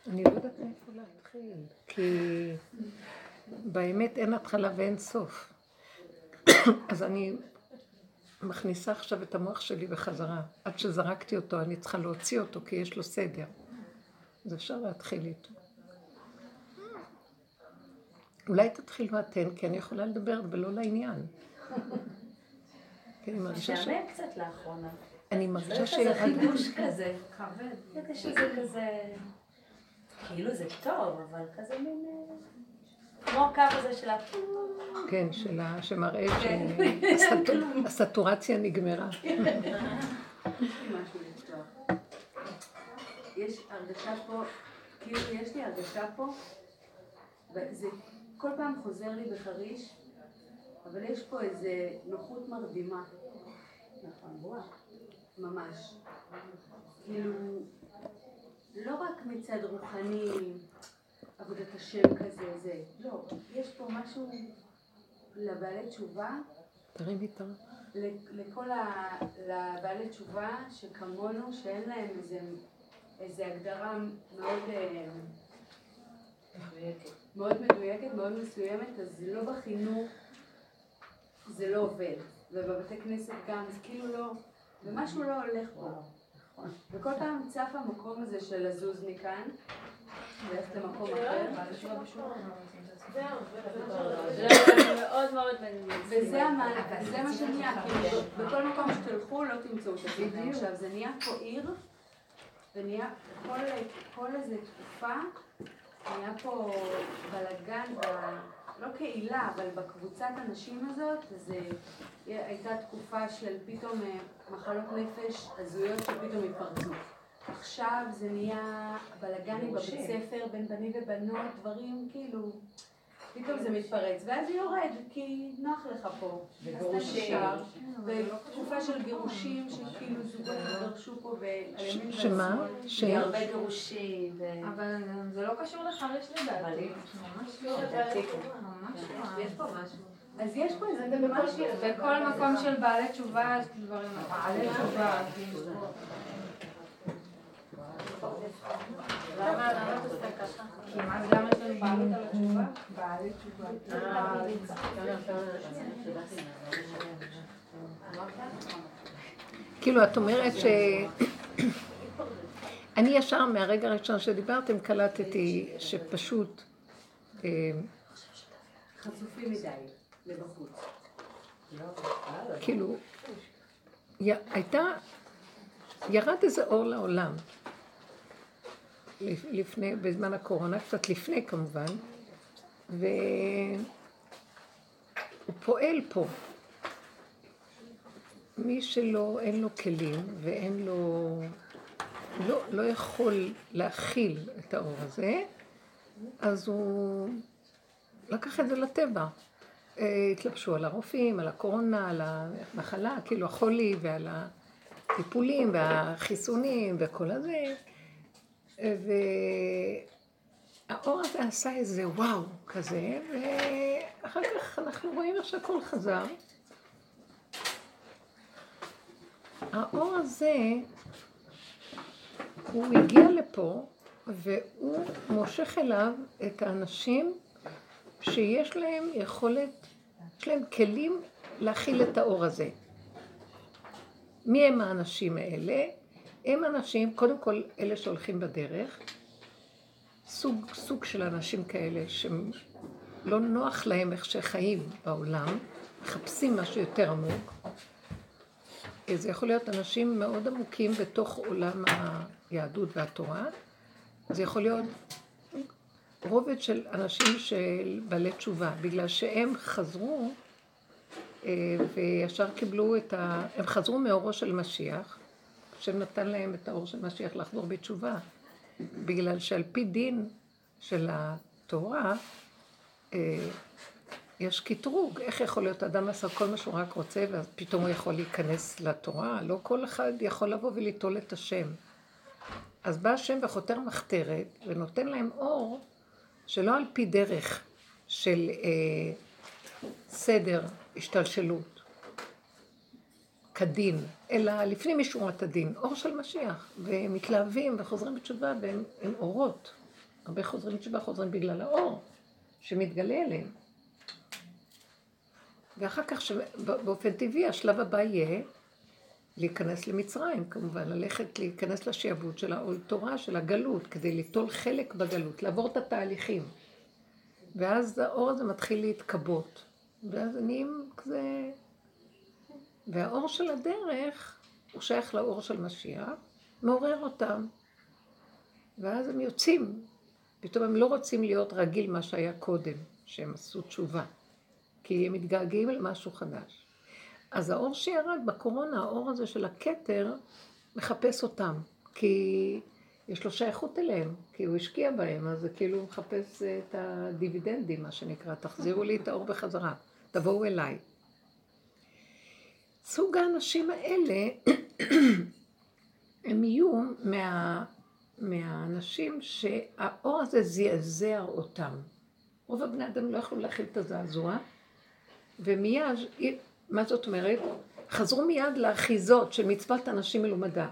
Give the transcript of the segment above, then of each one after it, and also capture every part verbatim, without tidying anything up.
אני לא יודעת מאיפה להתחיל, כי באמת אין התחלה ואין סוף. אז אני מכניסה עכשיו את המוח שלי בחזרה. עד שזרקתי אותו, אני צריכה להוציא אותו, כי יש לו סדר. אז אפשר להתחיל איתו. אולי תתחילו אתן, כי אני יכולה לדבר ולא לעניין. כי אני מרגישה ש... משעמם קצת לאחרונה. אני מרגישה ש... זה חידוש כזה. כבד. זה שזה כזה... כאילו זה טוב, אבל כזה מין... כמו הקו הזה של ה... כן, שלה, שמראה שהסטורציה נגמרה. יש לי משהו לפתוח. יש הרגשה פה, כאילו יש לי הרגשה פה, וזה כל פעם חוזר לי בחריש, אבל יש פה איזה נוחות מרדימה. נכון, בואה. ממש. כאילו, לא רק מצד רוחני, עבודת השם כזה, זה. לא, יש פה משהו לבעלי תשובה. תרים איתה. לכל לבעלי תשובה שכמונו, שאין להם איזה, איזה הגדרה מאוד, מאוד מדויקת, מאוד מסוימת, אז זה לא בחינוך, זה לא עובד. ובבתי כנסת גם, זה כאילו לא, ומשהו לא הולך פה. וכל פעם צף המקום הזה של לזוז מכאן, ללכת למקום אחר. מאוד מאוד מעניין. וזה מה שנהיה, כאילו, בכל מקום שתלכו לא תמצאו את זה. עכשיו, זה נהיה פה עיר, ונהיה כל איזה תקופה, נהיה פה בלגן, לא קהילה, אבל בקבוצת הנשים הזאת, אז הייתה תקופה של פתאום מחלות נפש הזויות שפתאום התפרצו. עכשיו זה נהיה בלגני בבית ספר, בין בנים ובנות, דברים כאילו, פתאום זה מתפרץ, ואז זה יורד, כי נוח לך פה. וגירושים. ותקופה של גירושים, שכאילו זוגות התגרשו פה ועלימין והשמאל. שמה? שיהיה הרבה גירושים. אבל זה לא קשור לחריש לדעתי. ממש לא. ממש לא. יש פה משהו. אז יש פה איזה משהו. בכל מקום של בעלי תשובה יש דברים. בעלי תשובה. למה את עושה ככה? כי מה זה למה יש לנו בעלות על התשובה? בעלי תשובה. כאילו את אומרת ש... אני ישר מהרגע הראשון שדיברתם קלטתי שפשוט חשופים מדי לבחוץ. כאילו הייתה ירד איזה אור לעולם לפני, בזמן הקורונה, קצת לפני כמובן, והוא פועל פה. מי שלא, אין לו כלים ואין לו, לא, לא יכול להכיל את האור הזה, אז הוא לקח את זה לטבע. התלבשו על הרופאים, על הקורונה, על המחלה, כאילו החולי ועל הטיפולים והחיסונים וכל הזה. והאור הזה עשה איזה וואו כזה, ואחר כך אנחנו רואים איך שהכל חזר. האור הזה, הוא הגיע לפה, והוא מושך אליו את האנשים שיש להם יכולת, יש להם כלים להכיל את האור הזה. מי הם האנשים האלה? הם אנשים, קודם כל אלה שהולכים בדרך, סוג, סוג של אנשים כאלה שלא נוח להם איך שחיים בעולם, מחפשים משהו יותר עמוק. זה יכול להיות אנשים מאוד עמוקים בתוך עולם היהדות והתורה. זה יכול להיות רובד של אנשים של בעלי תשובה, בגלל שהם חזרו וישר קיבלו את ה... הם חזרו מאורו של משיח, שנתן להם את האור של משיח לחזור בתשובה, בגלל שעל פי דין של התורה, יש קטרוג, איך יכול להיות אדם לעשה כל מה שהוא רק רוצה, ואז פתאום הוא יכול להיכנס לתורה, לא כל אחד יכול לבוא וליטול את השם. אז בא השם וחותר מחתרת, ונותן להם אור, שלא על פי דרך של אה, סדר, השתלשלות, כדין, אלא לפני משורת הדין, אור של משיח, והם מתלהבים וחוזרים בתשובה, והם אורות. הרבה חוזרים תשובה חוזרים בגלל האור שמתגלה אליהם. ואחר כך באופן טבעי השלב הבא יהיה להיכנס למצרים, כמובן, ללכת להיכנס לשיעבוד של העול תורה, של הגלות, כדי ליטול חלק בגלות, לעבור את התהליכים. ואז האור הזה מתחיל להתקבות. ואז נהיים כזה... והאור של הדרך, הוא שייך לאור של משיח, מעורר אותם. ואז הם יוצאים. פתאום הם לא רוצים להיות רגיל מה שהיה קודם, שהם עשו תשובה. כי הם מתגעגעים למשהו חדש. אז האור שירד בקורונה, האור הזה של הכתר, מחפש אותם. כי יש לו שייכות אליהם, כי הוא השקיע בהם, אז זה כאילו הוא מחפש את הדיבידנדים, מה שנקרא. תחזירו לי את האור בחזרה, תבואו אליי. סוג האנשים האלה, הם יהיו מה, מהאנשים שהאור הזה זעזע אותם. רוב הבני אדם לא יכלו להכיל את הזעזוע, ומיד, מה זאת אומרת? חזרו מיד לאחיזות של מצוות אנשים מלומדה.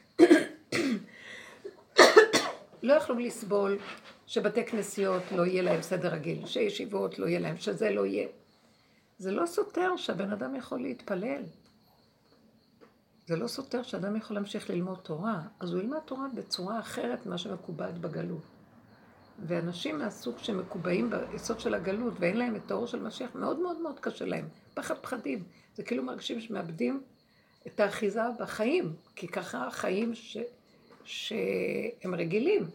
לא יכלו לסבול שבתי כנסיות לא יהיה להם סדר רגיל, שישיבות לא יהיה להם, שזה לא יהיה. זה לא סותר שהבן אדם יכול להתפלל. זה לא סותר שאדם יכול להמשיך ללמוד תורה, אז הוא ילמד תורה בצורה אחרת ממה שמקובעת בגלות. ואנשים מהסוג שמקובעים ביסוד של הגלות ואין להם את האור של משיח, מאוד מאוד מאוד קשה להם. פחד פחדים. זה כאילו מרגישים שמאבדים את האחיזה בחיים, כי ככה החיים ש... שהם רגילים.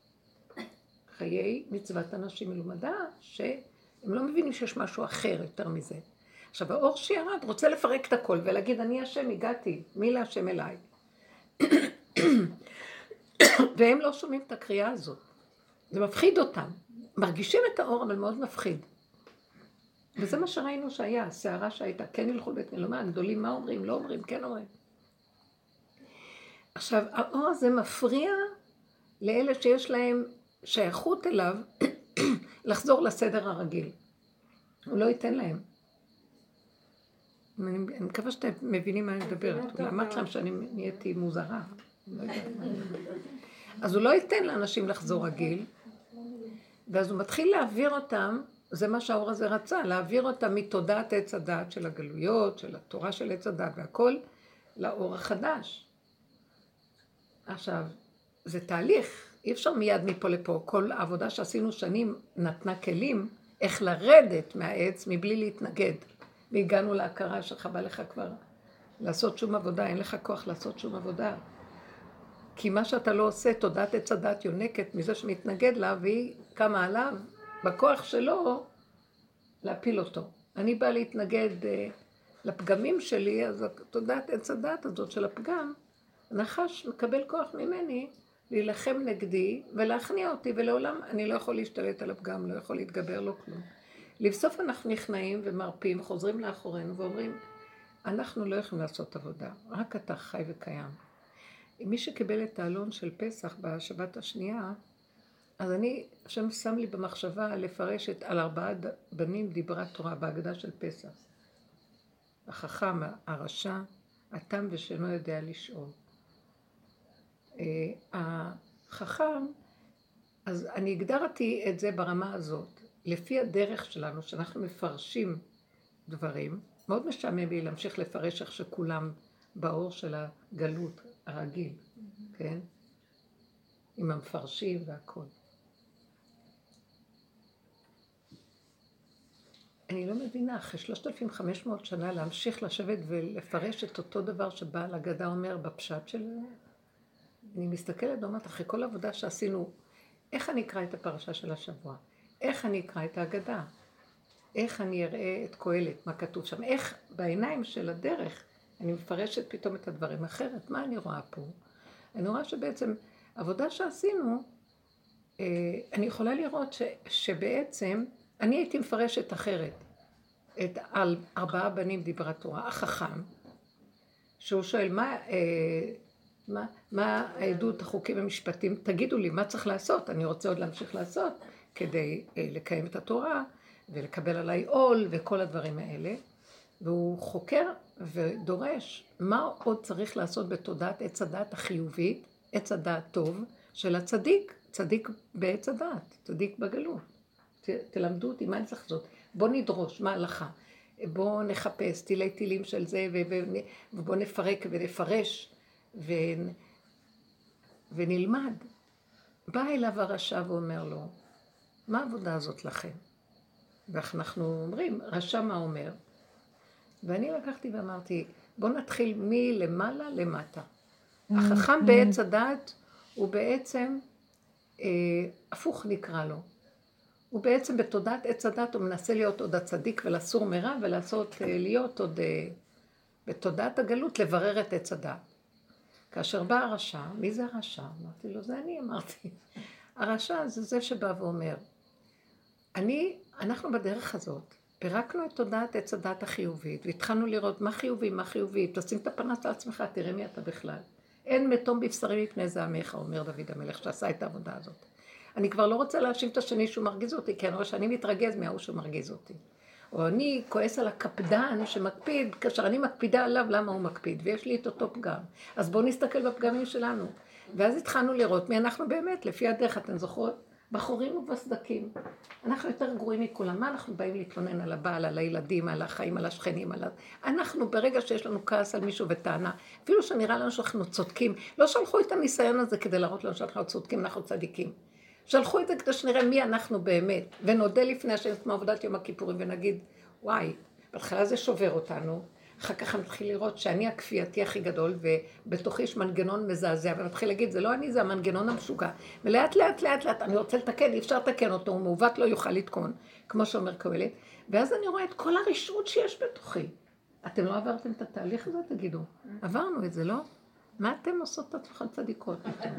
חיי מצוות אנשים מלומדה, שהם לא מבינים שיש משהו אחר יותר מזה. עכשיו, האור שירד רוצה לפרק את הכל ולהגיד, אני השם, הגעתי, מי להשם אליי? והם לא שומעים את הקריאה הזאת. זה מפחיד אותם. מרגישים את האור, אבל מאוד מפחיד. וזה מה שראינו שהיה, הסערה שהייתה, כן ילכו בית מלומה, הגדולים מה אומרים, לא אומרים, כן אומרים. עכשיו, האור הזה מפריע לאלה שיש להם שייכות אליו לחזור לסדר הרגיל. הוא לא ייתן להם. אני, אני מקווה שאתם מבינים מה אני מדברת. אמרת להם שאני נהייתי מוזרה. לא אז הוא לא ייתן לאנשים לחזור רגיל, ואז הוא מתחיל להעביר אותם, זה מה שהאור הזה רצה, להעביר אותם מתודעת עץ הדעת של הגלויות, של התורה של עץ הדעת והכל, לאור החדש. עכשיו, זה תהליך, אי אפשר מיד מפה לפה, כל העבודה שעשינו שנים נתנה כלים, איך לרדת מהעץ מבלי להתנגד. והגענו להכרה שחבל לך כבר לעשות שום עבודה, אין לך כוח לעשות שום עבודה. כי מה שאתה לא עושה, תודעת עץ הדת יונקת מזה שמתנגד לה, והיא קמה עליו, בכוח שלו, להפיל אותו. אני באה להתנגד uh, לפגמים שלי, אז תודעת עץ הדת הזאת של הפגם, הנחש מקבל כוח ממני להילחם נגדי ולהכניע אותי, ולעולם אני לא יכול להשתלט על הפגם, לא יכול להתגבר לו כלום. לבסוף אנחנו נכנעים ומרפים, חוזרים לאחורינו ואומרים, אנחנו לא יכולים לעשות עבודה, רק אתה חי וקיים. מי שקיבל את העלון של פסח בשבת השנייה, אז אני, השם שם לי במחשבה לפרש את על ארבעה בנים דיברה תורה בהגדה של פסח. החכם, הרשע, התם ושאינו יודע לשאול. החכם, אז אני הגדרתי את זה ברמה הזאת, לפי הדרך שלנו, שאנחנו מפרשים דברים, מאוד משעמם לי להמשיך לפרש איך שכולם באור של הגלות הרגיל, כן? עם המפרשים והכל. אני לא מבינה, אחרי שלושת אלפים וחמש מאות שנה להמשיך לשבת ולפרש את אותו דבר שבעל הגדה אומר בפשט שלו. אני מסתכלת ואומרת, אחרי כל העבודה שעשינו, איך אני אקרא את הפרשה של השבוע? איך אני אקרא את ההגדה? איך אני אראה את קהלת, מה כתוב שם? איך בעיניים של הדרך אני מפרשת פתאום את הדברים אחרת? מה אני רואה פה? אני רואה שבעצם עבודה שעשינו, אני יכולה לראות ש, שבעצם אני הייתי מפרשת אחרת. את על ארבעה בנים דיברה תורה, החכם, שהוא שואל מה, מה, מה העדות, החוקים המשפטים, תגידו לי מה צריך לעשות, אני רוצה עוד להמשיך לעשות כדי לקיים את התורה ולקבל עליי עול וכל הדברים האלה. והוא חוקר ודורש מה עוד צריך לעשות בתודעת עץ הדעת החיובית, עץ הדעת טוב של הצדיק, צדיק בעץ הדעת, צדיק בגלות. ת, תלמדו אותי, מה אני צריך לעשות? בוא נדרוש, מה הלכה? בוא נחפש תילי תילים של זה, ובוא נפרק ונפרש, ו, ונלמד. בא אליו הרשע ואומר לו, מה העבודה הזאת לכם? ואנחנו אומרים, רשע מה אומר? ואני לקחתי ואמרתי, בוא נתחיל מלמעלה למטה. החכם בעץ הדעת הוא בעצם, אה, הפוך נקרא לו. הוא בעצם בתודעת עץ הדעת, הוא מנסה להיות עוד הצדיק ולסור מרע, ולעשות, אה, להיות עוד אה, בתודעת הגלות, לברר את עץ הדעת. כאשר בא הרשע, מי זה הרשע? אמרתי לו, זה אני אמרתי. הרשע זה זה שבא ואומר, אני, אנחנו בדרך הזאת, פירקנו את תודעת עץ הדעת החיובית, והתחלנו לראות מה חיובי, מה חיובי, תשים את הפנס על עצמך, תראה מי אתה בכלל. אין מתום בבשרי מפני זעמך, אומר דוד המלך, שעשה את העבודה הזאת. אני כבר לא רוצה להאשים את השני שהוא מרגיז אותי, כי אני רואה שאני מתרגז מההוא שהוא מרגיז אותי. או אני כועס על הקפדן שמקפיד, כאשר אני מקפידה עליו, למה הוא מקפיד? ויש לי את אותו פגם. אז בואו נסתכל בפגמים שלנו. ואז התחלנו לראות מי אנחנו באמת, לפי הדרך, אתן זוכרות? בחורים ובסדקים. אנחנו יותר גרועים מכולם. מה אנחנו באים להתלונן על הבעל, על הילדים, על החיים, על השכנים, על... אנחנו ברגע שיש לנו כעס על מישהו וטענה, אפילו שנראה לנו שאנחנו צודקים, לא שלחו את הניסיון הזה כדי להראות לנו שאנחנו צודקים, אנחנו צדיקים. שלחו את זה כדי שנראה מי אנחנו באמת, ונודה לפני השם כמו עבודת יום הכיפורים, ונגיד, וואי, בהתחלה זה שובר אותנו, אחר כך אני מתחיל לראות שאני הכפייתי הכי גדול, ובתוכי יש מנגנון מזעזע, ומתחיל להגיד, זה לא אני, זה המנגנון המשוגע. ולאט לאט לאט לאט, אני רוצה לתקן, אי אפשר לתקן אותו, הוא מעוות לא יוכל לתקון, כמו שאומר קהלת. ואז אני רואה את כל הרשעות שיש בתוכי. אתם לא עברתם את התהליך הזה? תגידו. עברנו את זה, לא? מה אתם עושות את עצמכם צדיקות?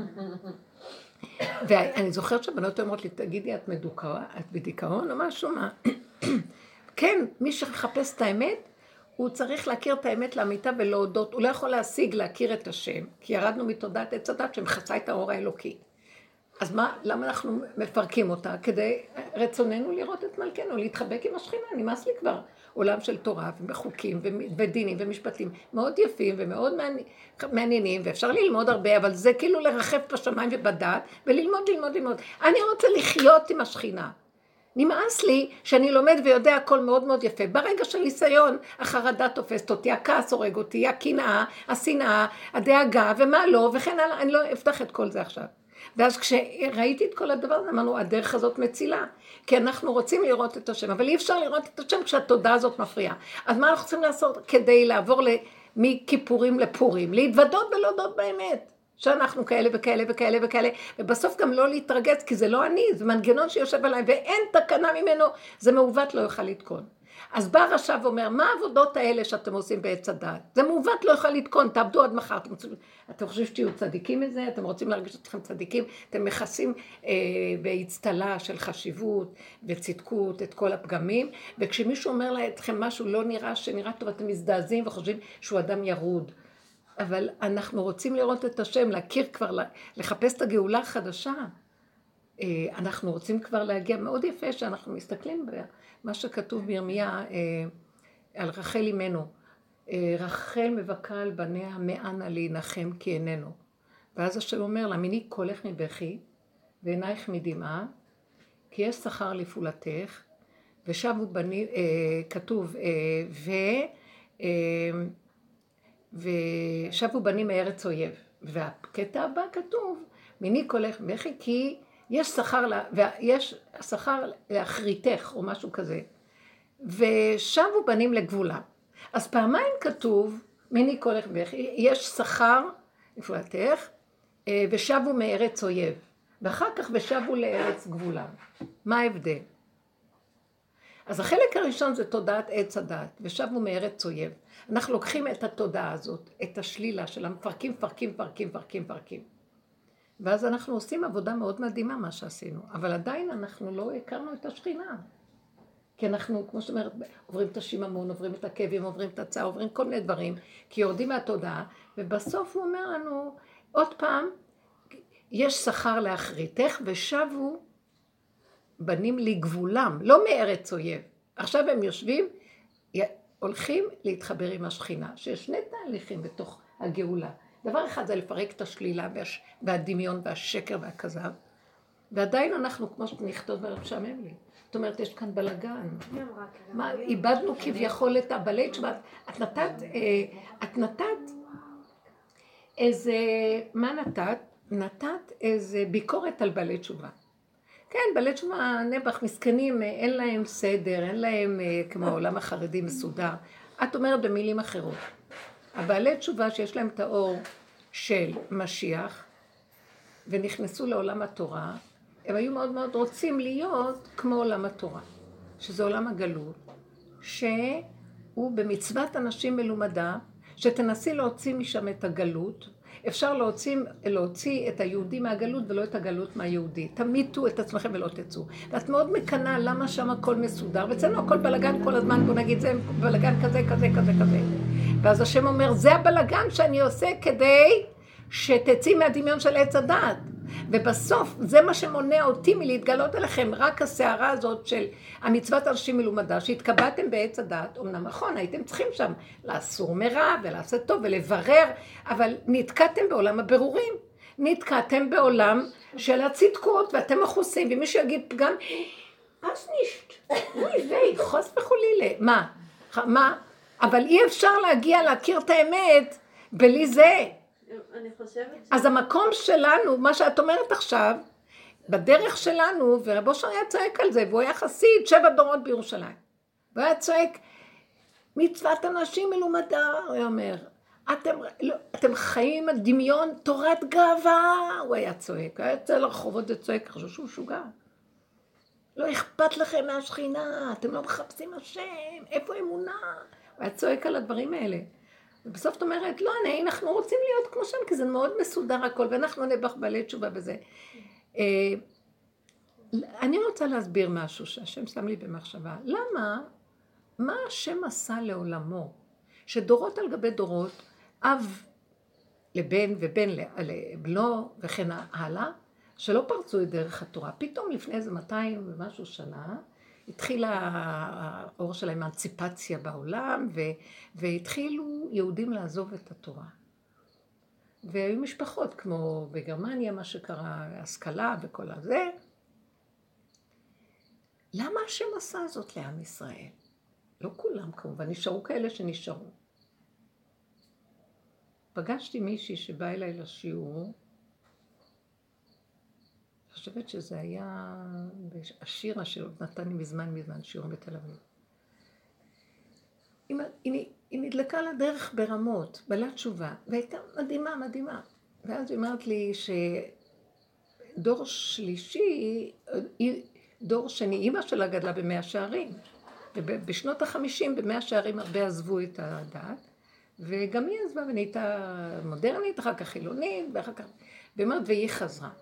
ואני זוכרת שבנות אומרות לי, תגידי, את מדוכאה, את בדיכאון או משהו? מה? כן, מי שחפש את האמת, הוא צריך להכיר את האמת לאמיתה ולהודות. הוא לא יכול להשיג להכיר את השם, כי ירדנו מתודעת עץ הדת שמחצה את האור האלוקי. אז מה, למה אנחנו מפרקים אותה? כדי רצוננו לראות את מלכנו, להתחבק עם השכינה, נמאס לי כבר. עולם של תורה וחוקים ודינים ומשפטים מאוד יפים ומאוד מעניינים, ואפשר ללמוד הרבה, אבל זה כאילו לרחב בשמיים ובדעת, וללמוד, ללמוד, ללמוד. אני רוצה לחיות עם השכינה. נמאס לי שאני לומד ויודע הכל מאוד מאוד יפה. ברגע של ניסיון, החרדה תופסת אותי, הכעס הורג אותי, הקנאה, השנאה, הדאגה, ומה לא, וכן הלאה, אני לא אפתח את כל זה עכשיו. ואז כשראיתי את כל הדבר, אמרנו, הדרך הזאת מצילה, כי אנחנו רוצים לראות את השם, אבל אי אפשר לראות את השם כשהתודעה הזאת מפריעה. אז מה אנחנו צריכים לעשות כדי לעבור מכיפורים לפורים? להתוודות ולהודות באמת, שאנחנו כאלה וכאלה וכאלה וכאלה, ובסוף גם לא להתרגז, כי זה לא אני, זה מנגנון שיושב עליי, ואין תקנה ממנו, זה מעוות לא יוכל לתקון. אז בא רשע ואומר, מה העבודות האלה שאתם עושים בעץ הדעת? זה מעוות לא יוכל לתקון, תעבדו עד מחר. אתם, אתם חושבים שתהיו צדיקים מזה? אתם רוצים להרגיש אתכם צדיקים? אתם מכסים אה, בהצטלה של חשיבות וצדקות את כל הפגמים, וכשמישהו אומר לכם משהו לא נראה שנראה טוב, אתם מזדעזעים וחושבים שהוא אדם ירוד. אבל אנחנו רוצים לראות את השם, להכיר כבר, לחפש את הגאולה החדשה. אה, אנחנו רוצים כבר להגיע מאוד יפה שאנחנו מסתכלים בה. מה שכתוב בירמיה אה, על רחל אימנו, אה, רחל מבכה על בניה מאנה להנחם כי איננו. ואז השם אומר לה, מיני קולך מבכי ועינייך מדמעה, כי יש שכר לפעולתך, ושבו בנים, אה, כתוב, אה, ו, אה, ושבו בנים מארץ אויב. והקטע הבא כתוב, מיני קולך מבכי כי יש שכר, ויש שכר לאחריתך, או משהו כזה. ושבו בנים לגבולה. אז פעמיים כתוב, מיני קולך בכי, יש שכר לפעולתך, ושבו מארץ אויב. ואחר כך ושבו לארץ גבולה. מה ההבדל? אז החלק הראשון זה תודעת עץ הדעת, ושבו מארץ אויב. אנחנו לוקחים את התודעה הזאת, את השלילה של המפרקים, פרקים, פרקים, פרקים, פרקים. ואז אנחנו עושים עבודה מאוד מדהימה מה שעשינו, אבל עדיין אנחנו לא הכרנו את השכינה. כי אנחנו, כמו שאת אומרת, עוברים את השיממון, עוברים את הכאבים, עוברים את הצעה, עוברים כל מיני דברים, כי יורדים מהתודעה, ובסוף הוא אומר לנו, עוד פעם, יש שכר לאחריתך, ושבו בנים לגבולם, לא מארץ אויב. עכשיו הם יושבים, הולכים להתחבר עם השכינה, שיש שני תהליכים בתוך הגאולה. דבר אחד זה לפרק את השלילה והדמיון והשקר והכזב, ועדיין אנחנו, כמו שנכתוב משעמם לי. זאת אומרת, יש כאן בלגן. מה, איבדנו כביכול את הבלט שבאת, את נתת, את נתת איזה, מה נתת? נתת איזה ביקורת על בעלי תשובה. כן, בעלי תשובה נבח, מסכנים, אין להם סדר, אין להם כמו העולם החרדי מסודר. את אומרת במילים אחרות. הבעלי תשובה שיש להם את האור של משיח, ונכנסו לעולם התורה, הם היו מאוד מאוד רוצים להיות כמו עולם התורה, שזה עולם הגלות, שהוא במצוות אנשים מלומדה, שתנסי להוציא משם את הגלות, אפשר להוציא, להוציא את היהודי מהגלות ולא את הגלות מהיהודי. תמיתו את עצמכם ולא תצאו. ואת מאוד מקנה למה שם הכל מסודר, ואצלנו הכל בלגן כל הזמן, בוא נגיד זה בלגן כזה, כזה, כזה, כזה. ואז השם אומר, זה הבלגן שאני עושה כדי שתצאי מהדמיון של עץ הדעת. ובסוף זה מה שמונע אותי מלהתגלות אליכם, רק הסערה הזאת של המצוות אנשים מלומדה, שהתקבעתם בעץ הדעת, אמנם נכון, הייתם צריכים שם לאסור מרע ולעשות טוב ולברר, אבל נתקעתם בעולם הבירורים, נתקעתם בעולם של הצדקות, ואתם מחוסים, ומישהו יגיד פגם, אז נשת, אוי ויי, חוס וחולילה, מה? מה? אבל אי אפשר להגיע להכיר את האמת בלי זה. אני חושבת... אז המקום שלנו, מה שאת אומרת עכשיו, בדרך שלנו, ורב אושר היה צועק על זה, והוא היה חסיד שבע דורות בירושלים. והוא היה צועק, מצוות אנשים מלומדה, הוא אומר, אתם, לא, אתם חיים על דמיון תורת גאווה, הוא היה צועק, הוא היה יוצא לרחובות וצועק, חשוב שהוא שוגע. לא אכפת לכם מהשכינה, אתם לא מחפשים השם, איפה אמונה? הוא היה צועק על הדברים האלה. ובסוף את אומרת, לא, אני, אנחנו רוצים להיות כמו שם, כי זה מאוד מסודר הכל, ואנחנו נבח בעלי תשובה בזה. אני רוצה להסביר משהו שהשם שם לי במחשבה. למה? מה השם עשה לעולמו? שדורות על גבי דורות, אב לבן ובן לבנו וכן הלאה, שלא פרצו את דרך התורה. פתאום לפני איזה מאתיים ומשהו שנה, התחילה האור של האמנציפציה בעולם, ו... והתחילו יהודים לעזוב את התורה. והיו משפחות כמו בגרמניה, מה שקרה, השכלה וכל הזה. למה השם עשה זאת לעם ישראל? לא כולם כמובן, נשארו כאלה שנשארו. פגשתי מישהי שבאה אליי לשיעור, אני חושבת שזה היה השיר אשר נתן לי מזמן מזמן שיעור בתל אביב. היא, היא נדלקה לדרך ברמות, בעלת תשובה, והייתה מדהימה, מדהימה. ואז היא אמרת לי שדור שלישי, דור שני, אמא שלה גדלה במאה שערים, ובשנות החמישים במאה שערים הרבה עזבו את הדת, וגם היא עזבה ונהייתה מודרנית, אחר כך חילונית, ואחר כך, ואמרת, והיא חזרה.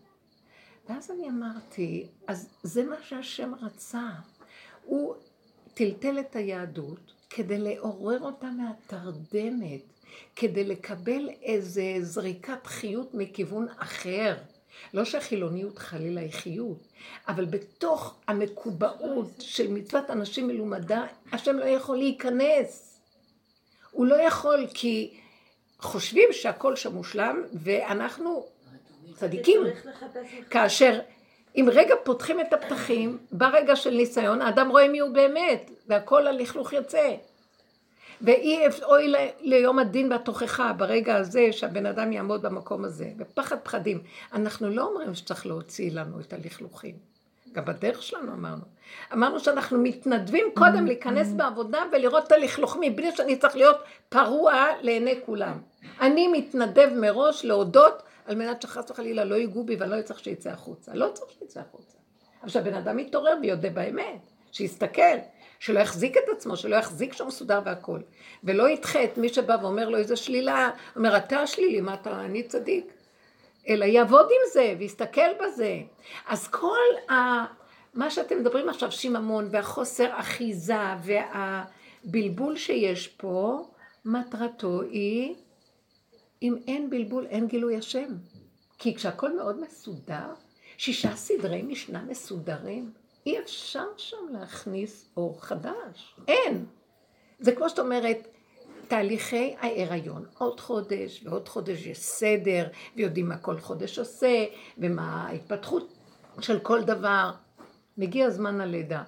ואז אני אמרתי, אז זה מה שהשם רצה. הוא טלטל את היהדות כדי לעורר אותה מהתרדמת, כדי לקבל איזה זריקת חיות מכיוון אחר. לא שהחילוניות חלילה היא חיות, אבל בתוך המקובעות של מצוות אנשים מלומדה, השם לא יכול להיכנס. הוא לא יכול כי חושבים שהכל שם מושלם, ואנחנו צדיקים. כאשר אם רגע פותחים את הפתחים, ברגע של ניסיון, האדם רואה מי הוא באמת, והכל הלכלוך יוצא. ואי אוי ליום הדין והתוכחה, ברגע הזה שהבן אדם יעמוד במקום הזה, בפחד פחדים. אנחנו לא אומרים שצריך להוציא לנו את הלכלוכים. גם בדרך שלנו אמרנו. אמרנו שאנחנו מתנדבים קודם להיכנס בעבודה ולראות את הלכלוך מבלי שאני צריך להיות פרוע לעיני כולם. אני מתנדב מראש להודות על מנת שחס וחלילה לא ייגעו בי ואני לא צריך שיצא החוצה. לא צריך שיצא החוצה. אבל שהבן אדם יתעורר ויודע באמת, שיסתכל, שלא יחזיק את עצמו, שלא יחזיק שהוא מסודר והכל. ולא ידחה את מי שבא ואומר לו איזו שלילה, אומר אתה שלילי, מה אתה, אני צדיק. אלא יעבוד עם זה ויסתכל בזה. אז כל ה... מה שאתם מדברים עכשיו, שיממון והחוסר אחיזה והבלבול שיש פה, מטרתו היא, אם אין בלבול, אין גילוי השם. כי כשהכל מאוד מסודר, שישה סדרי משנה מסודרים, אי אפשר שם להכניס אור חדש. אין. זה כמו שאת אומרת, תהליכי ההיריון, עוד חודש ועוד חודש יש סדר, ויודעים מה כל חודש עושה, ומה ההתפתחות. של כל דבר. מגיע זמן הלידה.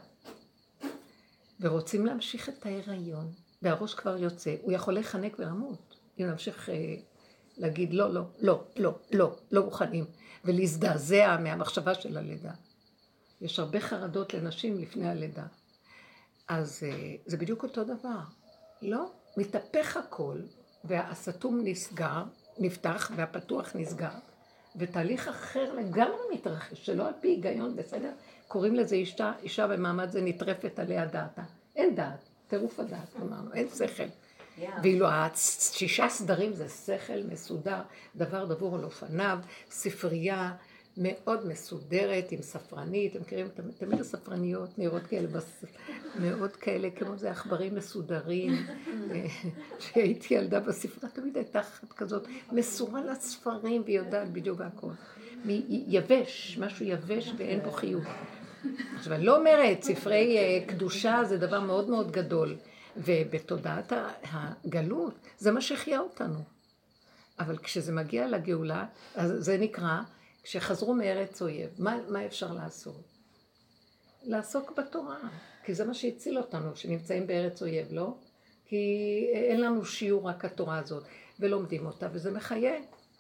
ורוצים להמשיך את ההיריון, והראש כבר יוצא. הוא יכול לחנק ולמות. אם נמשיך אה, להגיד לא, לא, לא, לא, לא, לא מוכנים. ולהזדעזע מהמחשבה של הלידה. יש הרבה חרדות לנשים לפני הלידה. אז אה, זה בדיוק אותו דבר. לא? מתהפך הכל, והסתום נסגר, נפתח, והפתוח נסגר. ותהליך אחר לגמרי מתרחש, שלא על פי היגיון, בסדר? קוראים לזה אישה, אישה במעמד זה נטרפת עליה דעתה. אין דעת, טירוף הדעת, אמרנו, אין שכל. Yeah. ואילו השישה סדרים זה שכל מסודר, דבר דבור על אופניו, ספרייה מאוד מסודרת עם ספרנית, אתם מכירים תמיד הספרניות, נראות כאלה, בס... מאוד כאלה, כמו זה עכברים מסודרים, שהייתי ילדה בספרה, תמיד הייתה אחת כזאת, מסורה לספרים ויודעת בדיוק הכל. יבש, משהו יבש ואין בו חיוב. עכשיו, אני לא אומרת, ספרי קדושה זה דבר מאוד מאוד גדול, ובתודעת הגלות זה מה שהחיה אותנו. אבל כשזה מגיע לגאולה, אז זה נקרא, כשחזרו מארץ אויב, מה, מה אפשר לעשות? לעסוק בתורה, כי זה מה שהציל אותנו, שנמצאים בארץ אויב, לא? כי אין לנו שיעור רק התורה הזאת, ולומדים אותה, וזה מחיה.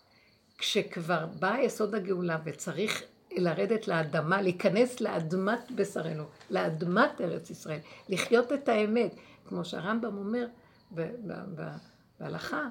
כשכבר בא יסוד הגאולה וצריך לרדת לאדמה, להיכנס לאדמת בשרנו, לאדמת ארץ ישראל, לחיות את האמת, כמו שהרמב"ם אומר בהלכה,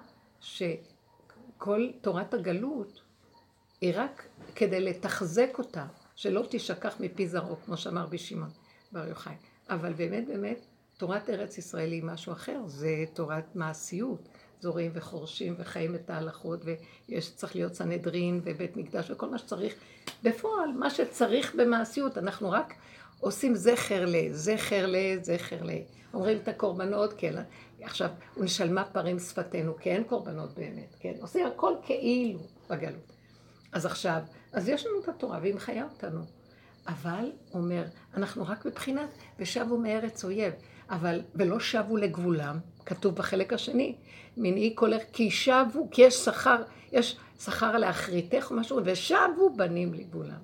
שכל תורת הגלות היא רק כדי לתחזק אותה, שלא תשכח מפי זרעו, כמו שאמר רבי שמעון בר יוחאי. אבל באמת באמת תורת ארץ ישראל היא משהו אחר, זה תורת מעשיות. זורים וחורשים וחיים את ההלכות, ויש צריך להיות סנהדרין ובית מקדש וכל מה שצריך. בפועל, מה שצריך במעשיות, אנחנו רק עושים זכר ל, זכר ל, זכר ל. אומרים את הקורבנות, כן. עכשיו, ונשלמה פרים שפתנו, כי אין קורבנות באמת, כן. עושים הכל כאילו בגלות. אז עכשיו, אז יש לנו את התורה, והיא מחיה אותנו. אבל, אומר, אנחנו רק בבחינת, ושבו מארץ אויב, אבל, ולא שבו לגבולם, כתוב בחלק השני, מנעי קולך, כי שבו, כי יש שכר, יש שכר לאחריתך או משהו, ושבו בנים לגבולם.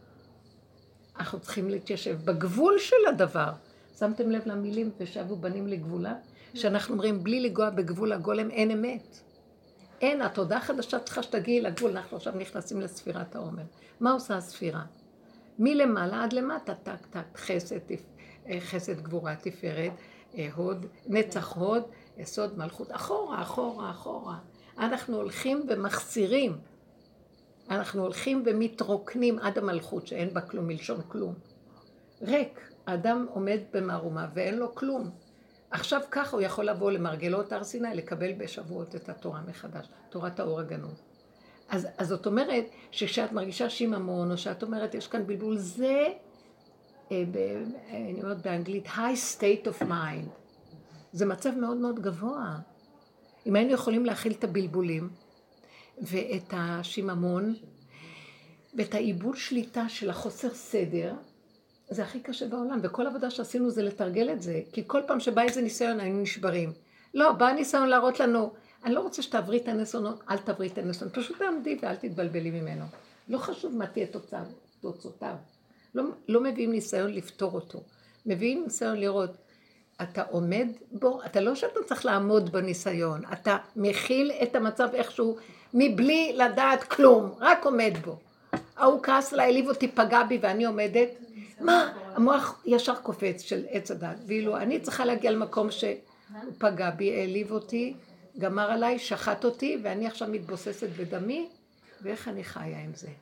אנחנו צריכים להתיישב בגבול של הדבר. שמתם לב למילים, ושבו בנים לגבולם? שאנחנו אומרים, בלי לגוע בגבול הגולם, אין אמת. אין, התודעה החדשה צריכה שתגיעי לגבול, אנחנו עכשיו נכנסים לספירת העומר. מה עושה הספירה? מלמעלה עד למטה, טק, טק, חסד, חסד גבורה, תפארת, הוד, נצח הוד, יסוד מלכות, אחורה, אחורה, אחורה. אנחנו הולכים ומחסירים, אנחנו הולכים ומתרוקנים עד המלכות, שאין בה כלום, מלשון כלום. ריק, האדם עומד במערומה ואין לו כלום. עכשיו ככה הוא יכול לבוא למרגלות הר סיני, לקבל בשבועות את התורה מחדש, תורת האור הגנוז. אז, אז זאת אומרת, שכשאת מרגישה שיממון, או שאת אומרת, יש כאן בלבול, זה, אה, ב, אני אומרת באנגלית, high state of mind. זה מצב מאוד מאוד גבוה. אם היינו יכולים להכיל את הבלבולים, ואת השיממון, ואת העיבוד שליטה של החוסר סדר, זה הכי קשה בעולם, וכל עבודה שעשינו זה לתרגל את זה, כי כל פעם שבא איזה ניסיון היינו נשברים. לא, בא ניסיון להראות לנו, אני לא רוצה שתעברי את הניסיונות, אל תעברי את הניסיון, פשוט תעמדי ואל תתבלבלי ממנו. לא חשוב מה תהיה תוצאה, תוצאותיו. לא, לא מביאים ניסיון לפתור אותו. מביאים ניסיון לראות, אתה עומד בו, אתה לא שאתה צריך לעמוד בניסיון, אתה מכיל את המצב איכשהו, מבלי לדעת כלום, רק עומד בו. ההוא כעס לה, העליב אותי, פגע בי ואני עומדת, מה? המוח ישר קופץ של עץ הדת, ואילו אני צריכה להגיע למקום שהוא פגע בי, העליב אותי, גמר עליי, שחט אותי, ואני עכשיו מתבוססת בדמי, ואיך אני חיה עם זה?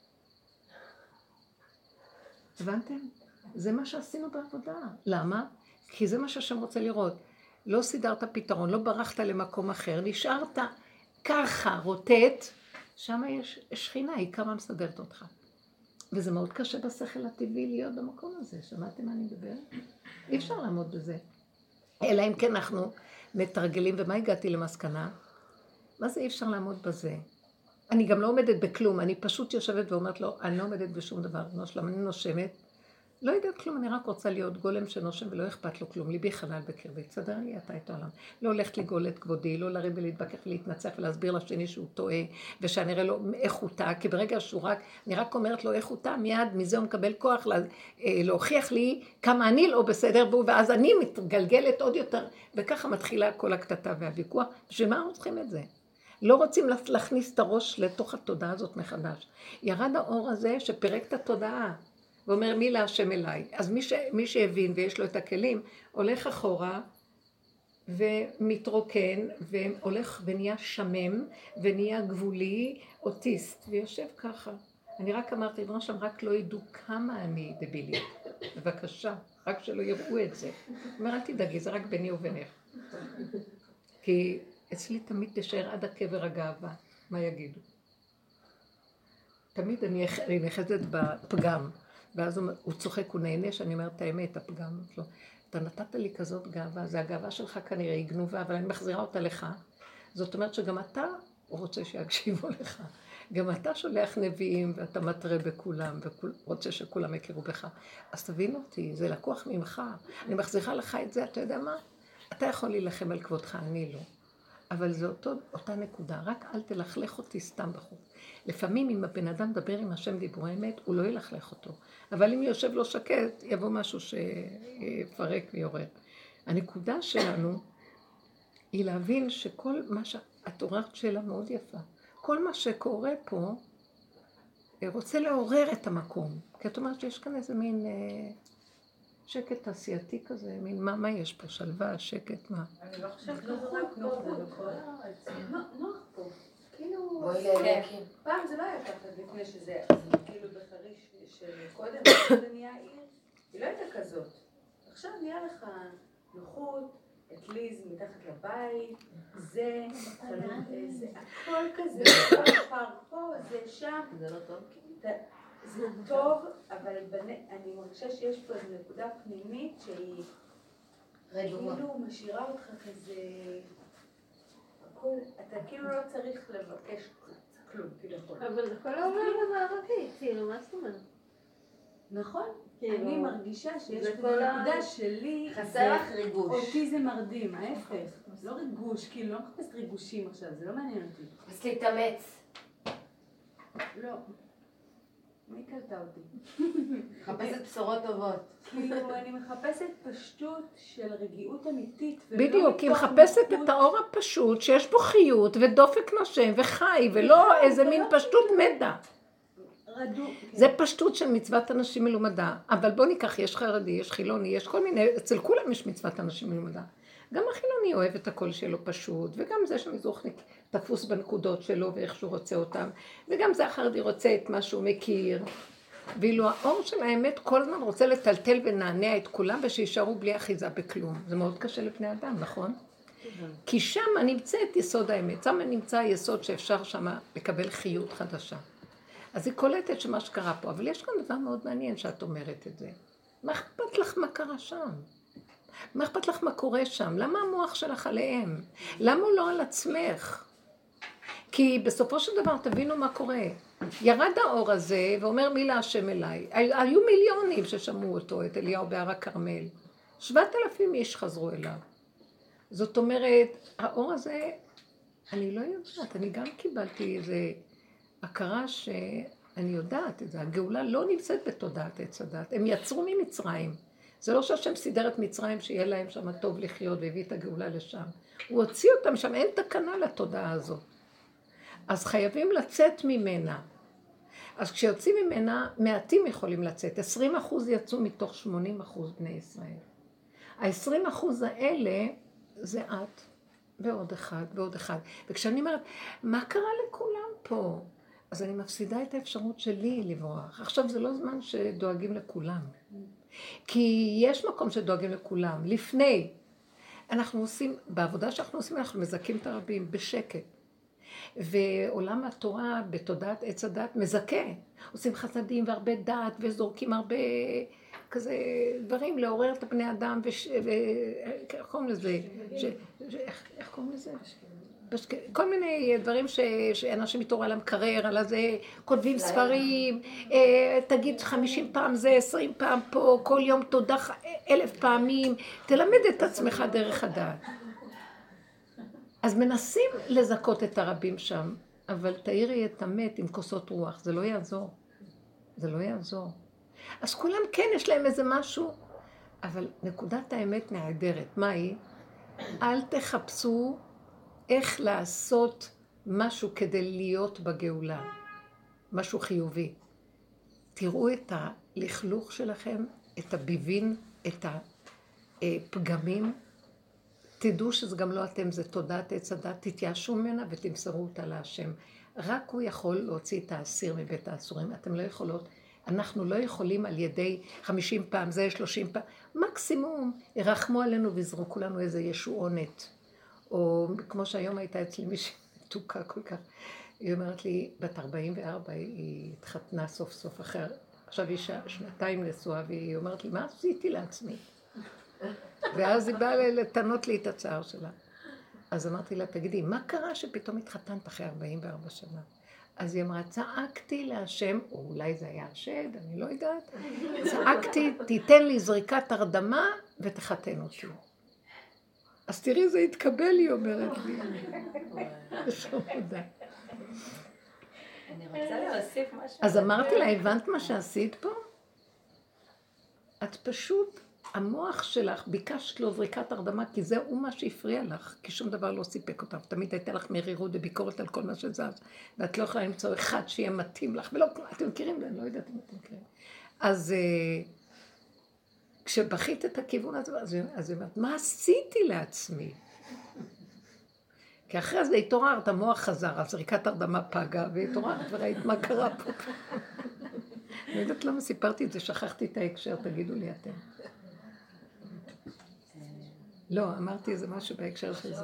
הבנתם? זה מה שעשינו בעבודה. למה? כי זה מה שהשם רוצה לראות. לא סידרת פתרון, לא ברחת למקום אחר, נשארת ככה, רוטט, שם יש שכינה, היא כמה מסדרת אותך. וזה מאוד קשה בשכל הטבעי להיות במקום הזה. שמעתם מה אני מדבר? אי אפשר לעמוד בזה. אלא אם כן אנחנו מתרגלים, ומה הגעתי למסקנה? מה זה אי אפשר לעמוד בזה? אני גם לא עומדת בכלום, אני פשוט יושבת ואומרת לו, אני לא עומדת בשום דבר, אני נושמת, לא יודעת כלום, אני רק רוצה להיות גולם שנושם ולא אכפת לו כלום, ליבי חלל בקרבי, תסדר לי אתה את העולם. לא הולכת לגול את כבודי, לא לריב ולהתבקח ולהתנצח ולהסביר לשני שהוא טועה, ושאני אראה לו איך הוא טעה, כי ברגע שהוא רק, אני רק אומרת לו איך הוא טעה, מיד מזה הוא מקבל כוח לה, להוכיח לי כמה אני לא בסדר בו, ואז אני מתגלגלת עוד יותר, וככה מתחילה כל הקטטה והוויכוח, בשביל מה אנחנו צריכים את זה? לא רוצים להכניס את הראש לתוך התודעה הזאת מחדש. ירד האור הזה שפרק את התודעה, ואומר מי להשם אליי. אז מי, ש... מי שהבין ויש לו את הכלים, הולך אחורה ומתרוקן, והולך ונהיה שמם, ונהיה גבולי, אוטיסט, ויושב ככה. אני רק אמרתי, בנו שם רק לא ידעו כמה אני דבילי. בבקשה, רק שלא יראו את זה. אומר, אל תדאגי, זה רק ביני ובינך. כי אצלי תמיד תשאר עד הקבר הגאווה, מה יגידו? תמיד אני, אני נחזת בפגם. ואז הוא, הוא צוחק, הוא נהנה, שאני אומרת את האמת, הפגם. לא. אתה נתת לי כזאת גאווה, זה הגאווה שלך כנראה, היא גנובה, אבל אני מחזירה אותה לך. זאת אומרת שגם אתה רוצה שיקשיבו לך. גם אתה שולח נביאים, ואתה מטרה בכולם, ורוצה שכולם יכירו בך. אז תבין אותי, זה לקוח ממך. אני מחזירה לך את זה, אתה יודע מה? אתה יכול להילחם על כבודך, אני לא. אבל זה אותו, אותה נקודה, רק אל תלכלך אותי סתם בחוץ. לפעמים אם הבן אדם מדבר עם השם דיבורי אמת, הוא לא ילכלך אותו. אבל אם יושב לו שקט, יבוא משהו שיפרק ויורד. הנקודה שלנו היא להבין שכל מה שאת עוררת שאלה מאוד יפה, כל מה שקורה פה רוצה לעורר את המקום. כי את אומרת שיש כאן איזה מין שקט תעשייתי כזה, מין מה, מה יש פה? שלווה, שקט, מה? אני לא חושבת נוחות, נוחות, נוח פה. כאילו, פעם זה לא היה ככה לפני שזה, כאילו בחריש של קודם, זה נהיה עיר, היא לא הייתה כזאת. עכשיו נהיה לך נוחות, את ליז מתחת לבית, זה, זה, הכל כזה, הכל פארק פה, זה שם. זה לא טוב? זה טוב, אבל אני מרגישה שיש פה איזו נקודה פנימית שהיא כאילו משאירה אותך כזה, הכל, אתה כאילו לא צריך לבקש כלום, כאילו הכל. אבל זה כל העולם המערבי, כאילו, מה זאת אומרת? נכון, אני מרגישה שיש פה נקודה שלי, חסר לך ריגוש. אותי זה מרדים, ההפך, לא ריגוש, כאילו לא מחפשת ריגושים עכשיו, זה לא מעניין אותי. אז להתאמץ. לא. מי קלטה אותי? מחפשת בשורות טובות. כאילו, אני מחפשת פשטות של רגיעות אמיתית. בדיוק, היא מחפשת את האור הפשוט, שיש בו חיות ודופק נושם וחי, ולא איזה מין פשטות מדה. זה פשטות של מצוות אנשים מלומדה. אבל בוא ניקח, יש חרדי, יש חילוני, יש כל מיני, אצל כולם יש מצוות אנשים מלומדה. גם החילוני אוהב את הכל שלו פשוט, וגם זה שמזרוחניק תפוס בנקודות שלו ואיך שהוא רוצה אותם, וגם זה החרדי רוצה את מה שהוא מכיר. ואילו האור של האמת כל הזמן רוצה לטלטל ונענע את כולם, ושישארו בלי אחיזה בכלום. זה מאוד קשה לבני אדם, נכון? כי שם נמצא את יסוד האמת, שם נמצא היסוד שאפשר שם לקבל חיות חדשה. אז היא קולטת שמה שקרה פה, אבל יש כאן דבר מאוד מעניין שאת אומרת את זה. מה אכפת לך מה קרה שם? מה אכפת לך מה קורה שם? למה המוח שלך עליהם? למה הוא לא על עצמך? כי בסופו של דבר תבינו מה קורה. ירד האור הזה ואומר מי להשם אליי. היו מיליונים ששמעו אותו, את אליהו בהר הכרמל. שבעת אלפים איש חזרו אליו. זאת אומרת, האור הזה, אני לא יודעת, אני גם קיבלתי איזה הכרה שאני יודעת את זה. הגאולה לא נמצאת בתודעת עץ הדת. הם יצרו ממצרים. זה לא שהשם סידר את מצרים שיהיה להם שם טוב לחיות והביא את הגאולה לשם. הוא הוציא אותם שם, אין תקנה לתודעה הזאת. אז חייבים לצאת ממנה. אז כשיוצאים ממנה, מעטים יכולים לצאת. עשרים אחוז יצאו מתוך שמונים אחוז בני ישראל. ה-עשרים אחוז האלה זה את ועוד אחד ועוד אחד. וכשאני אומרת, מה קרה לכולם פה? אז אני מפסידה את האפשרות שלי לברוח. עכשיו זה לא זמן שדואגים לכולם. כי יש מקום שדואגים לכולם. לפני, אנחנו עושים, בעבודה שאנחנו עושים, אנחנו מזכים את הרבים בשקט. ועולם התורה בתודעת עץ הדת מזכה. עושים חסדים והרבה דעת וזורקים הרבה כזה דברים לעורר את הבני אדם. ואיך קוראים לזה? איך קוראים לזה? כל מיני דברים ש... שאנשים מתעורר על המקרר, על הזה, כותבים ספרים, תגיד חמישים פעם זה, עשרים פעם פה, כל יום תודה אלף פעמים, תלמד את עצמך דרך הדעת. אז מנסים לזכות את הרבים שם, אבל תאירי את המת עם כוסות רוח, זה לא יעזור. זה לא יעזור. אז כולם כן יש להם איזה משהו, אבל נקודת האמת נהדרת. מה היא? אל תחפשו איך לעשות משהו כדי להיות בגאולה, משהו חיובי. תראו את הלכלוך שלכם, את הביבין, את הפגמים, תדעו שזה גם לא אתם, זה תודעת עץ הדת, תתייאשו ממנה ותמסרו אותה להשם. רק הוא יכול להוציא את האסיר מבית האסורים, אתם לא יכולות, אנחנו לא יכולים על ידי חמישים פעם, זה שלושים פעם, מקסימום ירחמו עלינו ויזרקו לנו איזה ישועונת. או כמו שהיום הייתה אצלי מישהי מתוקה כל כך, היא אומרת לי, בת ארבעים וארבע, היא התחתנה סוף סוף אחר, עכשיו היא שנתיים נשואה, והיא אומרת לי, מה עשיתי לעצמי? ואז היא באה לתנות לי את הצער שלה. אז אמרתי לה, תגידי, מה קרה שפתאום התחתנת אחרי ארבעים וארבע שנה? אז היא אמרה, צעקתי להשם, או אולי זה היה השד, אני לא יודעת, צעקתי, תיתן לי זריקת הרדמה ותחתן אותי. אז תראי, זה התקבל, היא אומרת לי. יש עבודה. אני רוצה להוסיף משהו. אז אמרתי לה, הבנת מה שעשית פה? את פשוט, המוח שלך, ביקשת לו זריקת הרדמה, כי זהו מה שהפריע לך, כי שום דבר לא סיפק אותך. תמיד הייתה לך מרירות וביקורת על כל מה שזז, ואת לא יכולה למצוא אחד שיהיה מתאים לך, ולא, אתם מכירים, אני לא יודעת אם אתם מכירים. אז כשבחית את הכיוון הזה, אז היא אומרת, מה עשיתי לעצמי? כי אחרי זה התעוררת, המוח חזר, אז זריקת הרדמה פגה, והתעוררת וראית מה קרה פה. אני יודעת למה סיפרתי את זה, שכחתי את ההקשר, תגידו לי אתם. לא, אמרתי איזה משהו בהקשר של זה.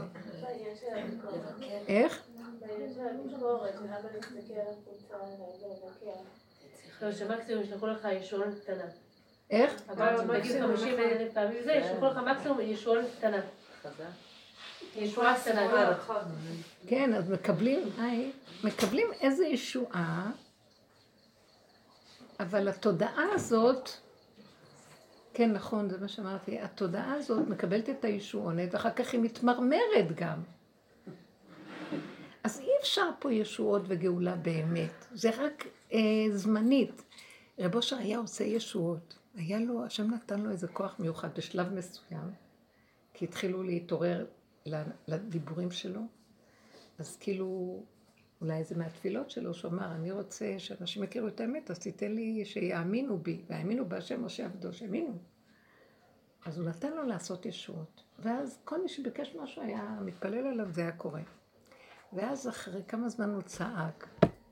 איך? בעניין של הביקורת, שאבא להסתכל על הקבוצה ולבקר. לא, שמקסימום ישלחו לך ישועון קטנה. איך? אבל תגיד חמישים אלף פעמים זה, ישלחו לך מקסימום ישועון קטנה. ישועה קטנה. כן, אז מקבלים, היי, מקבלים איזו ישועה, אבל התודעה הזאת, כן, נכון, זה מה שאמרתי, התודעה הזאת מקבלת את הישועונת, ואחר כך היא מתמרמרת גם. אז אי אפשר פה ישועות וגאולה באמת, זה רק אה, זמנית. רב אושר היה עושה ישועות, היה לו, השם נתן לו איזה כוח מיוחד בשלב מסוים, כי התחילו להתעורר לדיבורים שלו, אז כאילו, אולי זה מהתפילות שלו, שהוא אמר, אני רוצה שאנשים יכירו את האמת, אז תיתן לי שיאמינו בי, והאמינו בהשם משה עבדו, שהאמינו. אז הוא נתן לו לעשות ישועות, ואז כל מי שביקש משהו היה מתפלל עליו, זה היה קורה. ואז אחרי כמה זמן הוא צעק,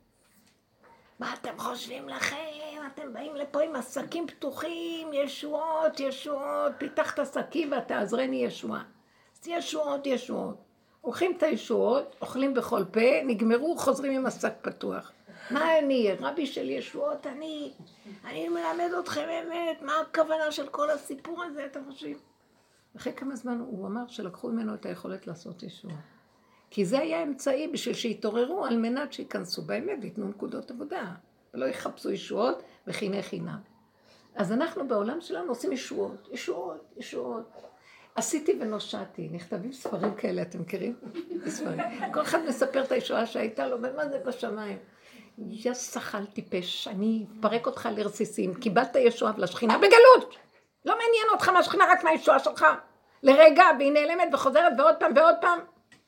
מה אתם חושבים לכם? אתם באים לפה עם עסקים פתוחים, ישועות, ישועות, פיתחת עסקים ואתה עזרני ישועה. אז ישועות, ישועות. הולכים את הישועות, אוכלים בכל פה, נגמרו, חוזרים עם עסק פתוח. מה אני? רבי של ישועות, אני, אני מלמד אתכם אמת, מה הכוונה של כל הסיפור הזה, אתם חושבים? אחרי כמה זמן הוא אמר שלקחו ממנו את היכולת לעשות ישועה. כי זה היה אמצעי בשביל שיתעוררו על מנת שיכנסו באמת ויתנו נקודות עבודה, ולא יחפשו ישועות וחיני חינם. אז אנחנו בעולם שלנו עושים ישועות, ישועות, ישועות. עשיתי ונושעתי, נכתבים ספרים כאלה, אתם מכירים? ספרים. כל אחד מספר את הישועה שהייתה לו, ומה זה בשמיים? יא שחל טיפש, אני אפרק אותך לרסיסים, קיבלת ישועה ולשכינה בגלות. לא מעניין אותך מהשכינה, רק מהישועה שלך. לרגע, והיא נעלמת וחוזרת ועוד פעם ועוד פעם.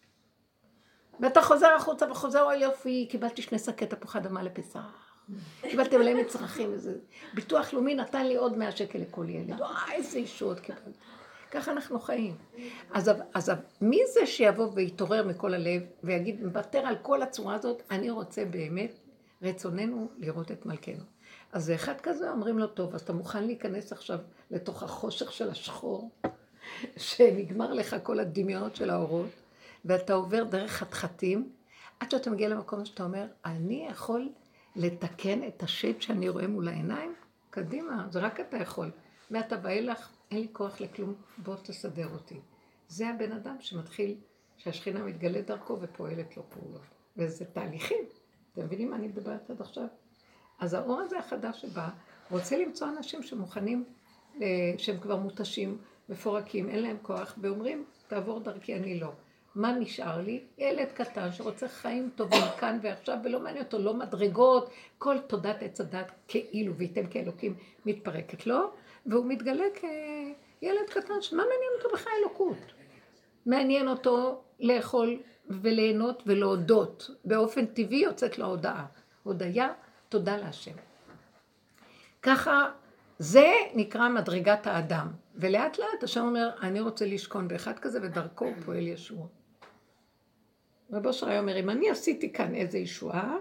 ואתה חוזר החוצה וחוזר, אוי יופי, קיבלתי שני שקי תפוחי אדמה לפסח. קיבלתי מלא מצרכים וזה. ביטוח לאומי נתן לי עוד מאה שקל לכל ילד. וואי, איזה ישועות קיבלתי. ככה אנחנו חיים. אז, אז מי זה שיבוא ויתעורר מכל הלב ויגיד, מוותר על כל הצורה הזאת, אני רוצה באמת, רצוננו לראות את מלכנו. אז זה אחד כזה, אומרים לו, טוב, אז אתה מוכן להיכנס עכשיו לתוך החושך של השחור, שנגמר לך כל הדמיונות של האורות, ואתה עובר דרך חתחתים, עד שאתה מגיע למקום שאתה אומר, אני יכול לתקן את השד שאני רואה מול העיניים? קדימה, זה רק אתה יכול. מעתה ואילך, אין לי כוח לכלום, בוא תסדר אותי. זה הבן אדם שמתחיל, שהשכינה מתגלית דרכו ופועלת לו פעולות. וזה תהליכים. אתם מבינים מה אני מדברת עד עכשיו? אז האור הזה החדש שבא, רוצה למצוא אנשים שמוכנים, שהם כבר מותשים, מפורקים, אין להם כוח, ואומרים, תעבור דרכי, אני לא. מה נשאר לי? ילד קטן שרוצה חיים טובים כאן ועכשיו, ולא מעניין אותו, לא מדרגות, כל תודת עץ הדת כאילו, וייתם כאלוקים מתפרקת לו, והוא מתגלה כילד קטן, שמה מעניין אותו בכלל אלוקות? מעניין אותו לאכול וליהנות ולהודות. באופן טבעי יוצאת לו הודעה. הודיה, תודה להשם. ככה, זה נקרא מדרגת האדם. ולאט לאט השם אומר, אני רוצה לשכון באחד כזה, ודרכו הוא פועל ישוע. רב אושר היה אומר, אם אני עשיתי כאן איזו ישועה,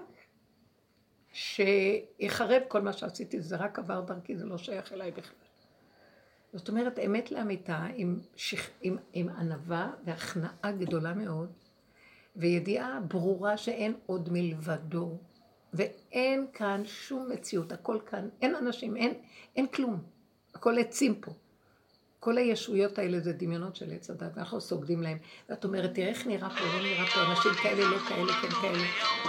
שיחרב כל מה שעשיתי, זה רק עבר דרכי, זה לא שייך אליי בכלל. זאת אומרת, אמת לאמיתה, עם, שכ... עם, עם ענווה והכנעה גדולה מאוד, וידיעה ברורה שאין עוד מלבדו, ואין כאן שום מציאות, הכל כאן, אין אנשים, אין, אין כלום, הכל עצים פה. כל הישויות האלה זה דמיונות של עץ הדת, ואנחנו סוגדים להם. ואת אומרת, תראה איך נראה פה, לא נראה פה, אנשים כאלה, לא כאלה, כן כאלה.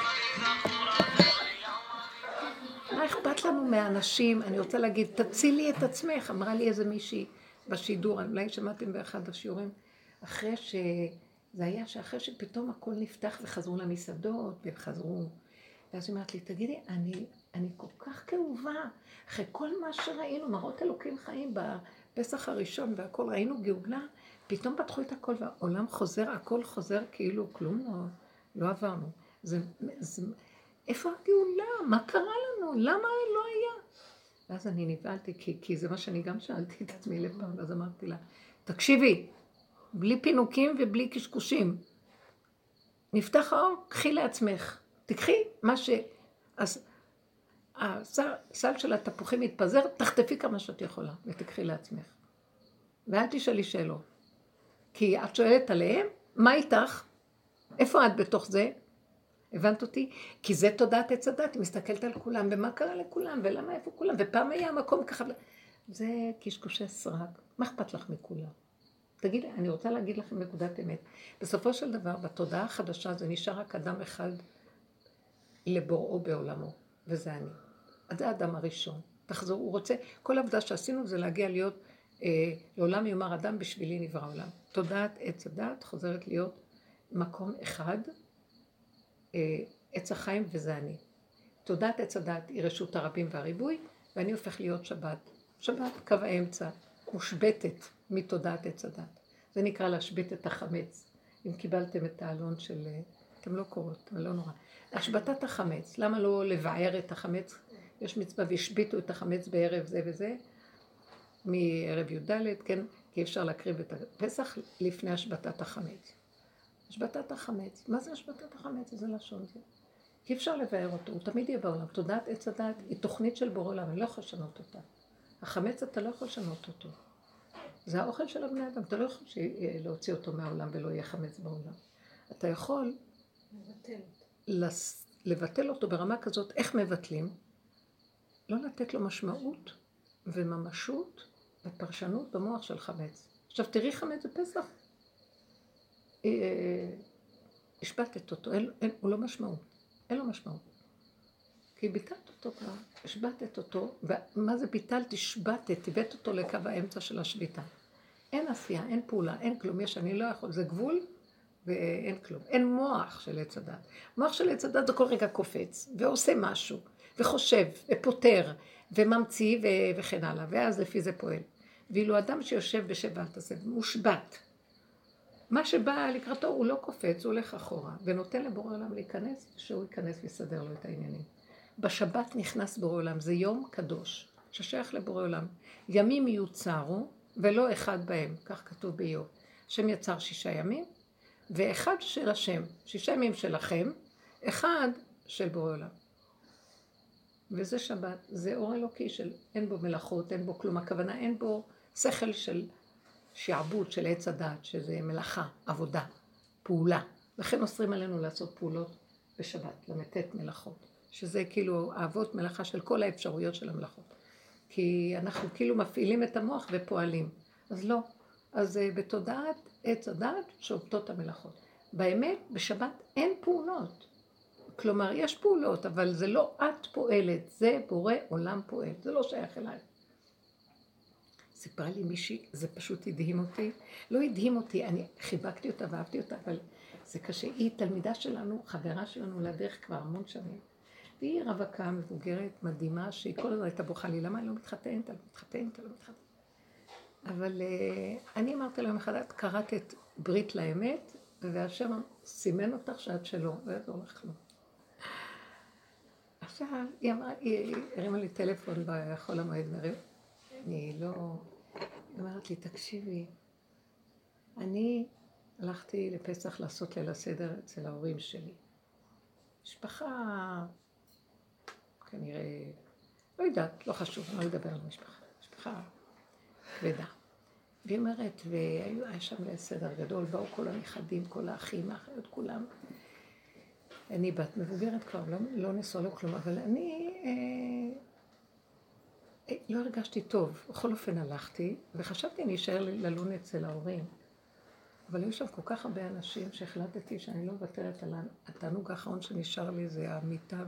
מה אכפת לנו מהאנשים? אני רוצה להגיד, תצילי את עצמך. אמרה לי איזה מישהי בשידור, אולי שמעתם באחד השיעורים, אחרי ש... זה היה שאחרי שפתאום הכל נפתח וחזרו למסעדות, וחזרו... ואז היא אמרת לי, תגידי, אני, אני כל כך כאובה, אחרי כל מה שראינו, מראות אלוקים חיים בפסח הראשון, והכל ראינו גאולה, פתאום פתחו את הכל, והעולם חוזר, הכל חוזר כאילו כלום לא, לא עברנו. זה, זה, איפה הגאולה? מה קרה לנו? למה לא היה? ואז אני נבהלתי, כי, כי זה מה שאני גם שאלתי את עצמי לפעם, ואז אמרתי לה, תקשיבי, בלי פינוקים ובלי קשקושים. נפתח האור, קחי לעצמך. תקחי מה ש... אז הסל של התפוחים מתפזר, תחטפי כמה שאת יכולה, ותקחי לעצמך. ואל תשאלי שאלות. כי את שואלת עליהם, מה איתך? איפה את בתוך זה? הבנת אותי? כי זה תודעת עץ הדת, היא מסתכלת על כולם, ומה קרה לכולם, ולמה איפה כולם, ופעם היה מקום ככה... זה קשקושי סרק. מה אכפת לך מכולם? תגיד, אני רוצה להגיד לכם נקודת אמת. בסופו של דבר, בתודעה החדשה זה נשאר רק אדם אחד לבוראו בעולמו, וזה אני. אז זה האדם הראשון. תחזור, הוא רוצה, כל עבודה שעשינו זה להגיע להיות, אה, לעולם יאמר אדם בשבילי נברא עולם. תודעת עץ הדת חוזרת להיות מקום אחד, אה, עץ החיים וזה אני. תודעת עץ הדת היא רשות הרבים והריבוי, ואני הופך להיות שבת. שבת, קו האמצע, מושבטת מתודעת עץ הדת. זה נקרא להשבית את החמץ. אם קיבלתם את העלון של... אתם לא קוראות, אבל לא נורא. השבתת החמץ. למה לא לבער את החמץ? יש מצווה והשביתו את החמץ בערב זה וזה, מערב י"ד, כן? כי אפשר להקריב את הפסח לפני השבתת החמץ. השבתת החמץ. מה זה השבתת החמץ? איזה לשון זה? כי אפשר לבער אותו, הוא תמיד יהיה בעולם. תודעת עץ הדת היא תוכנית של בורא עולם, אני לא יכול לשנות אותה. החמץ אתה לא יכול לשנות אותו. זה האוכל של הבני אדם, אתה לא יכול להוציא אותו מהעולם ולא יהיה חמץ בעולם. אתה יכול לס... לבטל אותו ברמה כזאת, איך מבטלים? לא לתת לו משמעות וממשות ופרשנות במוח של חמץ. עכשיו תראי חמץ בפסח. השבטת אותו, אין, אין, הוא לא משמעות, אין לו משמעות. כי ביטלת אותו כבר, השבטת אותו, ומה זה ביטלת? השבטת, הבאת אותו לקו האמצע של השביטה. אין עשייה, אין פעולה, אין כלום, יש אני לא יכול, זה גבול ואין כלום. אין מוח של עץ הדת. מוח של עץ הדת זה כל רגע קופץ, ועושה משהו, וחושב, ופותר, וממציא ו... וכן הלאה, ואז לפי זה פועל. ואילו אדם שיושב בשבת הזה, מושבת, מה שבא לקראתו הוא לא קופץ, הוא הולך אחורה, ונותן לבורא עולם להיכנס, שהוא ייכנס ויסדר לו את העניינים. בשבת נכנס בורא עולם, זה יום קדוש, ששייך לבורא עולם. ימים יוצרו, ולא אחד בהם, כך כתוב באיוב. השם יצר שישה ימים, ואחד של השם, שישה ימים שלכם, אחד של בורא עולם. וזה שבת, זה אור אלוקי של אין בו מלאכות, אין בו כלום, הכוונה אין בו שכל של שעבוד, של עץ הדת, שזה מלאכה, עבודה, פעולה. לכן אוסרים עלינו לעשות פעולות בשבת, למתת מלאכות, שזה כאילו אהבות מלאכה של כל האפשרויות של המלאכות. כי אנחנו כאילו מפעילים את המוח ופועלים. אז לא. אז בתודעת עץ הדת שובתות המלאכות. באמת, בשבת אין פעולות. כלומר, יש פעולות, אבל זה לא את פועלת, זה בורא עולם פועל, זה לא שייך אליי. סיפרה לי מישהי, זה פשוט הדהים אותי. לא הדהים אותי, אני חיבקתי אותה ואהבתי אותה, אבל זה קשה. היא תלמידה שלנו, חברה שלנו לדרך כבר המון שנים. והיא רווקה, מבוגרת, מדהימה, שהיא כל הזמן הייתה בוכה לי, למה אני לא מתחתנת, אני לא מתחתנת, אני לא מתחתנת. אבל uh, אני אמרתי להם אחד, את קראת את ברית לאמת, והשם סימן אותך שאת שלא, לא יעזור לך כלום. עכשיו, היא אמרה, היא הרימה לי טלפון בחול המועד, אני לא... היא אומרת לי, תקשיבי, אני הלכתי לפסח לעשות ליל הסדר אצל ההורים שלי. משפחה, כנראה, לא יודעת, לא חשוב, אני לא אדבר על משפחה, משפחה כבדה. והיא אומרת, והיה שם ליל סדר גדול, באו כל הנכדים, כל האחים, האחיות, כולם. אני בת מבוגרת כבר, לא, לא נסוע לו כלום, אבל אני אה, לא הרגשתי טוב. בכל אופן הלכתי, וחשבתי אני אשאר ללון אצל ההורים. אבל היו שם כל כך הרבה אנשים שהחלטתי שאני לא מוותרת על התענוג האחרון שנשאר לי, זה המיטה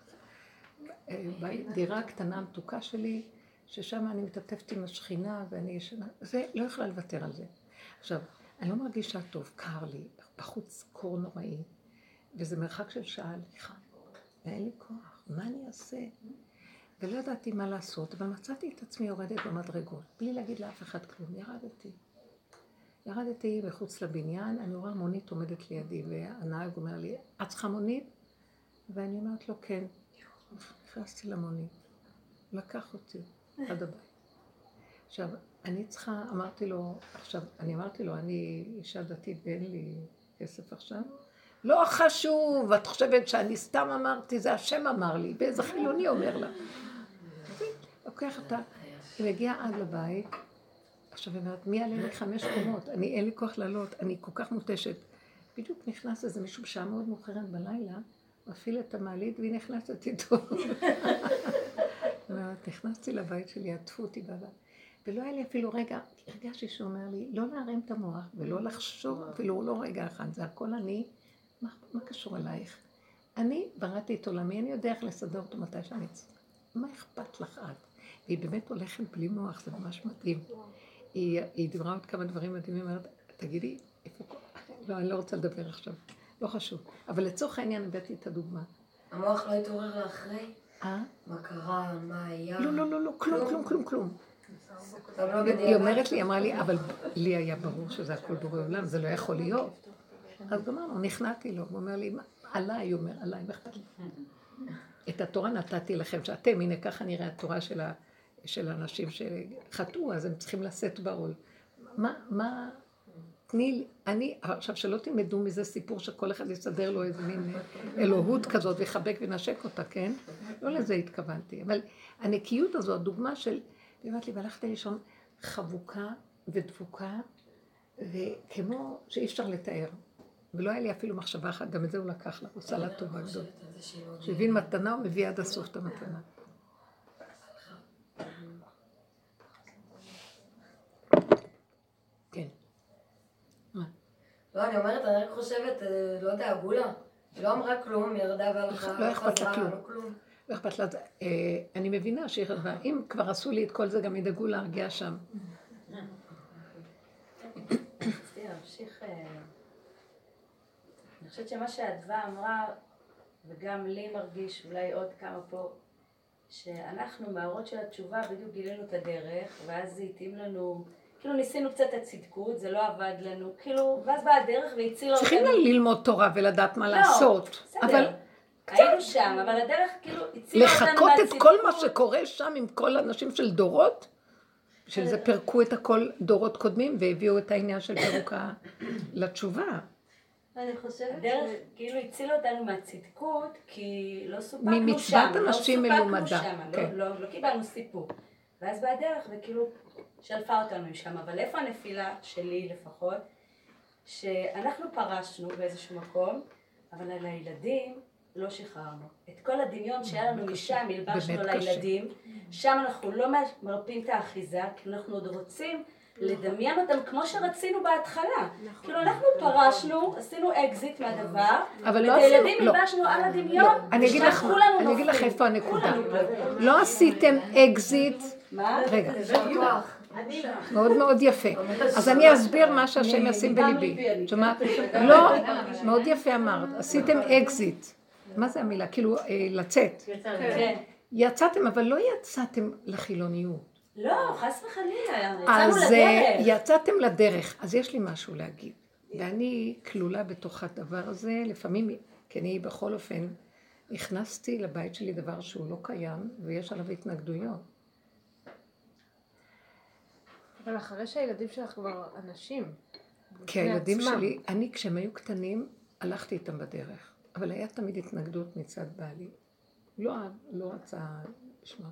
והדירה הקטנה המתוקה שלי, ששם אני מתעטפת עם השכינה ואני ישנה, זה לא יכולה לוותר על זה. עכשיו, אני לא מרגישה טוב, קר לי, בחוץ קור נוראי. וזה מרחק של שעה הליכה, ואין לי כוח, מה אני אעשה? ולא ידעתי מה לעשות, אבל מצאתי את עצמי יורדת במדרגות, בלי להגיד לאף אחד כלום, ירדתי. ירדתי מחוץ לבניין, אני רואה מונית עומדת לידי, והנהג אומר לי, את צריכה מונית? ואני אומרת לו, כן. נכנסתי למונית, לקח אותי עד הבית. עכשיו, אני צריכה, אמרתי לו, עכשיו, אני אמרתי לו, אני אישה דתית ואין לי כסף עכשיו, לא חשוב, את חושבת שאני סתם אמרתי, זה השם אמר לי, באיזה חילוני אומר לה. לוקח אותה, היא מגיעה עד לבית, עכשיו היא אומרת, מי עלה לי חמש קומות? אני אין לי כוח לעלות, אני כל כך מותשת. בדיוק נכנס איזה מישהו בשעה מאוד מאוחרת בלילה, מפעיל את המעלית והיא נכנסת איתו. נכנסתי לבית שלי, עטפו אותי בבית. ולא היה לי אפילו רגע, הרגשתי שהוא אומר לי, לא להרים את המוח ולא לחשוב, אפילו לא רגע אחד, זה הכל אני. מה, מה קשור אלייך? אני בראתי את עולמי, אני יודע איך לסדר אותו מתי שאני צריך. מה אכפת לך את? והיא באמת הולכת בלי מוח, זה ממש מדהים. היא, היא דיברה עוד כמה דברים מדהימים, אמרת, תגידי, איפה כל... לא, אני לא רוצה לדבר עכשיו, לא חשוב. אבל לצורך העניין הבאתי את הדוגמה. המוח לא התעורר לאחרי? אה? מה קרה, מה היה? לא, לא, לא, לא, כלום, כלום, כלום, כלום. היא אומרת לי, אמרה לי, אבל לי היה ברור שזה הכל בורא עולם, זה לא יכול להיות. אז גמרנו, נכנעתי לו, הוא אומר לי, עליי, הוא אומר, עליי, מה אכפת לי? את התורה נתתי לכם, שאתם, הנה ככה נראה התורה של האנשים שחטאו, אז הם צריכים לשאת בעול. מה, מה, תני, אני, עכשיו שלא תלמדו מזה סיפור שכל אחד יסדר לו איזה מין אלוהות כזאת ויחבק ונשק אותה, כן? לא לזה התכוונתי, אבל הנקיות הזו, הדוגמה של, באמת לי, והלכתי לישון חבוקה ודבוקה, וכמו שאי אפשר לתאר. ולא היה לי אפילו מחשבה אחת, גם את זה הוא לקח לה, הוא עושה לה טובה גדול. שהבין מתנה, הוא מביא עד הסוף את המתנה. כן. מה? לא, אני אומרת, אני רק חושבת, לא יודע, גולה. היא לא אמרה כלום, היא ירדה והלכה, לא אכפת לה כלום. לא כלום. לא אכפת לה, אני מבינה שהיא חדבה. אם כבר עשו לי את כל זה, גם ידאגו להרגיע שם. רציתי להמשיך, אני חושבת שמה שהאדווה אמרה, וגם לי מרגיש, אולי עוד כמה פה, שאנחנו מהאורות של התשובה בדיוק גילינו את הדרך, ואז זה התאים לנו, כאילו ניסינו קצת את הצדקות, זה לא עבד לנו, כאילו, ואז באה הדרך והצילה אותנו. צריכים ללמוד תורה ולדעת מה לעשות. לא, בסדר. היינו שם, אבל הדרך כאילו הצילה אותנו מהצדקות. לחכות את כל מה שקורה שם עם כל האנשים של דורות, של זה פירקו את הכל דורות קודמים, והביאו את העניין של פירוקה לתשובה. אני חושבת הדרך כאילו הצילה אותנו מהצדקות, כי לא סופקנו שם. ממצוות אנשים מלומדה. לא קיבלנו סיפוק. ואז בדרך, וכאילו שלפה אותנו משם. אבל איפה הנפילה שלי לפחות? שאנחנו פרשנו באיזשהו מקום, אבל על הילדים לא שחררנו. את כל הדמיון שהיה לנו משם, הלבשנו לילדים, שם אנחנו לא מרפים את האחיזה, כי אנחנו עוד רוצים לדמיין אותם כמו שרצינו בהתחלה. כאילו אנחנו פרשנו, עשינו אקזיט מהדבר, אבל לא ואת הילדים עשינו, לא. הלבשנו על הדמיון, אני אגיד לך, כולנו אני אגיד לך נופלים. איפה הנקודה. כולנו. לא עשיתם אקזיט, מה? רגע, כוח. מאוד מאוד יפה. אז אני אסביר מה שהשם ישים בליבי. שומעת? לא, מאוד יפה אמרת. עשיתם אקזיט. מה זה המילה? כאילו לצאת. כן. יצאתם, אבל לא יצאתם לחילוניות. לא, חס וחלילה, יצאנו אז לדרך. יצאתם לדרך. אז יש לי משהו להגיד. ואני כלולה בתוך הדבר הזה, לפעמים, כי אני בכל אופן, הכנסתי לבית שלי דבר שהוא לא קיים, ויש עליו התנגדויות. אבל אחרי שהילדים שלך כבר אנשים. כי הילדים שלי, אני כשהם היו קטנים, הלכתי איתם בדרך. אבל היה תמיד התנגדות מצד בעלי. לא, לא רצה לשמוע.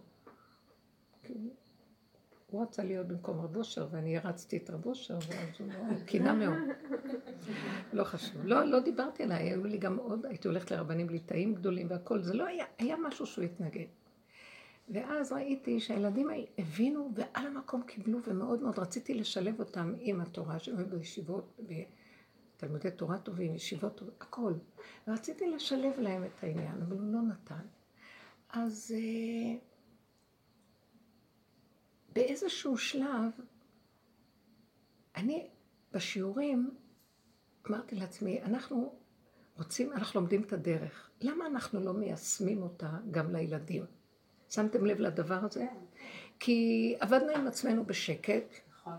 הוא רצה להיות במקום רב אושר, ואני הרצתי את רב אושר, ואז הוא קינה מאוד. לא חשוב. לא, לא דיברתי עליי, היו לי גם עוד, הייתי הולכת לרבנים ליטאים גדולים והכל, זה לא היה, היה משהו שהוא התנגד. ואז ראיתי שהילדים הבינו ועל המקום קיבלו, ומאוד מאוד רציתי לשלב אותם עם התורה, שהם היו בישיבות, בתלמודי תורה טובים, ישיבות טובים, הכל. ורציתי לשלב להם את העניין, אבל הוא לא נתן. אז באיזשהו שלב, אני בשיעורים אמרתי לעצמי, אנחנו רוצים, אנחנו לומדים את הדרך. למה אנחנו לא מיישמים אותה גם לילדים? שמתם לב לדבר הזה? כי עבדנו עם עצמנו בשקט,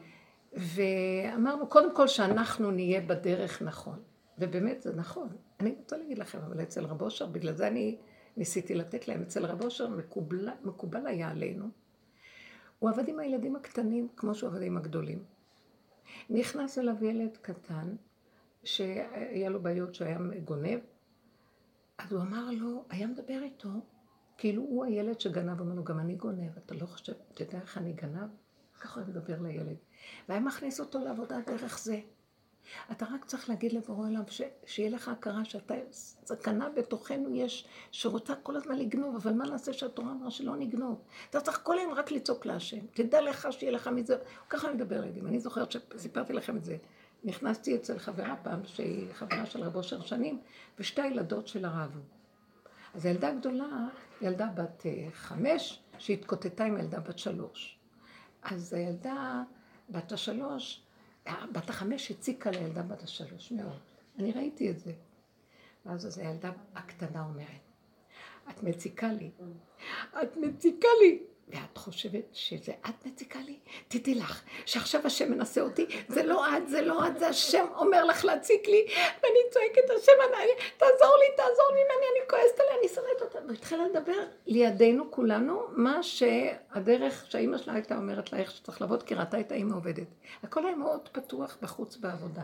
ואמרנו קודם כל שאנחנו נהיה בדרך נכון. ובאמת זה נכון. אני רוצה להגיד לכם, אבל אצל רב אושר, בגלל זה אני ניסיתי לתת להם, אצל רב אושר מקובל, מקובל היה עלינו. הוא עבד עם הילדים הקטנים כמו שהוא עבד עם הגדולים. נכנס אליו ילד קטן, שהיה לו בעיות שהיה גונב, אז הוא אמר לו, היה מדבר איתו, כאילו הוא הילד שגנב, אמר לו, גם אני גונב, אתה לא חושב, אתה יודע איך אני גנב? ככה הוא מדבר לילד. והיה מכניס אותו לעבודה דרך זה. אתה רק צריך להגיד לבורא עליו, ש... שיהיה לך הכרה שאתה, סכנה בתוכנו יש, שרוצה כל הזמן לגנוב, אבל מה נעשה שהתורה אמרה שלא נגנוב? אתה צריך כל היום רק לצעוק להשם, תדע לך שיהיה לך מזה, ככה אני מדבר לילדים, אני זוכרת שסיפרתי לכם את זה. נכנסתי אצל חברה פעם, שהיא חברה של רב אושר שנים, ושתי ילדות של הרב. אז הילדה גדולה, ילדה בת חמש, שהתקוטטה עם ילדה בת שלוש. אז הילדה בת השלוש, בת החמש הציקה לילדה בת השלוש מאוד. אני ראיתי את זה. ואז אז הילדה הקטנה אומרת, את מציקה לי, את מציקה לי. ואת חושבת שזה את מציקה לי? תדעי לך שעכשיו השם מנסה אותי, זה לא את, זה לא את, זה השם אומר לך להציק לי, ואני צועקת השם, אני, תעזור לי, תעזור לי, אני, אני כועסת עליה, אני שונאת אותה. והתחילה לדבר לידינו כולנו, מה שהדרך שהאימא שלה הייתה אומרת לה איך שצריך לעבוד, כי ראתה את האימא עובדת. הכל היה מאוד פתוח בחוץ בעבודה.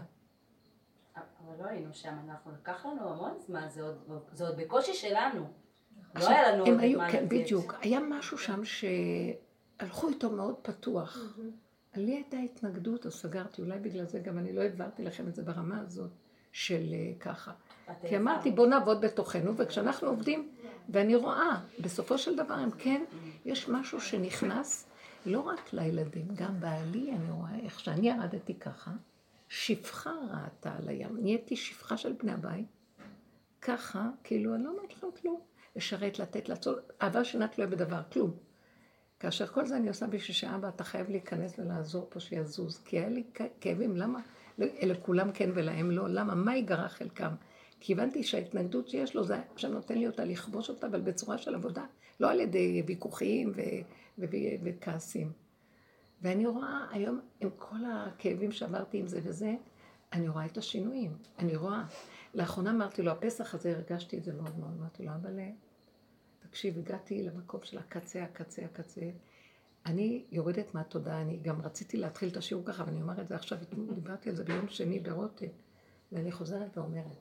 אבל לא היינו שם, אנחנו לקח לנו המון זמן, זה עוד, זה עוד בקושי שלנו. לא היה לנו עוד היו, זמן כן, לתת. בדיוק. היה משהו שם שהלכו איתו מאוד פתוח. לי הייתה התנגדות, אז סגרתי, אולי בגלל זה גם אני לא העברתי לכם את זה ברמה הזאת של ככה. כי אמרתי בוא נעבוד בתוכנו, וכשאנחנו עובדים, ואני רואה, בסופו של דבר הם כן, יש משהו שנכנס, לא רק לילדים, גם בעלי אני רואה איך שאני ירדתי ככה, שפחה ראתה על הים, נהייתי שפחה של בני הבית, ככה, כאילו אני לא אומרת לכם כלום. לשרת, לתת, לעצור, אהבה שאינה תלויה בדבר, כלום. כאשר כל זה אני עושה בשביל שאבא, אתה חייב להיכנס ולעזור פה שיזוז, כי היה לי כאבים, למה? לכולם כן ולהם לא, למה? מה ייגרע חלקם? כי הבנתי שההתנגדות שיש לו, זה עכשיו נותן לי אותה לכבוש אותה, אבל בצורה של עבודה, לא על ידי ויכוחים ו- ו- ו- וכעסים. ואני רואה היום, עם כל הכאבים שעברתי עם זה וזה, אני רואה את השינויים, אני רואה. לאחרונה אמרתי לו, הפסח הזה הרגשתי את זה מאוד מאוד, אמרתי לו, אבל תקשיב, הגעתי למקום של הקצה, הקצה, הקצה. אני יורדת מהתודעה, אני גם רציתי להתחיל את השיעור ככה, ואני אומר את זה עכשיו, דיברתי על זה ביום שני ברוטן, ואני חוזרת ואומרת,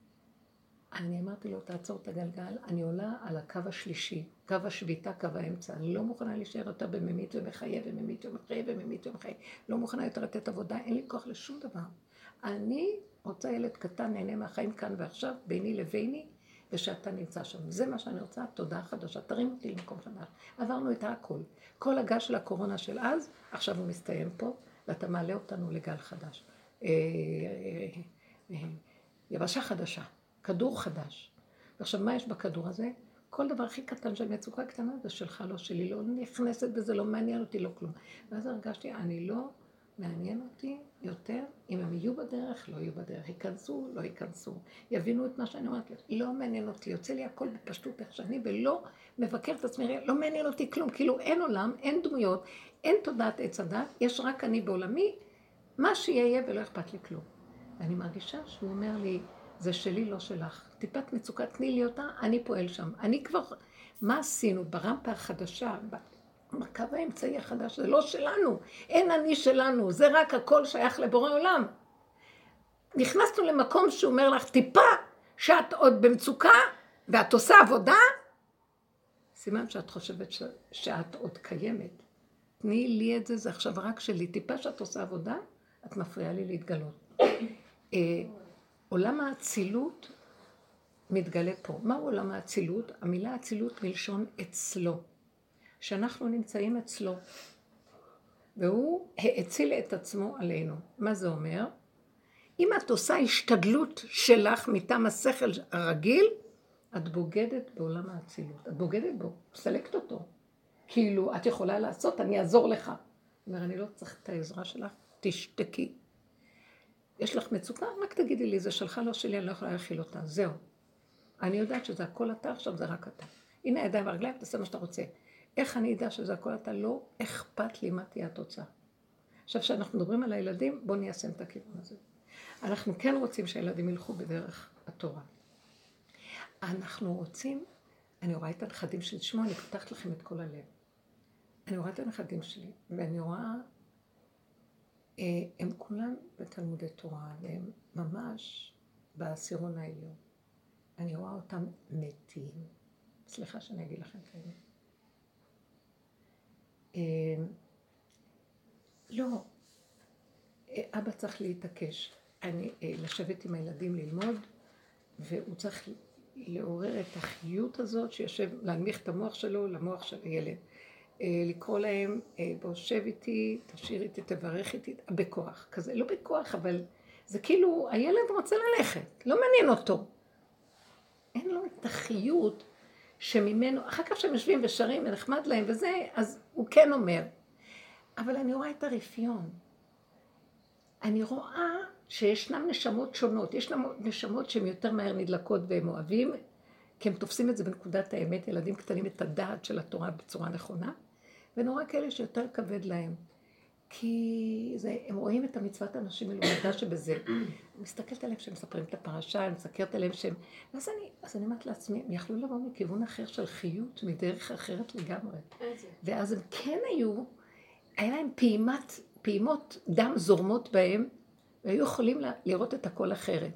אני אמרתי לו, תעצור את הגלגל, אני עולה על הקו השלישי, קו השביתה, קו האמצע, אני לא מוכנה להישאר יותר בממית ומחיה, וממית ומחיה, וממית ומחיה, לא מוכנה יותר לתת עבודה, אין לי כוח לשום דבר. אני רוצה ילד קטן, נהנה מהחיים כאן ועכשיו, ביני לביני, ושאתה נמצא שם. זה מה שאני רוצה, תודה חדשה, תרים אותי למקום חדש. עברנו את הכל. כל הגל של הקורונה של אז, עכשיו הוא מסתיים פה, ואתה מעלה אותנו לגל חדש. יבשה חדשה, כדור חדש. ועכשיו, מה יש בכדור הזה? כל דבר הכי קטן של מצוקה קטנה זה שלך, לא שלי, לא נכנסת בזה, לא מעניין אותי, לא כלום. ואז הרגשתי, אני לא מעניין אותי יותר, אם הם יהיו בדרך, לא יהיו בדרך, ייכנסו, לא ייכנסו, יבינו את מה שאני אומרת, לא מעניין אותי, יוצא לי הכל בפשטות איך שאני, ולא מבקר את עצמי, לא מעניין אותי כלום, כאילו אין עולם, אין דמויות, אין תודעת עץ הדת, יש רק אני בעולמי, מה שיהיה ולא אכפת לי כלום. ואני מרגישה שהוא אומר לי, זה שלי, לא שלך. טיפת מצוקה, תני לי אותה, אני פועל שם. אני כבר, מה עשינו ברמפה החדשה, בקו האמצעי החדש, זה לא שלנו, אין אני שלנו, זה רק הכל שייך לבורא עולם. נכנסנו למקום שהוא אומר לך, טיפה שאת עוד במצוקה, ואת עושה עבודה, סימן שאת חושבת ש... שאת עוד קיימת. תני לי את זה, זה עכשיו רק שלי. טיפה שאת עושה עבודה, את מפריעה לי להתגלות. עולם האצילות מתגלה פה. מהו עולם האצילות? המילה אצילות מלשון אצלו. שאנחנו נמצאים אצלו. והוא האציל את עצמו עלינו. מה זה אומר? אם את עושה השתדלות שלך מטעם השכל הרגיל, את בוגדת בעולם האצילות. את בוגדת בו, מסלקת אותו. כאילו, את יכולה לעשות, אני אעזור לך. אומר, אני לא צריך את העזרה שלך, תשתקי. יש לך מצוקה? רק תגידי לי, זה שלך, לא שלי, אני לא יכולה להכיל אותה. זהו. אני יודעת שזה הכל אתה, עכשיו זה רק אתה. הנה הידיים והרגליים, תעשה מה שאתה רוצה. איך אני יודע שזה הכל אתה? לא אכפת לי מה תהיה התוצאה. עכשיו, כשאנחנו מדברים על הילדים, בואו ניישם את הכיוון הזה. אנחנו כן רוצים שהילדים ילכו בדרך התורה. אנחנו רוצים, אני רואה את הנכדים שלי, תשמעו, אני פותחת לכם את כל הלב. אני רואה את הנכדים שלי, ואני רואה, הם כולם בתלמודי תורה, והם ממש בעשירון העליון. אני רואה אותם מתים. סליחה שאני אגיד לכם כאלה. לא, אבא צריך להתעקש. אני, לשבת עם הילדים ללמוד, והוא צריך לעורר את החיות הזאת שיושב, להנמיך את המוח שלו למוח של הילד. לקרוא להם, בוא שב איתי, תשאיר איתי, תברך איתי, בכוח. כזה, לא בכוח, אבל זה כאילו, הילד רוצה ללכת, לא מעניין אותו. אין לו את החיות שממנו, אחר כך שהם יושבים ושרים ונחמד להם וזה, אז הוא כן אומר. אבל אני רואה את הרפיון. אני רואה שישנם נשמות שונות, יש נשמות שהן יותר מהר נדלקות והם אוהבים, כי הם תופסים את זה בנקודת האמת, ילדים קטנים את הדעת של התורה בצורה נכונה, ונורא כאלה שיותר כבד להם. כי זה, הם רואים את המצוות האנשים מלומדה שבזה. אני מסתכלת עליהם שהם מספרים את הפרשה, אני מסתכלת עליהם שהם... ואז אני, אז אני אומרת לעצמי, הם יכלו לבוא מכיוון אחר של חיות, מדרך אחרת לגמרי. ואז הם כן היו, היה להם פעימת, פעימות דם זורמות בהם, והיו יכולים לראות את הכל אחרת.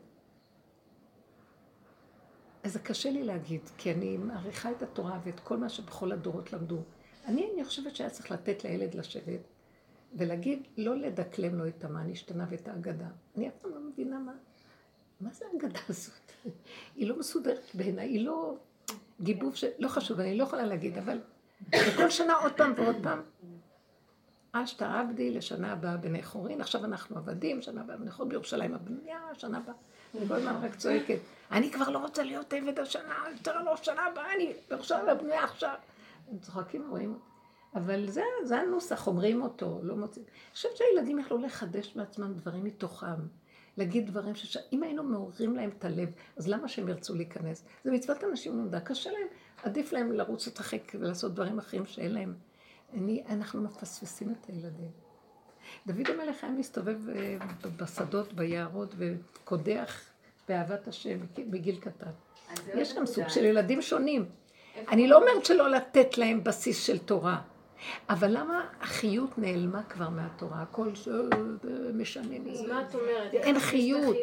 אז זה קשה לי להגיד, כי אני מעריכה את התורה ואת כל מה שבכל הדורות למדו. אני, אני חושבת שהיה צריך לתת לילד לשבת, ולהגיד, לא לדקלם לו את המה נשתנה ואת ההגדה. אני אף פעם לא מבינה מה, מה זה ההגדה הזאת? היא לא מסודרת בעיניי, היא לא גיבוב של... לא חשוב, אני לא יכולה להגיד, אבל בכל שנה עוד פעם ועוד פעם, אשתה עבדי לשנה הבאה בני חורין, עכשיו אנחנו עבדים, שנה הבאה בני חורין, בירושלים הבנייה, שנה הבאה. אני כל הזמן רק צועקת, אני כבר לא רוצה להיות עבד השנה, יותר לא שנה הבאה, אני בירושלים הבנייה עכשיו. הם צוחקים, רואים, אבל זה, זה הנוסח, אומרים אותו, לא מוצאים. אני חושבת שהילדים יכלו לחדש בעצמם דברים מתוכם, להגיד דברים שאם היינו מעוררים להם את הלב, אז למה שהם ירצו להיכנס? זה מצוות אנשים נודע, קשה להם, עדיף להם לרוץ לתחק ולעשות דברים אחרים שאין להם. אני, אנחנו מפספסים את הילדים. דוד המלך היה מסתובב בשדות, ביערות, וקודח באהבת השם בגיל קטן. יש גם סוג של ילדים שונים. אני לא אומרת שלא לתת להם בסיס של תורה, אבל למה החיות נעלמה כבר מהתורה? הכל משננים. אז מה את אומרת? אין חיות.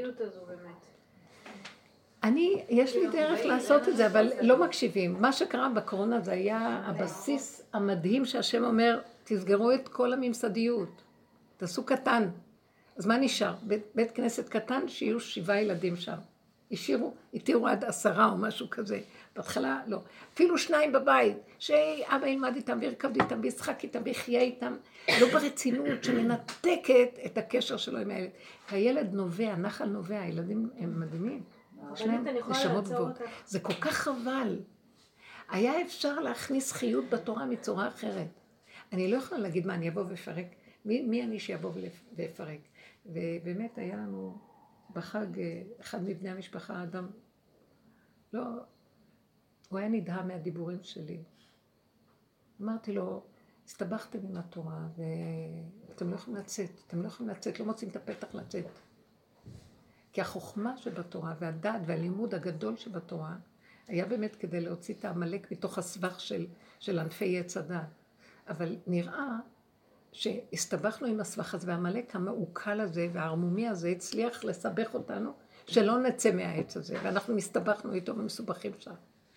אני, יש לי דרך לעשות את זה, אבל לא מקשיבים. מה שקרה בקורונה זה היה הבסיס המדהים שהשם אומר, תסגרו את כל הממסדיות, תעשו קטן. אז מה נשאר? בית, בית כנסת קטן שיהיו שבעה ילדים שם. השאירו, התירו עד עשרה או משהו כזה. בהתחלה לא. אפילו שניים בבית, שאבא ילמד איתם וירקד איתם וישחק איתם ויחיה איתם, לא ברצינות שמנתקת את הקשר שלו עם הילד. הילד נובע, נחל נובע, הילדים הם מדהימים. יש להם נשמות גבוהות. זה כל כך חבל. היה אפשר להכניס חיות בתורה מצורה אחרת. אני לא יכולה להגיד מה, אני אבוא ואפרק. מי, מי אני שיבוא ואפרק? ובאמת היה לנו בחג, אחד מבני המשפחה, אדם, לא, הוא היה נדהם מהדיבורים שלי. אמרתי לו, הסתבכתם עם התורה, ואתם לא יכולים לצאת, אתם לא יכולים לצאת, לא מוצאים את הפתח לצאת. כי החוכמה שבתורה, והדעת והלימוד הגדול שבתורה, היה באמת כדי להוציא את העמלק מתוך הסבך של, של ענפי עץ הדעת. אבל נראה שהסתבכנו עם הסבך הזה, והעמלק המעוקל הזה והערמומי הזה הצליח לסבך אותנו, שלא נצא מהעץ הזה, ואנחנו מסתבכנו איתו ומסובכים שם.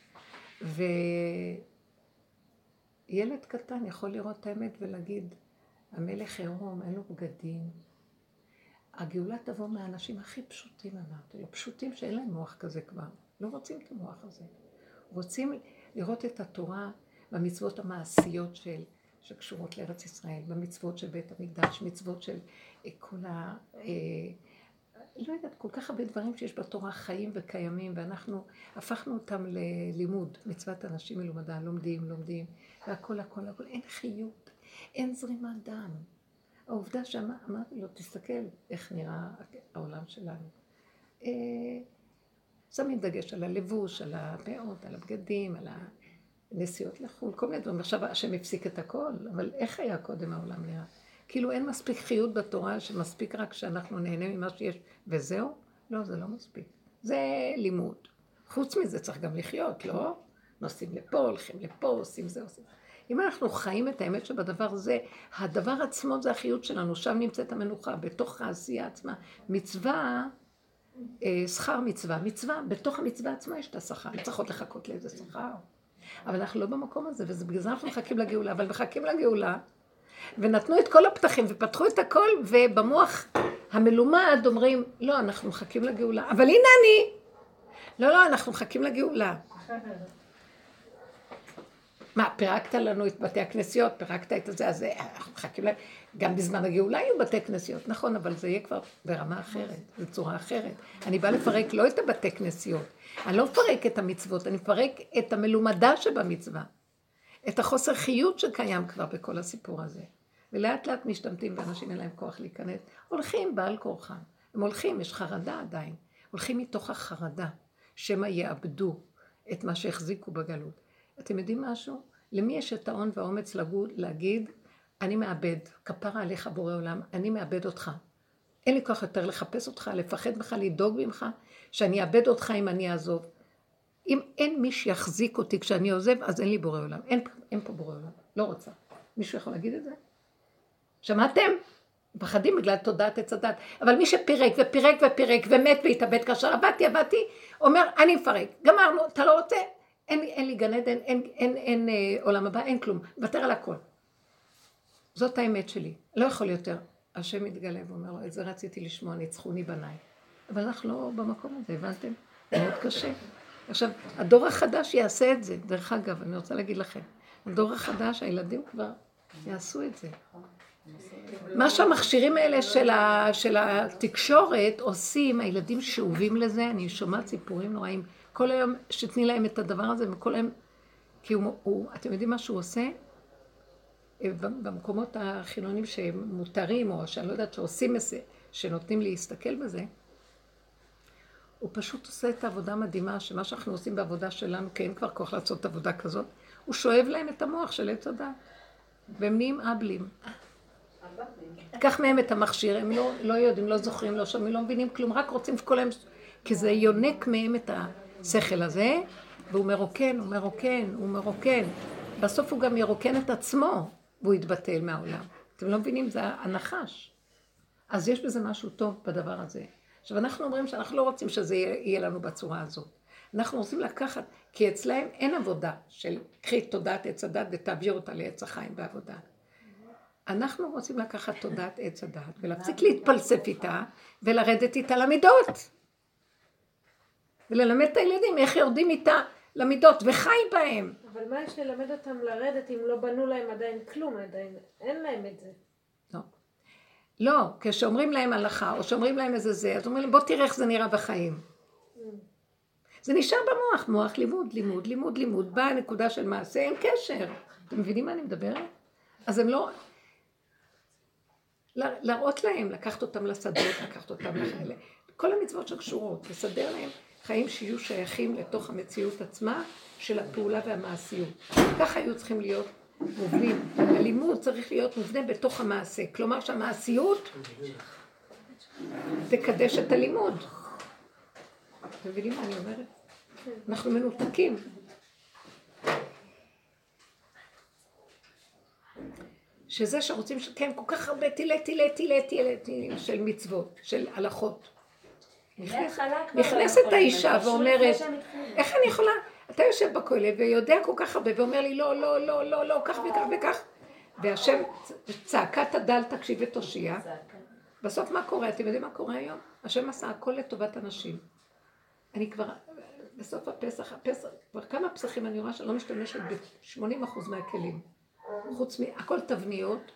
וילד קטן יכול לראות את האמת ולהגיד, המלך עירום, אין לו בגדים. הגאולה תבוא מהאנשים הכי פשוטים, אמרתי לו, פשוטים שאין להם מוח כזה כבר, לא רוצים את המוח הזה. רוצים לראות את התורה במצוות המעשיות של, שקשורות לארץ ישראל, במצוות של בית המקדש, מצוות של כל ה... לא יודעת, כל כך הרבה דברים שיש בתורה חיים וקיימים, ואנחנו הפכנו אותם ללימוד, מצוות אנשים מלומדה, לומדים, לומדים, והכל, הכל, הכל, אין חיות, אין זרימת דם. העובדה שאמרתי לו, תסתכל איך נראה העולם שלנו. שמים דגש על הלבוש, על הפאות, על הבגדים, על הנסיעות לחו"ל, כל מיני דברים. עכשיו השם הפסיק את הכל, אבל איך היה קודם העולם נראה? כאילו אין מספיק חיות בתורה שמספיק רק שאנחנו נהנה ממה שיש, וזהו? לא, זה לא מספיק. זה לימוד. חוץ מזה צריך גם לחיות, לא? נוסעים לפה, הולכים לפה, עושים זה, עושים. אם אנחנו חיים את האמת שבדבר זה, הדבר עצמו זה החיות שלנו, שם נמצאת המנוחה, בתוך העשייה עצמה. מצווה, שכר מצווה, מצווה, בתוך המצווה עצמה יש את השכר, צריכות לחכות לאיזה שכר. אבל אנחנו לא במקום הזה, ובגלל זה אנחנו מחכים לגאולה, אבל מחכים לגאולה, ונתנו את כל הפתחים ופתחו את הכל, ובמוח המלומד אומרים, לא, אנחנו מחכים לגאולה, אבל הנה אני. לא, לא, אנחנו מחכים לגאולה. מה, פירקת לנו את בתי הכנסיות, פירקת את זה, אז אנחנו מחכים להם, גם בזמן הגאולה יהיו בתי כנסיות, נכון, אבל זה יהיה כבר ברמה אחרת, בצורה אחרת. אני באה לפרק לא את הבתי כנסיות, אני לא מפרק את המצוות, אני מפרק את המלומדה שבמצווה, את החוסר חיות שקיים כבר בכל הסיפור הזה. ולאט לאט משתמטים ואנשים אין להם כוח להיכנס, הולכים בעל כורחם, הם הולכים, יש חרדה עדיין, הולכים מתוך החרדה, שמה יאבדו את מה שהחזיקו בגלות. אתם יודעים משהו? למי יש את ההון והאומץ להגיד, אני מאבד, כפרה עליך בורא עולם, אני מאבד אותך. אין לי כוח יותר לחפש אותך, לפחד ממך, לדאוג ממך, שאני אאבד אותך אם אני אעזוב. אם אין מי שיחזיק אותי כשאני עוזב, אז אין לי בורא עולם. אין, אין פה בורא עולם, לא רוצה. מישהו יכול להגיד את זה? שמעתם? פחדים בגלל תודעת עץ הדת. אבל מי שפירק ופירק ופירק ומת והתאבד כאשר עבדתי, עבדתי, אומר, אני מפרק. גמרנו, אתה לא רוצה? אין לי, אין לי גן עדן, אין, אין, אין, אין אה, עולם הבא, אין כלום. ותר על הכל. זאת האמת שלי. לא יכול יותר. השם מתגלה ואומר לו, את זה רציתי לשמוע, ניצחוני בניי. אבל אנחנו לא במקום הזה, הבנתם? מאוד קשה. עכשיו, הדור החדש יעשה את זה. דרך אגב, אני רוצה להגיד לכם, הדור החדש, הילדים כבר יעשו את זה. מה שהמכשירים האלה של, ה, של התקשורת עושים, הילדים שאובים לזה, אני שומעת סיפורים נוראים, כל היום שתני להם את הדבר הזה, וכל היום, כי הוא, הוא, אתם יודעים מה שהוא עושה? במקומות החילונים שמותרים, או שאני לא יודעת שעושים את זה, שנותנים להסתכל בזה, הוא פשוט עושה את העבודה המדהימה, שמה שאנחנו עושים בעבודה שלנו, כי אין כבר כוח לעשות עבודה כזאת, הוא שואב להם את המוח של עץ הדת, והם נהיים אבלים. קח מהם את המכשיר, הם לא, לא יודעים, לא זוכרים, לא שומעים, לא מבינים כלום, רק רוצים שכל הם, כי זה יונק מהם את השכל הזה, והוא מרוקן, הוא מרוקן, הוא מרוקן. בסוף הוא גם ירוקן את עצמו, והוא יתבטל מהעולם. אתם לא מבינים, זה הנחש. אז יש בזה משהו טוב בדבר הזה. עכשיו, אנחנו אומרים שאנחנו לא רוצים שזה יהיה לנו בצורה הזאת. אנחנו רוצים לקחת, כי אצלהם אין עבודה של קחי תודעת עץ הדת ותעביר אותה לעץ החיים בעבודה. אנחנו רוצים לקחת תודעת עץ הדת ולהפסיק להתפלסף איתה ולרדת איתה למידות. וללמד את הילדים איך יורדים איתה למידות וחי בהם. אבל מה יש ללמד אותם לרדת אם לא בנו להם עדיין כלום, עדיין אין להם את זה. לא. לא, כשאומרים להם הלכה, או שאומרים להם איזה זה, אז אומרים להם, בוא תראה איך זה נראה בחיים. זה נשאר במוח, מוח לימוד, לימוד, לימוד, לימוד, באה הנקודה של מעשה, אין קשר. אתם מבינים מה אני מדברת? אז הם לא... להראות להם, לקחת אותם לשדות, לקחת אותם לחיילה. כל המצוות שקשורות, לסדר להם חיים שיהיו שייכים לתוך המציאות עצמה של הפעולה והמעשיות. ככה היו צריכים להיות מובנים. הלימוד צריך להיות מובנה בתוך המעשה. כלומר שהמעשיות תקדש את הלימוד. אתם מבינים מה אני אומרת? אנחנו מנותקים. שזה שרוצים, כן, כל כך הרבה תילי, תילי, תילי, תילי, תילי של מצוות, של הלכות. נכנסת האישה ואומרת, איך אני יכולה? אתה יושב בכולל ויודע כל כך הרבה ואומר לי, לא, לא, לא, לא, לא, כך וכך וכך. והשם צעקת הדל תקשיב ותושיע. בסוף מה קורה? אתם יודעים מה קורה היום? השם עשה הכל לטובת אנשים. אני כבר, בסוף הפסח, הפסח, כבר כמה פסחים אני רואה שלא משתמשת ב-שמונים אחוז מהכלים. חוץ מהכל תבניות.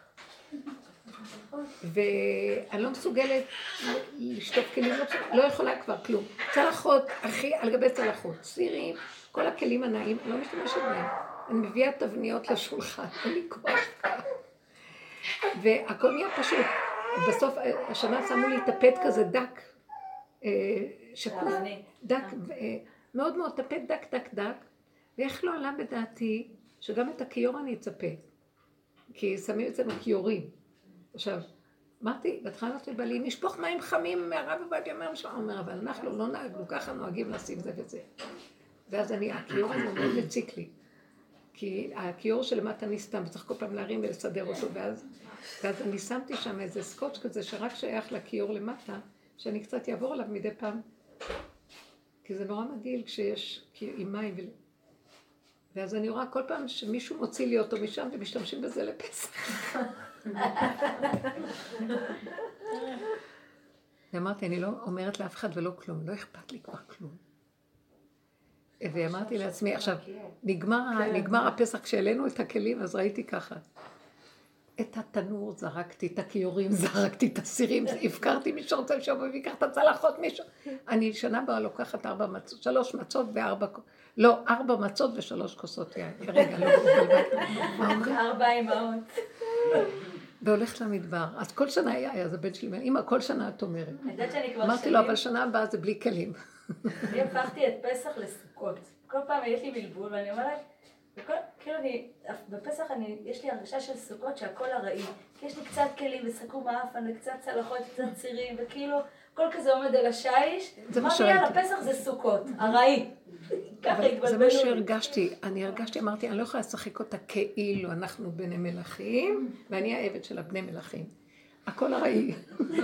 ואני לא מסוגלת לשטוף כלים, לא יכולה כבר כלום. צלחות, אחי, על גבי צלחות, סירים, כל הכלים הנעים, אני לא משתמשת בהם. אני מביאה תבניות לשולחן, אין לי כוח. והכל נהיה פשוט. בסוף השנה שמו לי טפט כזה דק, שקוף, דק, מאוד מאוד טפט דק דק דק, ואיך לא עלה בדעתי שגם את הכיור אני אצפה, כי שמים אצלנו כיורים. עכשיו, אמרתי, בהתחלה אמרתי בלי, נשפוך מים חמים מהרב עובדיה אומר, הוא אומר, אבל אנחנו לא נהגנו, ככה נוהגים לשים זה וזה. ואז אני, הכיור הזה מאוד מציק לי, כי הכיור שלמטה נסתם, וצריך כל פעם להרים ולסדר אותו, ואז, ואז אני שמתי שם איזה סקוץ' כזה, שרק שייך לכיור למטה, שאני קצת יעבור עליו מדי פעם, כי זה נורא מגעיל כשיש עם מים ול... ואז אני רואה כל פעם שמישהו מוציא לי אותו משם ומשתמשים בזה לפסח. ואמרתי, אני לא אומרת לאף אחד ולא כלום, לא אכפת לי כבר כלום. ואמרתי לעצמי, עכשיו, נגמר, נגמר הפסח כשהעלינו את הכלים, אז ראיתי ככה. את התנור זרקתי, את הכיורים זרקתי, את הסירים, הפקרתי מישהו רוצה לשאול, והפקר את הצלחות מישהו. אני שנה באה לוקחת ארבע מצות, שלוש מצות וארבע, לא, ארבע מצות ושלוש כוסות יין. רגע, לא, מה אומרים? ארבע אמהות. והולכת למדבר. אז כל שנה היה, אז הבן שלי, אמא, כל שנה את אומרת. אמרתי לו, אבל שנה הבאה זה בלי כלים. אני הפכתי את פסח לסוכות. כל פעם יש לי בלבול, ואני אומרת, כאילו אני, בפסח אני, יש לי הרגשה של סוכות שהכל הראי. כי יש לי קצת כלים וסכו"ם מאפן וקצת צלחות וקצת צירים, וכאילו כל כזה עומד על השיש. אמרתי, יאללה, פסח זה סוכות, הראי. ככה התבלבלו. זה מה שהרגשתי. אני הרגשתי, אמרתי, אני לא יכולה לשחק אותה כאילו אנחנו בני מלכים, ואני העבד של הבני מלכים. הכל הראי.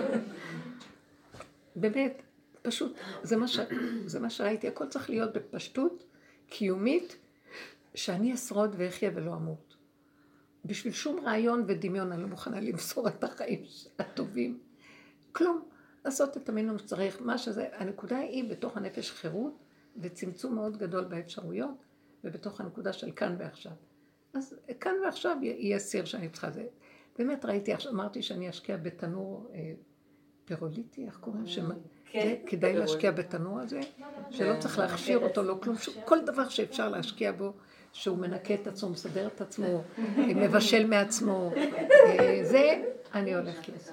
באמת, פשוט, זה מה, ש... זה מה שראיתי. הכל צריך להיות בפשטות קיומית, שאני אשרוד ואחיה ולא אמות. בשביל שום רעיון ודמיון אני לא מוכנה למסור את החיים הטובים. כלום. לעשות את המינימום שצריך. מה שזה, הנקודה היא בתוך הנפש חירות, וצמצום מאוד גדול באפשרויות, ובתוך הנקודה של כאן ועכשיו. אז כאן ועכשיו יהיה סיר שאני צריכה זה. באמת ראיתי, אמרתי שאני אשקיע בתנור אה, פירוליטי, איך קוראים? שמה? כן. כדאי להשקיע בתנור הזה, שלא צריך להכשיר אותו, לא כלום, כל דבר שאפשר להשקיע בו, שהוא מנקה את עצמו, מסדר את עצמו, מבשל מעצמו, זה אני הולכת לעשות.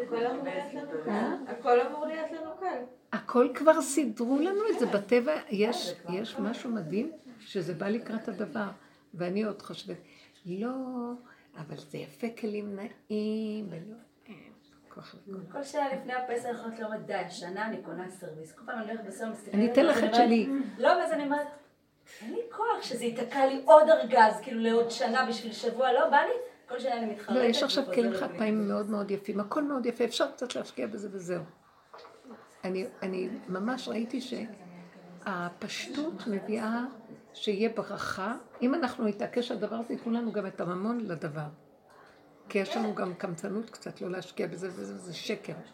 הכל אמור להיות לנו קל. הכל כבר סידרו לנו את זה בטבע, יש, יש משהו מדהים שזה בא לקראת הדבר, ואני עוד חושבת, לא, אבל זה יפה כלים נעים, ולא, כל שנה לפני הפסח יכולת לומר, די, השנה אני קונה סרוויס, כל פעם אני הולכת בסוף מסתכלת, אני אתן לך את שלי. לא, ואז אני אומרת, אין לי כוח שזה יתקע לי עוד ארגז, כאילו לעוד שנה בשביל שבוע, לא בא לי, כל שנה אני מתחרטת. לא, יש עכשיו כלים חד פעמים מאוד מאוד יפים, הכל מאוד יפה, אפשר קצת להשקיע בזה וזהו. אני, אני ממש ראיתי שהפשטות מביאה שיהיה ברכה, אם אנחנו נתעקש על הדבר הזה, ייתנו לנו גם את הממון לדבר. כי יש לנו גם קמצנות קצת לא להשקיע בזה, וזה, וזה שקר.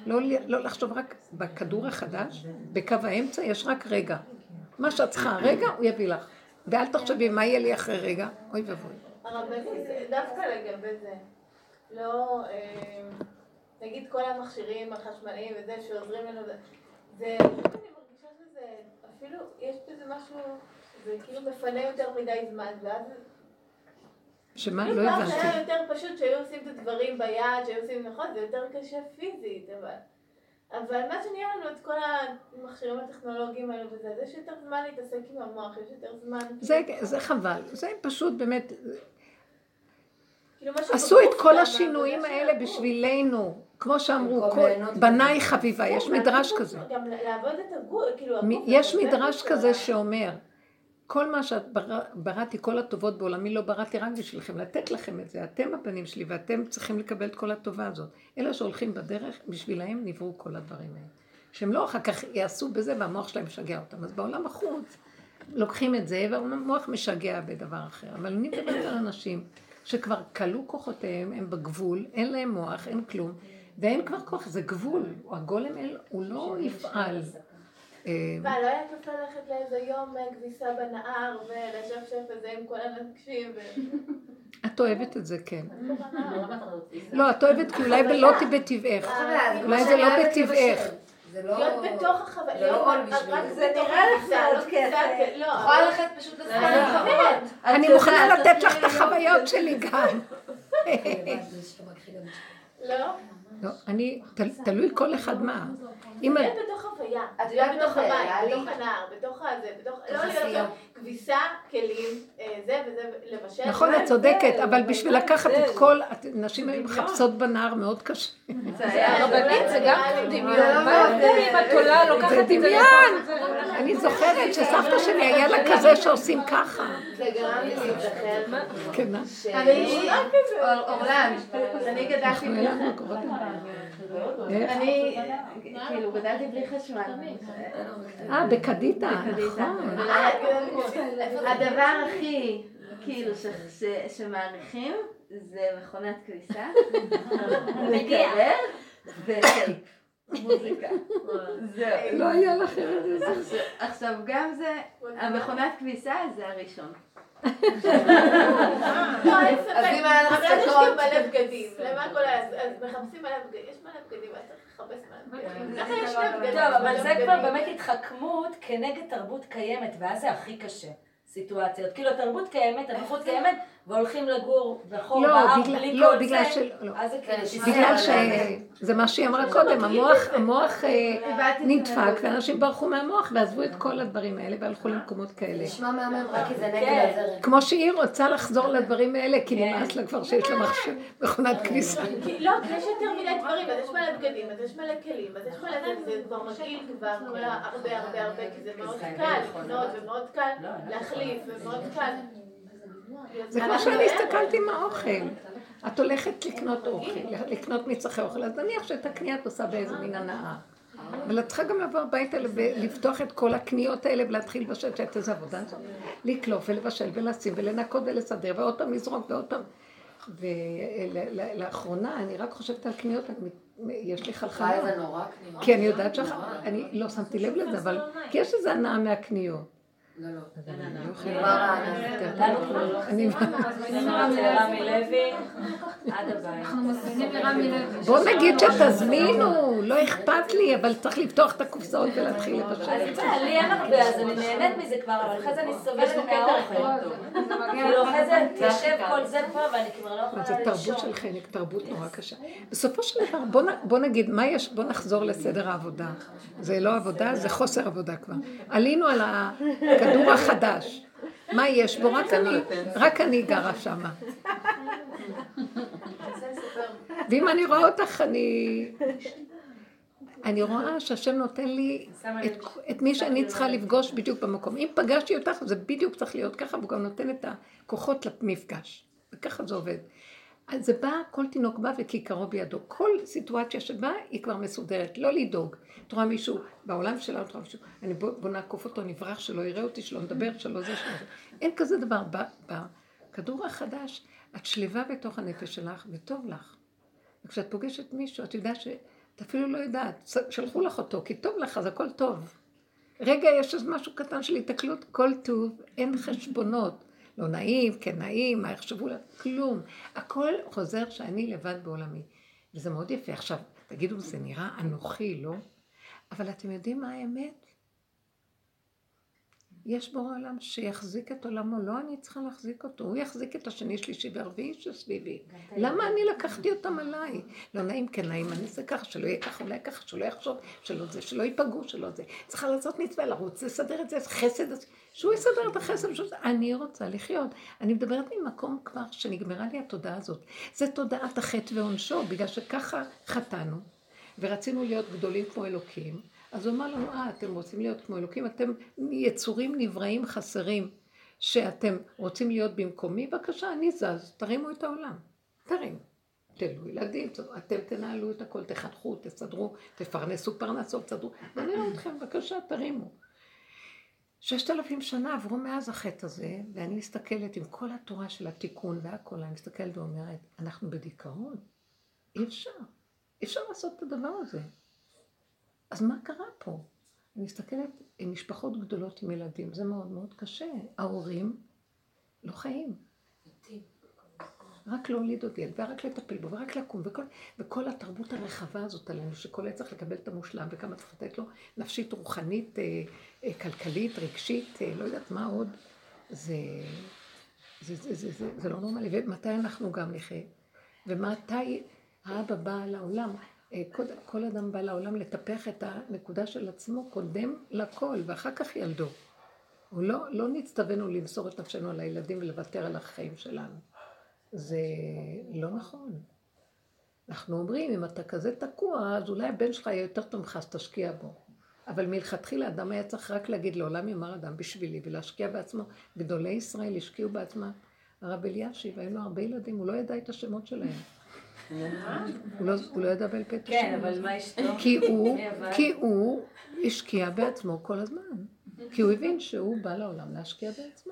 לא, לא לחשוב רק בכדור החדש, בקו האמצע יש רק רגע. מה שאת צריכה רגע, הוא יביא לך. ואל תחשבי מה יהיה לי אחרי רגע, אוי ובוי. הרבנית, דווקא לגבי זה, לא, נגיד כל המכשירים החשמליים וזה שעוזרים לנו, זה, אני מרגישה שזה, אפילו יש בזה משהו, זה כאילו מפנה יותר מדי זמן, ואז... שמה? לא הבנתי. זה היה יותר פשוט שהיו עושים את הדברים ביד, שהיו עושים נכון, זה יותר קשה פיזית, אבל... אבל מה שנהיה לנו את כל המכשירים הטכנולוגיים האלו וזה, יש יותר זמן להתעסק עם המוח, יש יותר זמן... זה, זה חבל, זה פשוט באמת... כאילו עשו את כל השינויים האלה בשבילנו, כמו שאמרו, בניי חביבה, יש מדרש כזה. גם לעבוד את הגוף, כאילו... יש מדרש כזה שאומר, כל מה שאת בראתי, כל הטובות בעולמי לא בראתי רק בשבילכם, לתת לכם את זה, אתם הבנים שלי, ואתם צריכים לקבל את כל הטובה הזאת. אלה שהולכים בדרך, בשבילהם נבראו כל הדברים האלה. שהם לא אחר כך יעשו בזה, והמוח שלהם משגע אותם. אז בעולם החוץ, לוקחים את זה, והמוח משגע בדבר אחר. אבל אני מדברת על אנשים שכבר קלו כוחותיהם, הם בגבול, אין להם מוח, אין כלום, ואין כבר כוח, זה גבול. הגולם הוא לא יפעל. מה, לא היה כיף ללכת לאיזה יום כביסה בנהר ולשפשף את זה עם כל הנקשים ו... את אוהבת את זה, כן. לא, את אוהבת כי אולי לא בטבעך. אולי זה לא בטבעך. להיות בתוך החוויה. זה לא עול בשביל זה נראה לך מאוד כיף. יכולה ללכת פשוט לספר. אני מוכנה לתת לך את החוויות שלי גם. לא? לא, אני, תלוי כל אחד מה. אם את בתוך חוויה, את יודעת בתוך המים, בתוך הנער, בתוך הזה, בתוך... לא להיות כביסה, כלים, זה וזה, לבשל. נכון, את צודקת, אבל בשביל לקחת את כל... נשים היו מחפשות בנער מאוד קשה. הרבנית זה גם דמיון. מה ההבדל אם את עולה, לוקחת את זה דמיון! אני זוכרת שסבתא שלי היה לה כזה שעושים ככה. זה גרם לי להיזכר. כן, אני... אורלן, אני גדלתי... אני כאילו גדלתי בלי חשמל. אה, בקדיטה, נכון. הדבר הכי כאילו שמעריכים זה מכונת כביסה, מקרר וטייפ, מוזיקה. לא היה לכם את זה. עכשיו גם זה, המכונת כביסה זה הראשון. לא, אין ספק, אבל יש גם מלא בגדים. למה כל ה... אז מחפשים מלא בגדים, יש מלא בגדים, אז צריך לחפש מלא בגדים. ככה יש שני בגדים. טוב, אבל זה כבר באמת התחכמות כנגד תרבות קיימת, ואז זה הכי קשה. סיטואציות. כאילו, תרבות קיימת, תרבות קיימת, והולכים לגור בחור בער בלי כל זה. אז זה כאילו... בגלל שזה מה שהיא אמרה קודם, המוח נדפק, ואנשים ברחו מהמוח ועזבו את כל הדברים האלה והלכו למקומות כאלה. נשמע מהמם, רק כי זה נגד הזרם. כמו שהיא רוצה לחזור לדברים האלה, כי נמאס לה כבר שיש לה מכונת כביסה. לא, כי יש יותר מדי דברים, אז יש מלא בגדים, אז יש מלא כלים, אז יש מלא זה, זה כבר מגעיל כבר כל הרבה הרבה הרבה, כי זה מאוד קל לקנות ומאוד קל להחליף ומאוד קל. זה כמו שאני הסתכלתי עם האוכל. את הולכת לקנות אוכל, לקנות מצרכי אוכל, אז נניח שאת הקנייה את עושה באיזה מין הנאה. אבל את צריכה גם לבוא הביתה ולפתוח את כל הקניות האלה ולהתחיל לבשל שאת איזה עבודה הזאת. לקלוף ולבשל ולשים ולנקות ולסדר ועוד פעם לזרוק ועוד פעם. ולאחרונה אני רק חושבת על קניות, יש לי חלחלה. זה נורא קניות. כי אני יודעת שאני לא שמתי לב לזה, אבל כי יש איזה הנאה מהקניות. לא, לא. אני מזמינים לרמי לוי עד הבית. אנחנו מזמינים לרמי לוי. בוא נגיד שתזמינו, לא אכפת לי, אבל צריך לפתוח את הקופסאות ולהתחיל לבשל. אז לי אין הרבה, אז אני נהנית מזה כבר, אבל אחרי זה אני סובלת מהאוכל. כאילו אחרי זה תשב כל זה פה, ואני כבר לא יכולה לישון. זה תרבות של חנק, תרבות נורא קשה. בסופו של דבר, בוא נגיד, מה יש? בוא נחזור לסדר העבודה. זה לא עבודה, זה חוסר עבודה כבר. עלינו על הכדור החדש. מה יש בו? רק אני, רק אני גרה שמה. ואם אני רואה אותך, אני... אני רואה שהשם נותן לי את, את מי שאני צריכה לפגוש בדיוק במקום. אם פגשתי אותך, זה בדיוק צריך להיות ככה, והוא גם נותן את הכוחות למפגש. וככה זה עובד. אז זה בא, כל תינוק בא וכיכרו בידו. כל סיטואציה שבאה היא כבר מסודרת, לא לדאוג. את רואה מישהו, בעולם שלה, את רואה מישהו, אני בוא, בוא נעקוף אותו, נברח, שלא יראה אותי, שלא נדבר, שלא זה, שלא זה. אין כזה דבר. בכדור החדש, את שלווה בתוך הנפש שלך וטוב לך. וכשאת פוגשת מישהו, את יודעת את אפילו לא יודעת, שלחו לך אותו, כי טוב לך, אז הכל טוב. רגע, יש איזה משהו קטן של התקלות, כל טוב, אין חשבונות. לא נעים, כן נעים, מה יחשבו לה, כלום. הכל חוזר שאני לבד בעולמי. וזה מאוד יפה. עכשיו, תגידו, זה נראה אנוכי, לא? אבל אתם יודעים מה האמת? יש בו עולם שיחזיק את עולמו, לא אני צריכה להחזיק אותו, הוא יחזיק את השני, שלישי והרביעי שסביבי. למה אני לקחתי אותם עליי? לא נעים, כן נעים, אני זה ככה, שלא יהיה ככה, אולי ככה, שלא יחשוב, שלא זה, שלא ייפגעו, שלא זה. צריכה לעשות מצווה, לרוץ, לסדר את זה, חסד, שהוא יסדר את החסד, אני רוצה לחיות. אני מדברת ממקום כבר שנגמרה לי התודעה הזאת. זה תודעת החטא ועונשו, בגלל שככה חטאנו, ורצינו להיות גדולים כמו אלוקים, אז הוא אמר לנו, אה, אתם רוצים להיות כמו אלוקים, אתם יצורים נבראים חסרים, שאתם רוצים להיות במקומי, בבקשה, אני זז, תרימו את העולם, תרימו, תלו ילדים, אתם תנהלו את הכל, תחנכו, תסדרו, תפרנסו פרנסות, תסדרו, ואני רואה אתכם, בבקשה, תרימו. ששת אלפים שנה עברו מאז החטא הזה, ואני מסתכלת עם כל התורה של התיקון והכל, אני מסתכלת ואומרת, אנחנו בדיכאון, אי אפשר, אי אפשר לעשות את הדבר הזה. אז מה קרה פה? אני מסתכלת עם משפחות גדולות עם ילדים, זה מאוד מאוד קשה. ההורים לא חיים. רק להוליד עוד ילד, ורק לטפל בו, ורק לקום, וכל, וכל התרבות הרחבה הזאת עלינו, שכל עת צריך לקבל את המושלם, וכמה צריך לתת לו, נפשית, רוחנית, אה, אה, כלכלית, רגשית, אה, לא יודעת מה עוד, זה, זה, זה, זה, זה, זה לא נורמלי. ומתי אנחנו גם נחיה? ומתי האבא בא לעולם? כל, כל אדם בא לעולם לטפח את הנקודה של עצמו קודם לכל, ואחר כך ילדו. הוא לא, לא נצטווינו למסור את נפשנו על הילדים ולוותר על החיים שלנו. זה לא נכון. אנחנו אומרים, אם אתה כזה תקוע, אז אולי הבן שלך יהיה יותר טוב ממך, אז תשקיע בו. אבל מלכתחילה, אדם היה צריך רק להגיד לעולם יאמר אדם בשבילי, ולהשקיע בעצמו. גדולי ישראל השקיעו בעצמם. הרב אלישיב, היו לו הרבה ילדים, הוא לא ידע את השמות שלהם. הוא לא ידע בעל פה את השם. כן, אבל מה אשתו? כי הוא השקיע בעצמו כל הזמן. כי הוא הבין שהוא בא לעולם להשקיע בעצמו.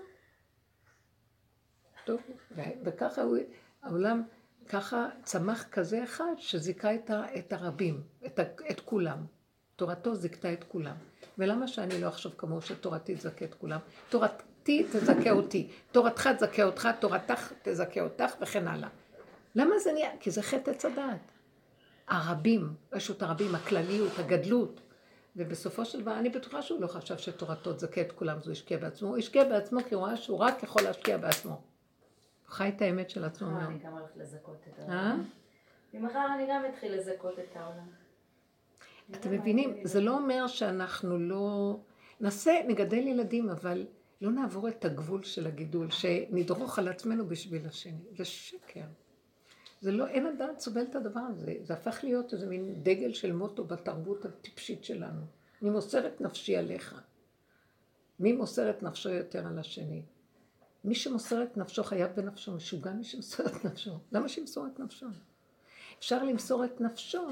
טוב, וככה העולם, ככה צמח כזה אחד שזיקה את הרבים, את כולם. תורתו זיקתה את כולם. ולמה שאני לא אחשוב כמו שתורתי תזכה את כולם? תורתי תזכה אותי, תורתך תזכה אותך, תורתך תזכה אותך וכן הלאה. למה זה נהיה? כי זה חטא עץ הדעת. הרבים, רשות הרבים, הכלליות, הגדלות. ובסופו של דבר, אני בטוחה שהוא לא חשב שתורתו תזכה את כולם, אז הוא השקיע בעצמו. הוא השקיע בעצמו כי הוא ראה שהוא רק יכול להשקיע בעצמו. הוא חי את האמת של עצמו מאוד. אני גם הולכת לזכות את העולם. ממחר אני גם אתחיל לזכות את העולם. אתם מבינים? זה לא אומר שאנחנו לא... נעשה, נגדל ילדים, אבל לא נעבור את הגבול של הגידול, שנדרוך על עצמנו בשביל השני. זה שקר. זה לא, אין הדעת סובל את הדבר הזה. זה הפך להיות איזה מין דגל של מוטו בתרבות הטיפשית שלנו. אני מוסרת נפשי עליך. מי מוסר את נפשו יותר על השני? מי שמוסר את נפשו חייב בנפשו, משוגע מי שמוסר את נפשו. למה שימסור את נפשו? אפשר למסור את נפשו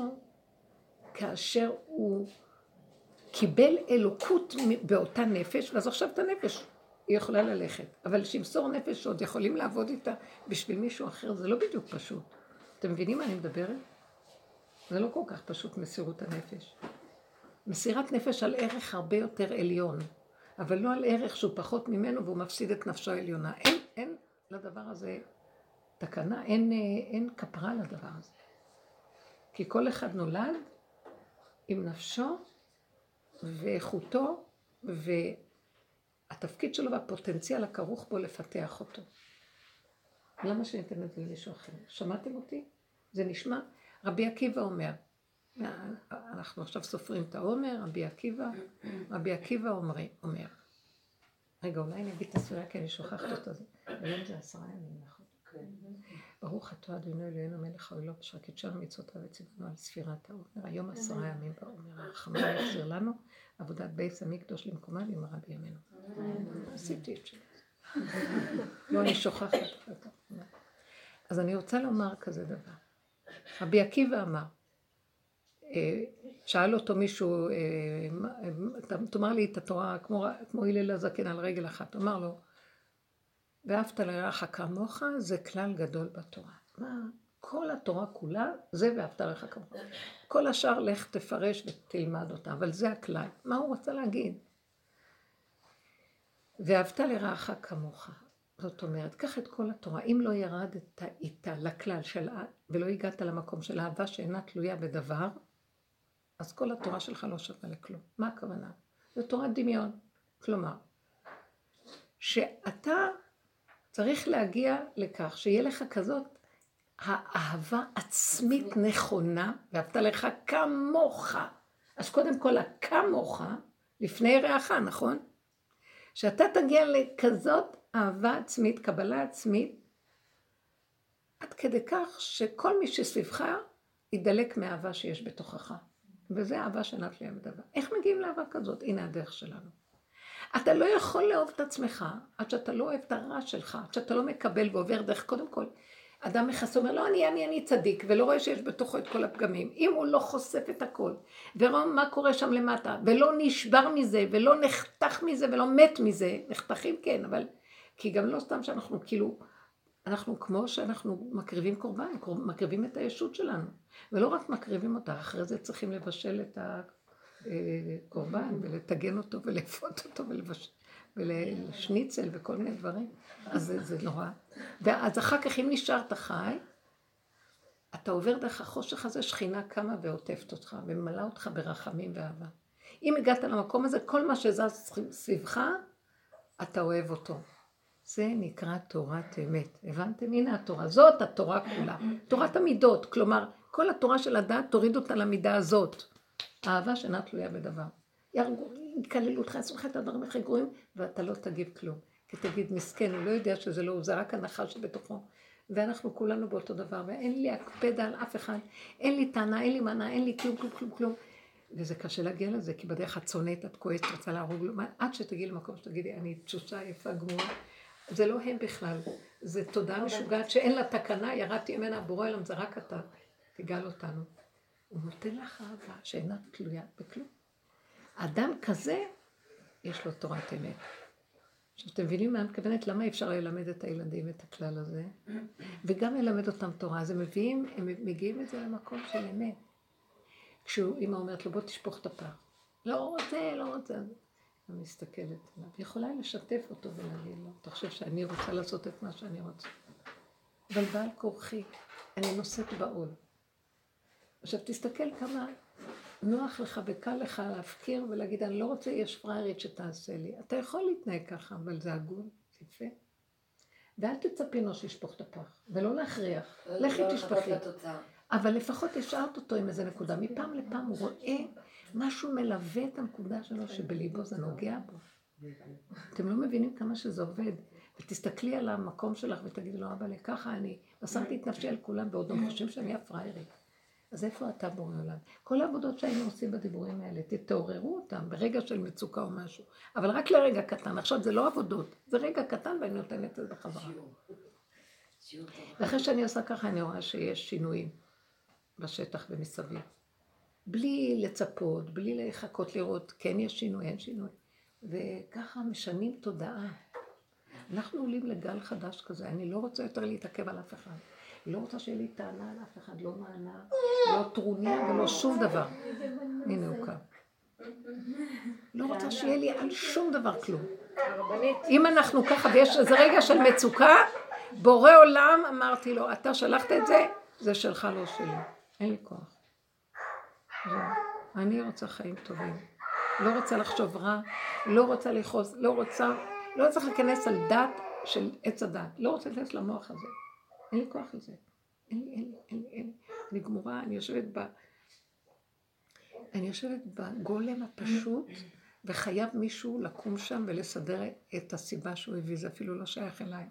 כאשר הוא קיבל אלוקות באותה נפש, ואז עכשיו את הנפש היא יכולה ללכת. אבל שימסור נפש עוד יכולים לעבוד איתה בשביל מישהו אחר, זה לא בדיוק פשוט. אתם מבינים מה אני מדברת? זה לא כל כך פשוט מסירות הנפש. מסירת נפש על ערך הרבה יותר עליון, אבל לא על ערך שהוא פחות ממנו והוא מפסיד את נפשו העליונה. אין, אין לדבר הזה תקנה, אין, אין כפרה לדבר הזה. כי כל אחד נולד עם נפשו ואיכותו והתפקיד שלו והפוטנציאל הכרוך בו לפתח אותו. למה שניתן את זה למישהו אחר? שמעתם אותי? זה נשמע? רבי עקיבא אומר, אנחנו עכשיו סופרים את העומר, רבי עקיבא, רבי עקיבא אומר, אומר. רגע, אולי אני אגיד את הספירה כי אני שוכחת אותה. היום זה עשרה ימים, נכון? ברוך אתה אדוני אלוהינו מלך העולם אשר קידשנו מצוותיו וציוונו על ספירת העומר. היום עשרה ימים בעומר, הרחמן יחזיר לנו עבודת בית המקדוש למקומה במהרה בימינו. עשיתי את שלי. לא, אני שוכחת אותה. אז אני רוצה לומר כזה דבר. רבי עקיבא אמר, שאל אותו מישהו, תאמר לי את התורה כמו הלל הזקן על רגל אחת, אמר לו, ואהבת לרעך כמוך זה כלל גדול בתורה. מה? כל התורה כולה, זה ואהבת לך כמוך. כל השאר לך תפרש ותלמד אותה, אבל זה הכלל. מה הוא רוצה להגיד? ואהבת לרעך כמוך. זאת אומרת, קח את כל התורה, אם לא ירדת איתה לכלל של, ולא הגעת למקום של אהבה שאינה תלויה בדבר, אז כל התורה שלך לא שווה לכלום. מה הכוונה? זו תורת דמיון. כלומר, שאתה צריך להגיע לכך שיהיה לך כזאת האהבה עצמית נכונה, ואהבת לך כמוך. אז קודם כל, הכמוך, לפני רעך, נכון? שאתה תגיע לכזאת אהבה עצמית, קבלה עצמית, עד כדי כך שכל מי שסביבך ידלק מהאהבה שיש בתוכך. וזה אהבה שאינה תלויה בדבר. איך מגיעים לאהבה כזאת? הנה הדרך שלנו. אתה לא יכול לאהוב את עצמך, עד שאתה לא אוהב את הרע שלך, עד שאתה לא מקבל ועובר דרך, קודם כל, אדם מכסה אומר, לא, אני, אני, אני צדיק, ולא רואה שיש בתוכו את כל הפגמים. אם הוא לא חושף את הכל, ורואה מה קורה שם למטה, ולא נשבר מזה, ולא נחתך מזה, ולא מת מזה, נחתכים כן, אבל, כי גם לא סתם שאנחנו כאילו, אנחנו כמו שאנחנו מקריבים קורבן, מקריבים את הישות שלנו, ולא רק מקריבים אותה, אחרי זה צריכים לבשל את הקורבן, ולתגן אותו, ולפות אותו, ולבשל. ולשניצל וכל מיני דברים, אז זה, זה נורא. ואז אחר כך אם נשארת חי, אתה עובר דרך החושך הזה, שכינה קמה ועוטפת אותך, וממלאה אותך ברחמים ואהבה. אם הגעת למקום הזה, כל מה שזז סביבך, אתה אוהב אותו. זה נקרא תורת אמת. הבנתם? הנה התורה. זאת התורה כולה. תורת המידות. כלומר, כל התורה של הדת תוריד אותה למידה הזאת. האהבה שאינה תלויה בדבר. יקללו אותך, יעשו לך את הדברים הכי גרועים, ואתה לא תגיב כלום. כי תגיד, מסכן, הוא לא יודע שזה לא, זה רק הנחש שבתוכו. ואנחנו כולנו באותו דבר, ואין לי הקפדה על אף אחד, אין לי טענה, אין לי מנה, אין לי כלום, כלום, כלום, כלום. וזה קשה להגיע לזה, כי בדרך את צונאת, את כועסת, רוצה להרוג, עד שתגיעי למקום שתגידי, אני תשושה יפה גמורה. זה לא הם בכלל, זה תודעה משוגעת שאין לה תקנה, ירדתי ממנה, בורא אלם, זה רק אתה, תגל אותנו. הוא נותן לך אהבה שאינה תלויה בכלום. אדם כזה, יש לו תורת אמת. עכשיו, אתם מבינים מה אני מתכוונת? למה אפשר ללמד את הילדים את הכלל הזה? וגם ללמד אותם תורה. אז הם מביאים, הם מגיעים את זה למקום של אמת. כשאמא אומרת לו, בוא תשפוך את הפח. לא רוצה, לא רוצה. אני מסתכלת עליו. יכולה לשתף אותו ולהגיד לו, אתה חושב שאני רוצה לעשות את מה שאני רוצה. אבל בעל כורחי, אני נושאת בעול. עכשיו, תסתכל כמה נוח לך וקל לך להפקיר ולהגיד, אני לא רוצה, יש פריירית שתעשה לי. אתה יכול להתנהג ככה, אבל זה הגון, זה יפה. ואל תצפי לו שישפוך את הפח, ולא להכריח. לכי תשפכי. אבל לפחות השארת אותו עם איזה נקודה. מפעם לפעם הוא רואה משהו מלווה את הנקודה שלו, שבליבו זה נוגע בו. אתם לא מבינים כמה שזה עובד. ותסתכלי על המקום שלך ותגידי לו, אבל ככה אני, ושמתי את נפשי על כולם, ועוד לא חושבים שאני הפריירית. אז איפה אתה בורא עולם? כל העבודות שהיינו עושים בדיבורים האלה, תתעוררו אותם ברגע של מצוקה או משהו. אבל רק לרגע קטן. עכשיו זה לא עבודות, זה רגע קטן ואני נותנת את זה בחזרה. ואחרי שאני עושה ככה, אני רואה שיש שינויים בשטח ומסביב. בלי לצפות, בלי לחכות לראות, כן יש שינוי, אין שינוי. וככה משנים תודעה. אנחנו עולים לגל חדש כזה, אני לא רוצה יותר להתעכב על אף אחד. לא רוצה שיהיה לי טענה על אף אחד, לא מענה, לא טרוניה ולא שום דבר. הנה הוא קם. לא רוצה שיהיה לי על שום דבר כלום. אם אנחנו ככה ויש איזה רגע של מצוקה, בורא עולם אמרתי לו, אתה שלחת את זה, זה שלך לא שלי. אין לי כוח. אני רוצה חיים טובים. לא רוצה לחשוב רע, לא רוצה לחוז, לא רוצה, לא צריך להיכנס על דת של עץ הדת. לא רוצה להיכנס למוח הזה. אין לי כוח לזה. אין לי, אין לי, אין לי, אין לי. אני גמורה, אני יושבת ב... אני יושבת בגולם הפשוט, וחייב מישהו לקום שם ולסדר את הסיבה שהוא הביא, זה אפילו לא שייך אליי. אין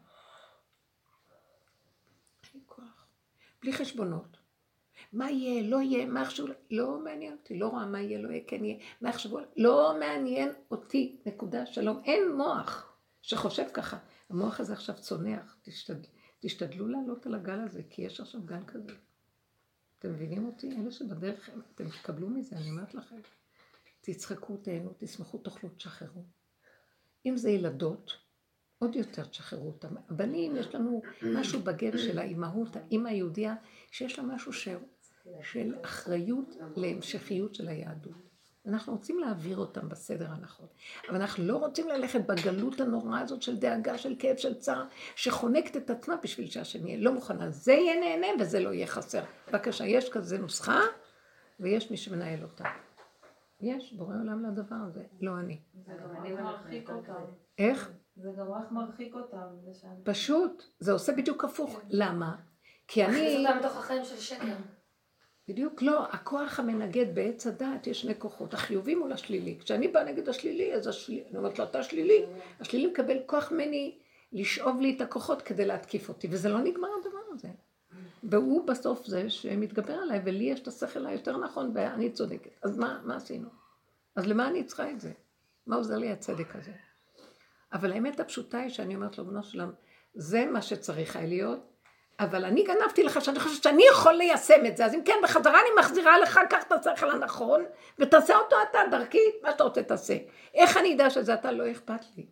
לי כוח. בלי חשבונות. מה יהיה, לא יהיה, מה יחשבו, לא מעניין אותי, לא רואה מה יהיה, לא יהיה, כן יהיה, מה יחשבו, לא מעניין אותי, נקודה, שלום. אין מוח שחושב ככה. המוח הזה עכשיו צונח, תשתדל. תשתדלו לעלות על הגל הזה, כי יש עכשיו גל כזה. אתם מבינים אותי? אלה שבדרך, אתם תקבלו מזה, אני אומרת לכם. תצחקו, תהנו, תשמחו, תאכלו, תשחררו. אם זה ילדות, עוד יותר תשחררו אותם. הבנים, יש לנו משהו בגב של האימהות, האימא היהודיה, שיש לה משהו ש... של אחריות להמשכיות של היהדות. אנחנו רוצים להעביר אותם בסדר הנכון, אבל אנחנו לא רוצים ללכת בגלות הנוראה הזאת של דאגה, של כאב, של צער, שחונקת את עצמה בשביל שהשני לא מוכנה. זה יהיה נהנה וזה לא יהיה חסר. בבקשה, יש כזה נוסחה, ויש מי שמנהל אותה. יש בורא עולם לדבר הזה, לא אני. זה גם רק מרחיק אותם. איך? זה גם רק מרחיק אותם. פשוט, זה עושה בדיוק הפוך. למה? כי אני... מכניס אותם לתוך החיים של שקר. בדיוק לא, הכוח המנגד בעץ הדעת יש שני כוחות, החיובי מול השלילי. כשאני באה נגד השלילי, אז השלילי, אני אומרת לו, אתה שלילי, השלילי מקבל כוח מני לשאוב לי את הכוחות כדי להתקיף אותי, וזה לא נגמר הדבר הזה. והוא בסוף זה שמתגבר עליי, ולי יש את השכל היותר נכון, ואני צודקת. אז מה, מה עשינו? אז למה אני צריכה את זה? מה עוזר לי הצדק הזה? אבל האמת הפשוטה היא שאני אומרת לו, בנו שלם, זה מה שצריך היה להיות, אבל אני גנבתי לך שאני חושבת שאני יכול ליישם את זה, אז אם כן, בחזרה אני מחזירה לך, קח את השכל הנכון, ותעשה אותו אתה דרכי, מה שאתה רוצה תעשה. איך אני יודע שזה אתה לא אכפת לי?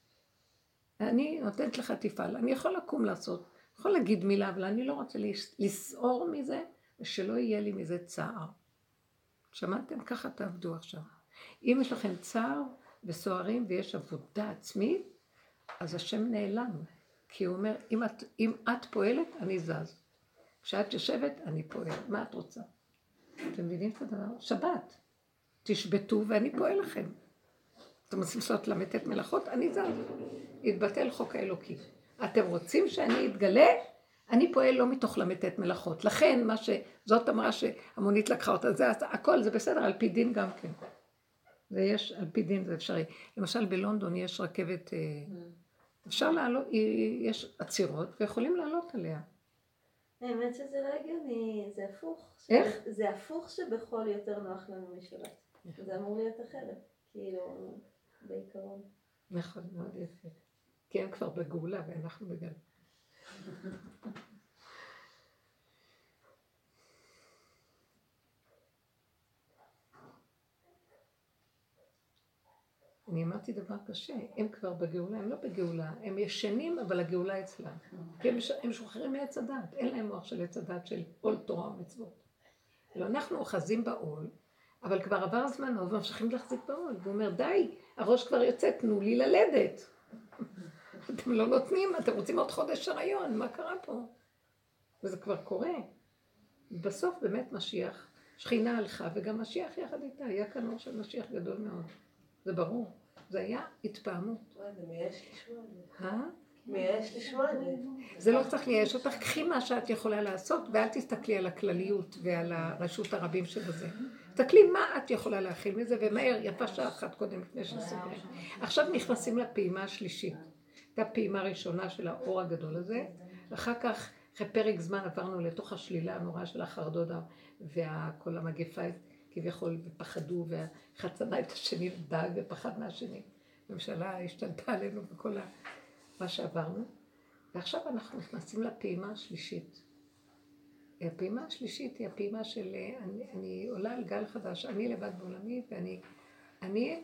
אני נותנת לך תפעל, אני יכול לקום לעשות, יכול להגיד מילה, אבל אני לא רוצה לסעור מזה, ושלא יהיה לי מזה צער. שמעתם? ככה תעבדו עכשיו. אם יש לכם צער וסוערים ויש עבודה עצמית, אז השם נעלם. כי הוא אומר, אם את, אם את פועלת, אני זז. כשאת יושבת, אני פועל. מה את רוצה? אתם מבינים את הדבר? שבת. תשבטו ואני פועל לכם. אתם רוצים לעשות למתת מלאכות? אני זז. יתבטל חוק האלוקי. אתם רוצים שאני אתגלה? אני פועל לא מתוך למתת מלאכות. לכן, מה שזאת אמרה שהמונית לקחה אותה, זה הכל, זה בסדר, על פי דין גם כן. ויש, על פי דין זה אפשרי. למשל, בלונדון יש רכבת... אפשר לעלות, יש עצירות ויכולים לעלות עליה. האמת שזה לא הגיוני, זה הפוך. איך? זה הפוך שבחול יותר נוח לנו משבת. זה אמור להיות אחרת, כאילו, בעיקרון. נכון, מאוד יפה. כי הם כבר בגאולה ואנחנו בגאולה. אני אמרתי דבר קשה, הם כבר בגאולה, הם לא בגאולה, הם ישנים אבל הגאולה אצלם. כי הם, הם שוחררים מעץ הדת, אין להם מוח של עץ הדת של עול תורה ומצוות. לא, אנחנו אוחזים בעול, אבל כבר עבר זמנו וממשיכים להחזיק בעול. והוא אומר, די, הראש כבר יוצא, תנו לי ללדת. אתם לא נותנים, אתם רוצים עוד חודש הריון, מה קרה פה? וזה כבר קורה. בסוף באמת משיח, שכינה הלכה וגם משיח יחד איתה, היה כאן אור של משיח גדול מאוד. זה ברור. זה היה התפעמות. זה מייאש לשמוע את זה. אה? מייאש לשמוע את זה. זה לא צריך לייאש אותך, קחי מה שאת יכולה לעשות, ואל תסתכלי על הכלליות ועל הרשות הרבים שבזה. תסתכלי מה את יכולה להכיל מזה, ומהר, יפה שעה אחת קודם לפני שסוגרים. עכשיו נכנסים לפעימה השלישית. הייתה פעימה ראשונה של האור הגדול הזה, ואחר כך, אחרי פרק זמן עברנו לתוך השלילה הנוראה של החרדודה, וכל המגפה כביכול, ופחדו, והחצנה את השני דאג ופחד מהשני. הממשלה השתלטה עלינו בכל מה שעברנו. ועכשיו אנחנו נכנסים לפעימה השלישית. הפעימה השלישית היא הפעימה של, אני, אני עולה על גל חדש, אני לבד בעולמי, ואני אני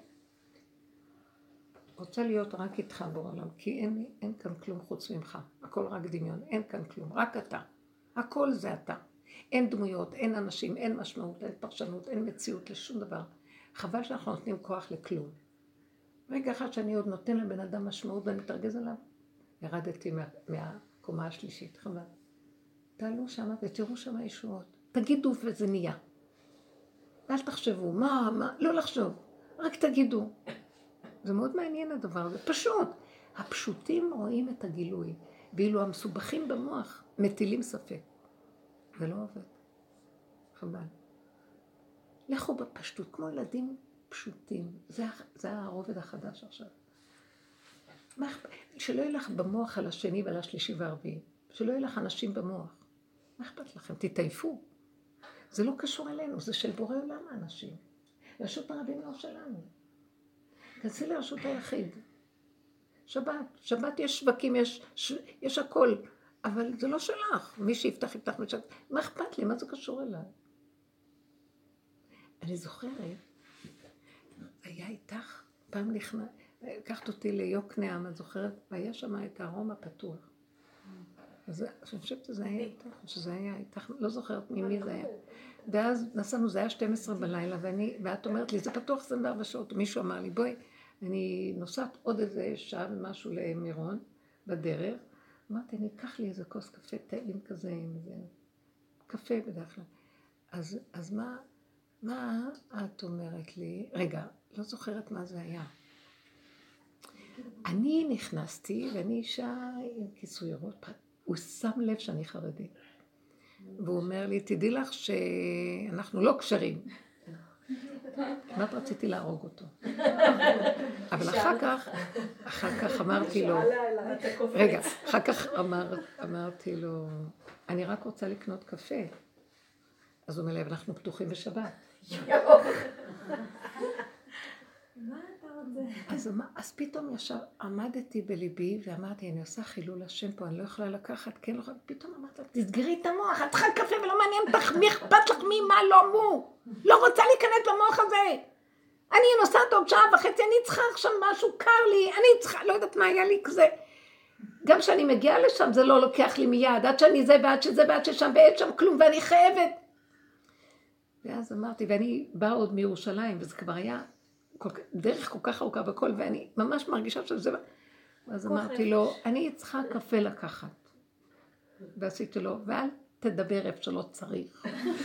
רוצה להיות רק איתך בעולם, כי אין, אין כאן כלום חוץ ממך. הכל רק דמיון, אין כאן כלום, רק אתה. הכל זה אתה. אין דמויות, אין אנשים, אין משמעות, אין פרשנות, אין מציאות לשום דבר. חבל שאנחנו נותנים כוח לכלום. רגע אחד שאני עוד נותן לבן אדם משמעות ואני מתרגז עליו, ירדתי מה, מהקומה השלישית, חבל. תעלו שמה ותראו שמה ישועות. תגידו וזה נהיה. אל תחשבו, מה, מה, לא לחשוב, רק תגידו. זה מאוד מעניין הדבר הזה, פשוט. הפשוטים רואים את הגילוי, ואילו המסובכים במוח מטילים ספק. זה לא עובד. חבל. לכו בפשטות, כמו ילדים פשוטים. זה, זה הרובד החדש עכשיו. מה, שלא ילך במוח על השני ועל השלישי והרביעי. שלא ילך אנשים במוח. מה אכפת לכם? תתעייפו. זה לא קשור אלינו, זה של בורא עולם האנשים. רשות הרבים לא שלנו. כנסי לרשות היחיד. שבת. שבת יש שווקים, יש, יש הכל. אבל זה לא שלך. מי שיפתח, יפתח משק. מה אכפת לי? מה זה קשור אליי? אני זוכרת, היה איתך, פעם נכנס, לקחת אותי ליוקנעם, את זוכרת? והיה שם את הרום הפתוח. אז אני חושבת שזה היה איתך, שזה היה איתך, לא זוכרת ממי זה היה. ואז נסענו, זה היה שתים עשרה בלילה, ואני, ואת אומרת לי, זה פתוח עשרים וארבע שעות. מישהו אמר לי, בואי, אני נוסעת עוד איזה שעה ומשהו למירון, בדרך. אמרתי, אני אקח לי איזה כוס קפה טעים כזה, עם איזה קפה בדרך כלל. אז, אז מה, מה את אומרת לי? רגע, לא זוכרת מה זה היה. אני נכנסתי, ואני אישה עם כיסוי ראש, הוא שם לב שאני חרדית. והוא אומר לי, תדעי לך שאנחנו לא קשרים. כמעט רציתי להרוג אותו. אבל אחר כך, אחר כך אמרתי לו, רגע, אחר כך אמר, אמרתי לו, אני רק רוצה לקנות קפה. אז הוא אומר לי, אנחנו פתוחים בשבת. מה אתה רוצה? אז, אז פתאום ישר עמדתי בליבי ואמרתי, אני עושה חילול השם פה, אני לא יכולה לקחת, כן, לא יכולה, פתאום אמרתי, תסגרי את המוח, את צריכה קפה ולא מעניין אותך, מי אכפת לך מי, מה, לא מו, לא רוצה להיכנס למוח הזה. אני נוסעת עוד שעה וחצי, אני צריכה עכשיו משהו, קר לי, אני צריכה, לא יודעת מה היה לי כזה. גם כשאני מגיעה לשם, זה לא לוקח לי מיד, עד שאני זה ועד שזה ועד ששם, ועד שם כלום, ואני חייבת. ואז אמרתי, ואני באה עוד מירושלים, וזה כבר היה כל, דרך כל כך ארוכה בכל, ואני ממש מרגישה שזה... אז אמרתי לו, אני צריכה קפה לקחת. ועשיתי לו, ואל תדבר איפה שלא צריך.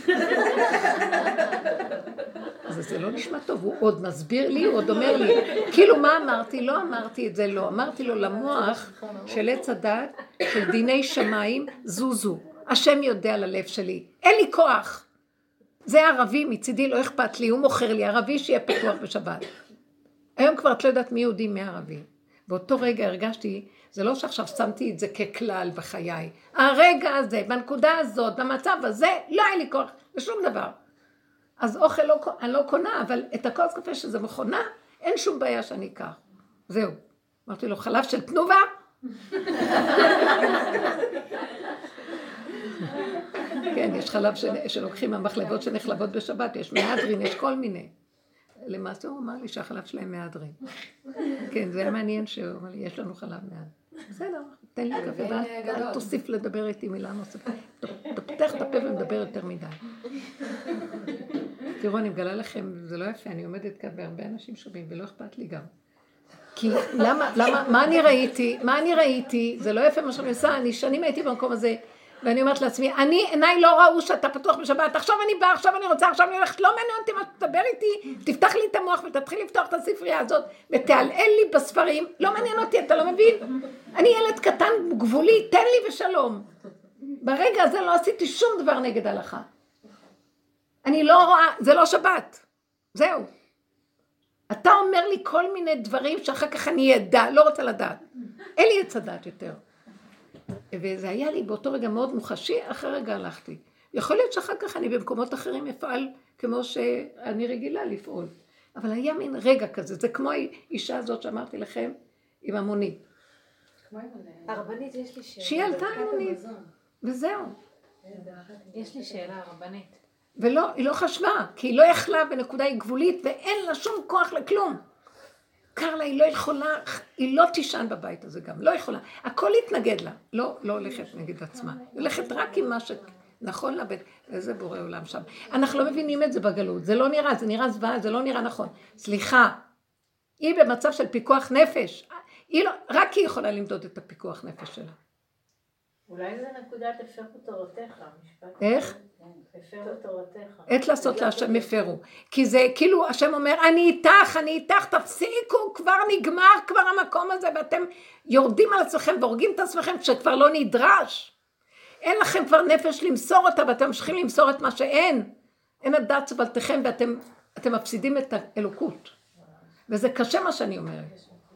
אז זה לא נשמע טוב, הוא עוד מסביר לי, הוא עוד אומר לי, כאילו מה אמרתי? לא אמרתי את זה, לא. אמרתי לו, למוח של עץ הדת, של דיני שמיים, זוזו. השם יודע ללב שלי, אין לי כוח. זה ערבי, מצידי לא אכפת לי, הוא מוכר לי, ערבי שיהיה פתוח בשבת. היום כבר את לא יודעת מי יהודי, מי ערבי. באותו רגע הרגשתי, זה לא שעכשיו שמתי את זה ככלל בחיי. הרגע הזה, בנקודה הזאת, במצב הזה, לא היה לי כוח, לשום דבר. אז אוכל לא, אני לא קונה, אבל את הכוס קפה שזה מכונה, אין שום בעיה שאני אקח. זהו. אמרתי לו, חלב של תנובה? כן, יש חלב שלוקחים מהמחלבות שנחלבות בשבת, יש מהדרין, יש כל מיני. למעשה הוא אמר לי שהחלב שלהם מהדרין. כן, זה היה מעניין שהוא אמר לי, יש לנו חלב מהדרין. בסדר, תן לי קפה, ואל תוסיף לדבר איתי מילה נוספת. אתה פותח את הפה ומדבר יותר מדי. תראו, אני מגלה לכם, זה לא יפה, אני עומדת כאן והרבה אנשים שומעים, ולא אכפת לי גם. כי למה, למה, מה אני ראיתי, מה אני ראיתי, זה לא יפה מה שאני עושה, אני שנים הייתי במקום הזה, ואני אומרת לעצמי, אני, עיניי לא ראו שאתה פתוח בשבת, עכשיו אני באה, עכשיו אני רוצה, עכשיו אני הולכת, לא מעניין אותי מה שתדבר איתי, תפתח לי את המוח ותתחיל לפתוח את הספרייה הזאת, ותעלעל לי בספרים, לא מעניין אותי, אתה לא מבין? אני ילד קטן גבולי, תן לי ושלום. ברגע הזה לא עשיתי שום דבר נגד הלכה. אני לא רואה, זה לא שבת, זהו. אתה אומר לי כל מיני דברים שאחר כך אני ידע, לא רוצה לדעת. אין לי את הדעת יותר. וזה היה לי באותו רגע מאוד מוחשי, אחרי רגע הלכתי. יכול להיות שאחר כך אני במקומות אחרים אפעל כמו שאני רגילה לפעול. אבל היה מין רגע כזה, זה כמו האישה הזאת שאמרתי לכם, עם המונית. הרבנית, יש לי שאלה. שהיא עלתה המונית, וזהו. יש לי שאלה, הרבנית. ולא, היא לא חשבה, כי היא לא יכלה בנקודה היא גבולית, ואין לה שום כוח לכלום. קרלה, היא לא יכולה, היא לא תישן בבית הזה גם, לא יכולה. הכל התנגד לה, לא, לא הולכת נגד עצמה. היא הולכת רק עם מה שנכון לה, איזה בורא עולם שם. אנחנו לא מבינים את זה בגלות, זה לא נראה, זה נראה זוועה, זה לא נראה נכון. סליחה, היא במצב של פיקוח נפש, היא לא, רק היא יכולה למדוד את הפיקוח נפש שלה. אולי זה נקודת הפרו תורתך, המשפט. איך? הפרו תורתך. עת לעשות להשם הפרו. כי זה כאילו השם אומר, אני איתך, אני איתך, תפסיקו, כבר נגמר כבר המקום הזה, ואתם יורדים על עצמכם והורגים את עצמכם שכבר לא נדרש. אין לכם כבר נפש למסור אותה, ואתם ממשיכים למסור את מה שאין. אין הדעת סבלתכם, ואתם אתם מפסידים את האלוקות. וזה קשה מה שאני אומרת.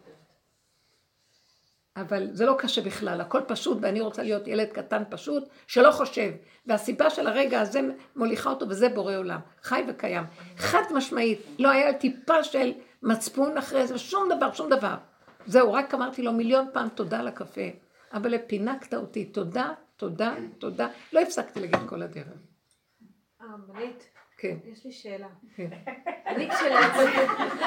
אבל זה לא קשה בכלל, הכל פשוט, ואני רוצה להיות ילד קטן פשוט, שלא חושב, והסיבה של הרגע הזה מוליכה אותו, וזה בורא עולם, חי וקיים. חד משמעית, לא היה טיפה של מצפון אחרי זה, שום דבר, שום דבר. זהו, רק אמרתי לו מיליון פעם תודה לקפה, אבל לפינקת אותי, תודה, תודה, תודה, לא הפסקתי להגיד כל הדרך. הרבנית, כן. יש לי שאלה. כן. אני כשלעצמי,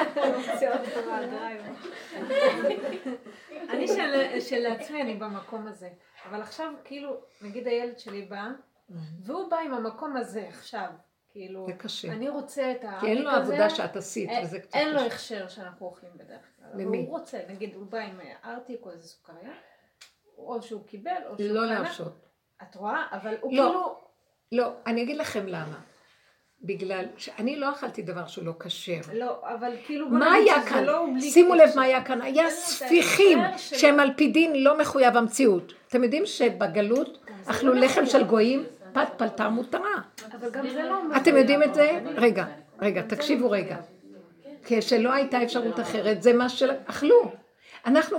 אני כשלעצמי אני במקום הזה, אבל עכשיו כאילו, נגיד הילד שלי בא, והוא בא עם המקום הזה עכשיו, כאילו, אני רוצה את האריק הזה, כי אין לו עבודה שאת עשית, וזה קצת קשה. אין לו הכשר שאנחנו אוכלים בדרך כלל, והוא רוצה, נגיד הוא בא עם ארטיק או איזה סוכריה, או שהוא קיבל, או שהוא לא קנה. להרשות. את רואה? אבל הוא לא, כאילו... לא, אני אגיד לכם למה. בגלל שאני לא אכלתי דבר שהוא לא כשר. לא, אבל כאילו... מה היה כאן? שימו לב מה היה כאן. היה ספיחים שהם על פי דין לא מחויב המציאות. אתם יודעים שבגלות אכלו לחם של גויים, פת פלטה מותרה. אבל גם זה לא... אתם יודעים את זה? רגע, רגע, תקשיבו רגע. כשלא הייתה אפשרות אחרת, זה מה שאכלו. אנחנו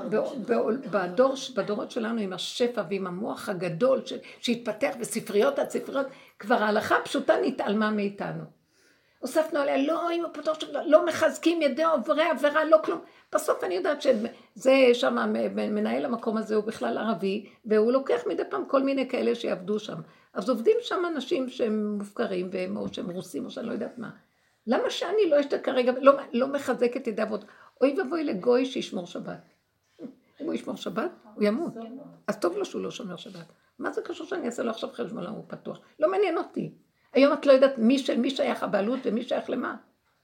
בדור, בדורות שלנו עם השפע ועם המוח הגדול שהתפתח בספריות עד ספריות, כבר ההלכה הפשוטה נתעלמה מאיתנו. הוספנו עליה, לא, אם הפתור שלנו, לא מחזקים ידי עוברי עבירה, לא כלום. בסוף אני יודעת שזה שם, מנהל המקום הזה הוא בכלל ערבי, והוא לוקח מדי פעם כל מיני כאלה שיעבדו שם. אז עובדים שם אנשים שהם מופקרים, או שהם רוסים, או שאני לא יודעת מה. למה שאני לא אשתה כרגע, לא, לא מחזק את ידי עבוד? אוי ובואי לגוי שישמור שבת. אם הוא ישמור שבת, הוא ימות. אז טוב לו שהוא לא שומר שבת. מה זה קשור שאני אעשה לו עכשיו חשבון למה הוא פתוח? לא מעניין אותי. היום את לא יודעת מי של מי שייך הבעלות ומי שייך למה.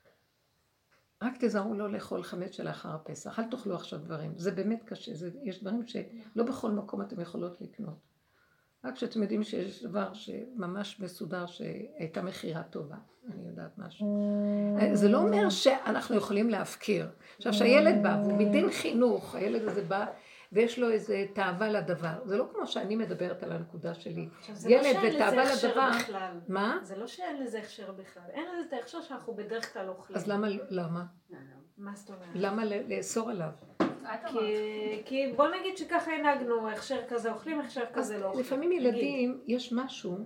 רק תזהרו לא לאכול חמץ שלאחר הפסח. אל תאכלו עכשיו דברים. זה באמת קשה. זה, יש דברים שלא בכל מקום אתם יכולות לקנות. רק שאתם יודעים שיש דבר שממש מסודר שהייתה מחירה טובה. אני יודעת משהו. זה לא אומר שאנחנו יכולים להפקיר. עכשיו שהילד בא, והוא מדין חינוך, הילד הזה בא, ויש לו איזה תאווה לדבר. זה לא כמו שאני מדברת על הנקודה שלי. ילד ותאווה לדבר. מה? זה לא שאין לזה הכשר בכלל. אין לזה את ההכשר שאנחנו בדרך כלל אוכלים. אז למה? למה? מה זאת אומרת? למה לאסור עליו? כי בוא נגיד שככה הנהגנו, הכשר כזה אוכלים, הכשר כזה לא אוכלים. לפעמים ילדים, יש משהו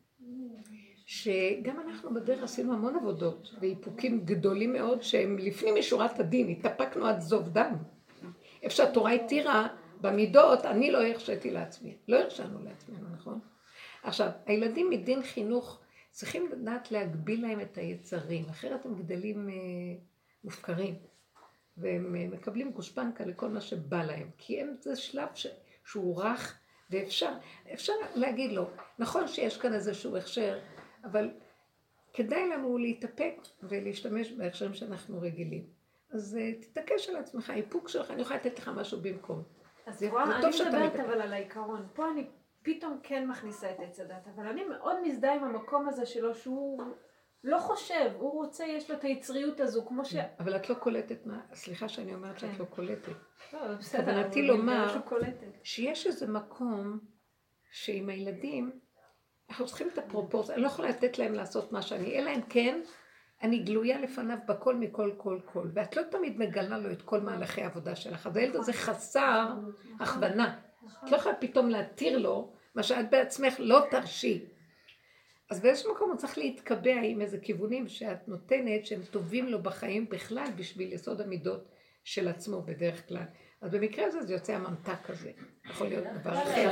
שגם אנחנו בדרך עשינו המון עבודות ואיפוקים גדולים מאוד שהם לפנים משורת הדין, התאפקנו עד זוב דם. איפה שהתורה התירה במידות, אני לא הרשיתי לעצמי, לא הרשנו לעצמנו, נכון? עכשיו, הילדים מדין חינוך צריכים לדעת להגביל להם את היצרים, אחרת הם גדלים מופקרים. והם מקבלים גושפנקה לכל מה שבא להם, כי הם זה שלב ש... שהוא רך, ואפשר אפשר להגיד לו, נכון שיש כאן איזשהו הכשר, אבל כדאי לנו להתאפק ולהשתמש בהכשרים שאנחנו רגילים. אז תתעקש על עצמך, האיפוק שלך, אני יכולה לתת לך משהו במקום. אז רואה, אני מדברת אבל על העיקרון, פה אני פתאום כן מכניסה את עץ הדת, אבל אני מאוד מזדהה עם המקום הזה שלו שהוא... לא חושב, הוא רוצה, יש לו את היצריות הזו, כמו ש... אבל את לא קולטת מה, סליחה שאני אומרת שאת לא קולטת. לא, בסדר, כוונתי לומר שיש איזה מקום שעם הילדים, אנחנו צריכים את הפרופורציה, אני לא יכולה לתת להם לעשות מה שאני, אלא אם כן, אני גלויה לפניו בכל מכל כל כל, ואת לא תמיד מגלה לו את כל מהלכי העבודה שלך, אז הילד הזה חסר הכוונה. את לא יכולה פתאום להתיר לו, מה שאת בעצמך לא תרשי. אז באיזשהו מקום הוא צריך להתקבע עם איזה כיוונים שאת נותנת שהם טובים לו בחיים בכלל בשביל יסוד המידות של עצמו בדרך כלל. אז במקרה הזה זה יוצא הממתק הזה. יכול להיות דבר אחר.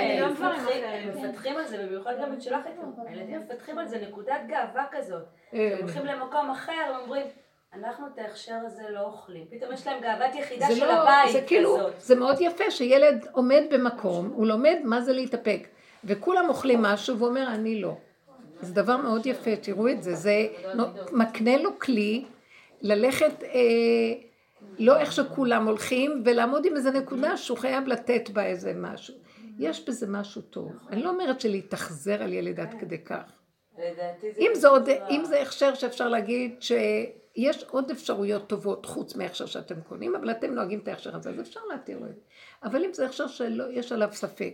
הם מפתחים על זה, במיוחד גם את שלך איתו. הילדים מפתחים על זה נקודת גאווה כזאת. הם הולכים למקום אחר ואומרים, אנחנו את ההכשר הזה לא אוכלים. פתאום יש להם גאוות יחידה של הבית כזאת. זה מאוד יפה שילד עומד במקום, הוא לומד מה זה להתאפק. וכולם אוכלים משהו ואומר, אני לא. זה דבר מאוד יפה, תראו את זה, זה מקנה לו כלי ללכת, אה, לא איך שכולם הולכים, ולעמוד עם איזה נקודה שהוא חייב לתת בה איזה משהו. יש בזה משהו טוב. אני לא אומרת שלהתאכזר על ילד עד כדי כך. אם זה, עוד, אם זה הכשר שאפשר להגיד שיש עוד אפשרויות טובות חוץ מהכשר שאתם קונים, אבל אתם נוהגים את ההכשר הזה, אז אפשר להתיר לו את זה. אבל אם זה הכשר שיש עליו ספק,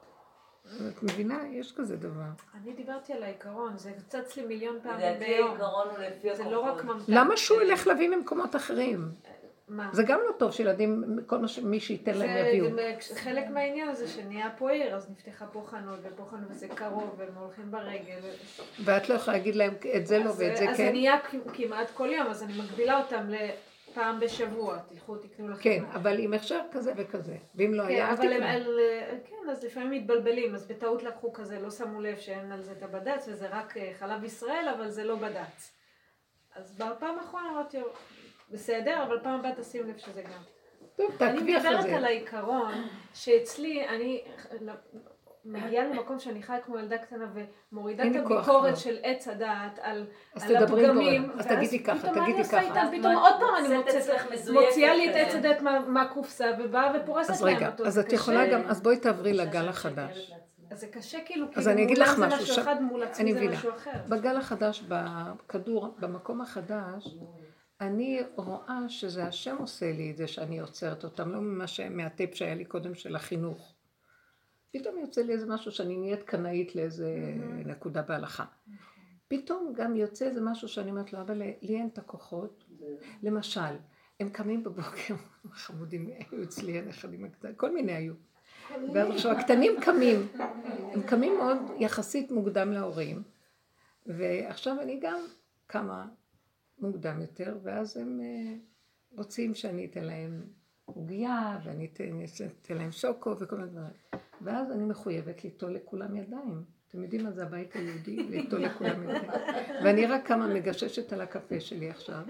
את מבינה? יש כזה דבר. אני דיברתי על העיקרון, זה קצץ לי מיליון פעמים ביום. זה לא רק ממתק. למה שהוא ילך להביא ממקומות אחרים? מה? זה גם לא טוב שילדים, כל מי שייתן להם יביאו. חלק מהעניין הזה שנהיה פה עיר, אז נפתחה פה חנות, ופה חנות וזה קרוב, והם הולכים ברגל. ואת לא יכולה להגיד להם את זה לא ואת זה כן? אז זה נהיה כמעט כל יום, אז אני מגבילה אותם ל... פעם בשבוע, תלכו, תקנו לכם. כן, אבל עם הכשר כזה וכזה, ואם לא היה, אל תקנו. כן, אז לפעמים מתבלבלים, אז בטעות לקחו כזה, לא שמו לב שאין על זה את הבד"ץ, וזה רק חלב ישראל, אבל זה לא בד"ץ. אז בפעם האחרונה אמרתי, בסדר, אבל פעם הבאה תשים לב שזה גם. טוב, אני תעקבי אחרי מדברת זה. על העיקרון שאצלי, אני מגיעה למקום שאני חיה כמו ילדה קטנה ומורידה אין את לי כוח הביקורת כבר. של עץ הדעת על אז על תדברי עם הפגמים, בורא. אז ואז תגידי ככה, פתאום מה תגידי אני עושה ככה. איתם? ואז פתאום מה- עוד פעם אני מוצאת מוצאת, אצלך מזויפת מוציאה לי את כזה. עץ הדעת מה- מהקופסה ובאה ופורסת אז להם רגע, אותו. אז זה את קשה. יכולה גם, אז בואי תעברי אישה לגל שמשקרת החדש. לעצמה. אז זה קשה כאילו, אז כאילו אני אגיד מולם לך זה משהו, משהו ש- אחד, מול אני עצמי זה מבינה. משהו אחר. בגל החדש, בכדור, במקום החדש, אני רואה שזה השם עושה לי את זה שאני יוצרת אותם, לא ממש מהטייפ שהיה לי קודם של החינוך. פתאום יוצא לי איזה משהו שאני נהיית קנאית לאיזה נקודה בהלכה. פתאום גם יוצא איזה משהו שאני אומרת לו, אבל לי אין את הכוחות. למשל, הם קמים בבוקר, חמודים, היו אצלי, הנכדים הקטנים, כל מיני היו. ואז עכשיו הקטנים קמים, הם קמים מאוד יחסית מוקדם להורים, ועכשיו אני גם קמה מוקדם יותר, ואז הם רוצים שאני אתן להם עוגיה, ואני אתן, אתן להם שוקו וכל מיני דברים. ואז אני מחויבת ליטול לכולם ידיים. אתם יודעים מה זה הבית היהודי? ליטול לכולם ידיים. ואני רק כמה מגששת על הקפה שלי עכשיו.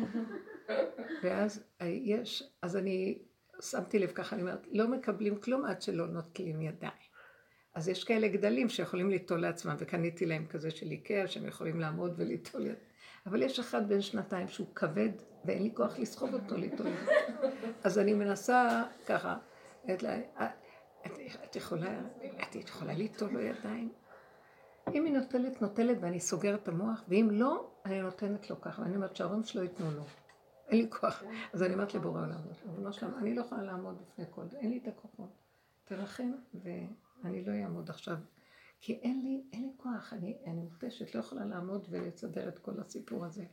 ואז יש, אז אני שמתי לב ככה, אני אומרת, לא מקבלים כלום עד שלא נוטלים ידיים. אז יש כאלה גדלים שיכולים ליטול לעצמם, וקניתי להם כזה של איקאה, שהם יכולים לעמוד וליטול ידיים. אבל יש אחד בין שנתיים שהוא כבד, ואין לי כוח לסחוב אותו ליטול ידיים. אז אני מנסה ככה, את, את, את יכולה, את יכולה ליטול לו ידיים? אם היא נוטלת, נוטלת, ואני סוגרת את המוח, ואם לא, אני נותנת לו ככה, ואני אומרת שההורים שלו ייתנו לו. אין לי כוח. אז אני אומרת לבורא עולם, אבל שלם, אני לא יכולה לעמוד בפני כל זה, אין לי את הכוחות. תרחם, ואני לא אעמוד עכשיו, כי אין לי, אין לי כוח, אני, אני מותשת, לא יכולה לעמוד ולסדר את כל הסיפור הזה.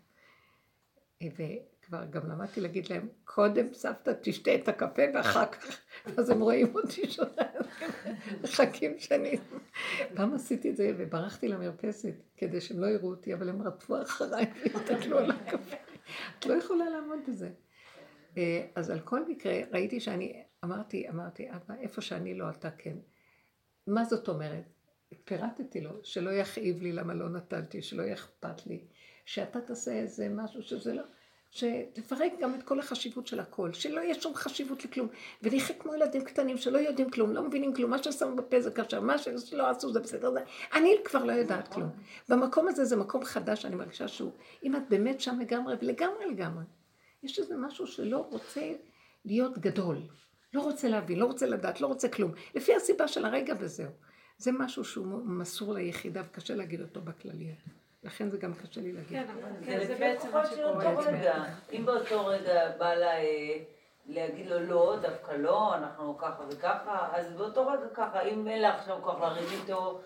וכבר גם למדתי להגיד להם, קודם סבתא תשתה את הקפה ואחר כך, אז הם רואים אותי שונה, מחכים שנים. פעם עשיתי את זה וברחתי למרפסת, כדי שהם לא יראו אותי, אבל הם רדפו אחריי והתתלו על הקפה. את לא יכולה לעמוד בזה. אז על כל מקרה, ראיתי שאני, אמרתי, אמרתי, אבא, איפה שאני לא, אתה כן. מה זאת אומרת? פירטתי לו, שלא יכאיב לי למה לא נתנתי, שלא יכפת לי, שאתה תעשה איזה משהו שזה לא, שתפרק גם את כל החשיבות של הכל, שלא יהיה שום חשיבות לכלום, ונחיה כמו ילדים קטנים שלא יודעים כלום, לא מבינים כלום, מה ששמו בפה זה קשה, מה שלא עשו זה בסדר, זה... אני כבר לא יודעת כלום. במקום הזה זה מקום חדש, אני מרגישה שהוא, אם את באמת שם לגמרי, ולגמרי לגמרי, יש איזה משהו שלא רוצה להיות גדול, לא רוצה להבין, לא רוצה לדעת, לא רוצה כלום, לפי הסיבה של הרגע וזהו. זה משהו שהוא מסור ליחידה, וקשה להגיד אותו בכללי. לכן זה גם קשה לי להגיד. כן, אבל כן, זה בעצם מה שקורה. אם באותו רגע בא לה להגיד לו לא, דווקא לא, אנחנו ככה וככה, אז באותו רגע ככה, אם אין לה עכשיו כוח להריב איתו,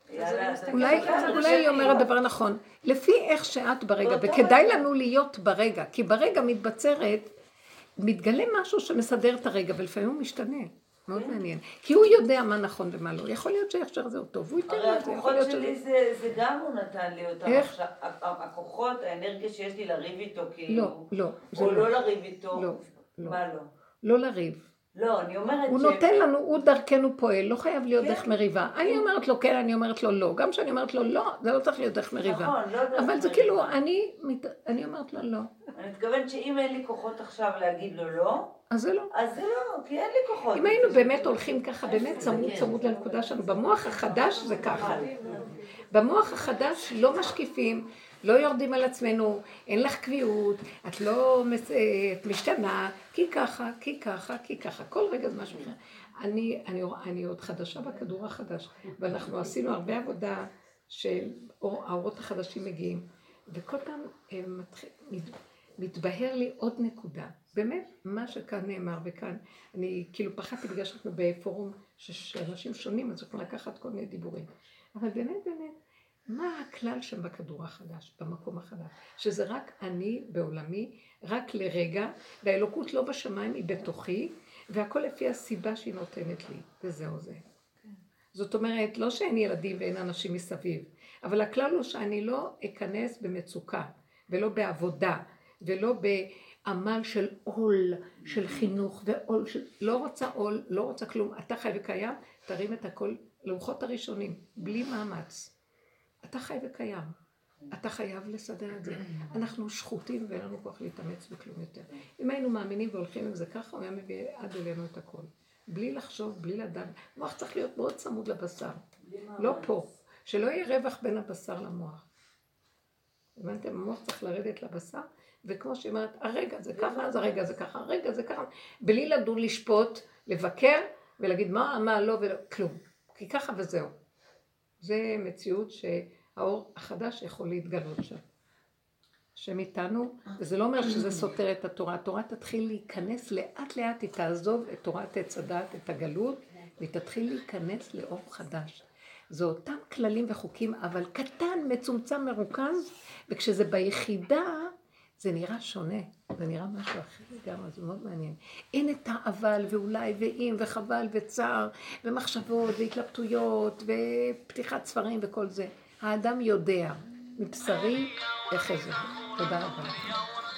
אולי היא אומרת דבר נכון. לפי איך שאת ברגע, וכדאי לנו להיות ברגע, כי ברגע מתבצרת, מתגלה משהו שמסדר את הרגע, ולפעמים הוא משתנה. מאוד מעניין. כי הוא יודע מה נכון ומה לא. יכול להיות שיחשר זה אותו, והוא ייתן לו את זה. הרי הכוחות שלי זה גם הוא נתן לי אותם עכשיו. הכוחות, האנרגיה שיש לי לריב איתו, כאילו... לא, לא. או לא לריב איתו. לא, לא. מה לא? לא לריב. לא, אני אומרת ש... הוא נותן לנו, הוא דרכנו פועל, לא חייב להיות דרך מריבה. אני אומרת לו כן, אני אומרת לו לא. גם שאני אומרת לו לא, זה לא צריך להיות דרך מריבה. נכון, לא דרך מריבה. אבל זה כאילו, אני אומרת לו לא. אני מתכוונת שאם אין לי כוחות עכשיו להגיד לו לא, אז זה לא. אז זה לא, כי אין לי כוחות. אם היינו באמת הולכים ככה, באמת צמוד צמוד לנקודה שלנו, במוח החדש זה ככה. במוח החדש לא משקיפים, לא יורדים על עצמנו, אין לך קביעות, את לא את משתנה, כי ככה, כי ככה, כי ככה, כל רגע זה משהו אחר. אני, אני, אני עוד חדשה בכדור החדש, ואנחנו עשינו הרבה עבודה של האורות החדשים מגיעים, וכל פעם מתחיל, מתבהר לי עוד נקודה. באמת, מה שכאן נאמר וכאן, אני כאילו פחדתי בגלל שאנחנו בפורום שאנשים שונים, אז יכולים לקחת כל מיני דיבורים. אבל באמת, באמת, מה הכלל שם בכדור החדש, במקום החדש? שזה רק אני בעולמי, רק לרגע, והאלוקות לא בשמיים, היא בתוכי, והכל לפי הסיבה שהיא נותנת לי, וזהו זה. זאת אומרת, לא שאין ילדים ואין אנשים מסביב, אבל הכלל הוא שאני לא אכנס במצוקה, ולא בעבודה, ולא בעמל של עול, של חינוך ועול, של... לא רוצה עול, לא רוצה כלום, אתה חי וקיים, תרים את הכל לרוחות הראשונים, בלי מאמץ. אתה חי וקיים. אתה חייב לסדר את זה. אנחנו שחוטים ואין לנו כוח להתאמץ בכלום יותר. אם היינו מאמינים והולכים עם זה ככה, הוא היה מביא עד אלינו את הכל. בלי לחשוב, בלי לדעת. המוח צריך להיות מאוד צמוד לבשר. לא פה. שלא יהיה רווח בין הבשר למוח. הבנתם? המוח צריך לרדת לבשר, וכמו שהיא אומרת, הרגע זה ככה, אז הרגע זה ככה, הרגע זה ככה. בלי לדון לשפוט, לבקר ולהגיד מה, מה, לא ולא, כלום. כי ככה וזהו. זה מציאות שהאור החדש יכול להתגלות שם. השם איתנו, וזה לא אומר שזה סותר את התורה. התורה תתחיל להיכנס לאט לאט, היא תעזוב את תורת עץ הדת, את הגלות, והיא תתחיל להיכנס לאור חדש. זה אותם כללים וחוקים, אבל קטן, מצומצם, מרוכז, וכשזה ביחידה, זה נראה שונה. זה נראה משהו אחר לגמרי, זה מאוד מעניין. אין את האבל ואולי ואם וחבל וצער ומחשבות והתלבטויות ופתיחת ספרים וכל זה. האדם יודע מבשרי איך זה. תודה רבה.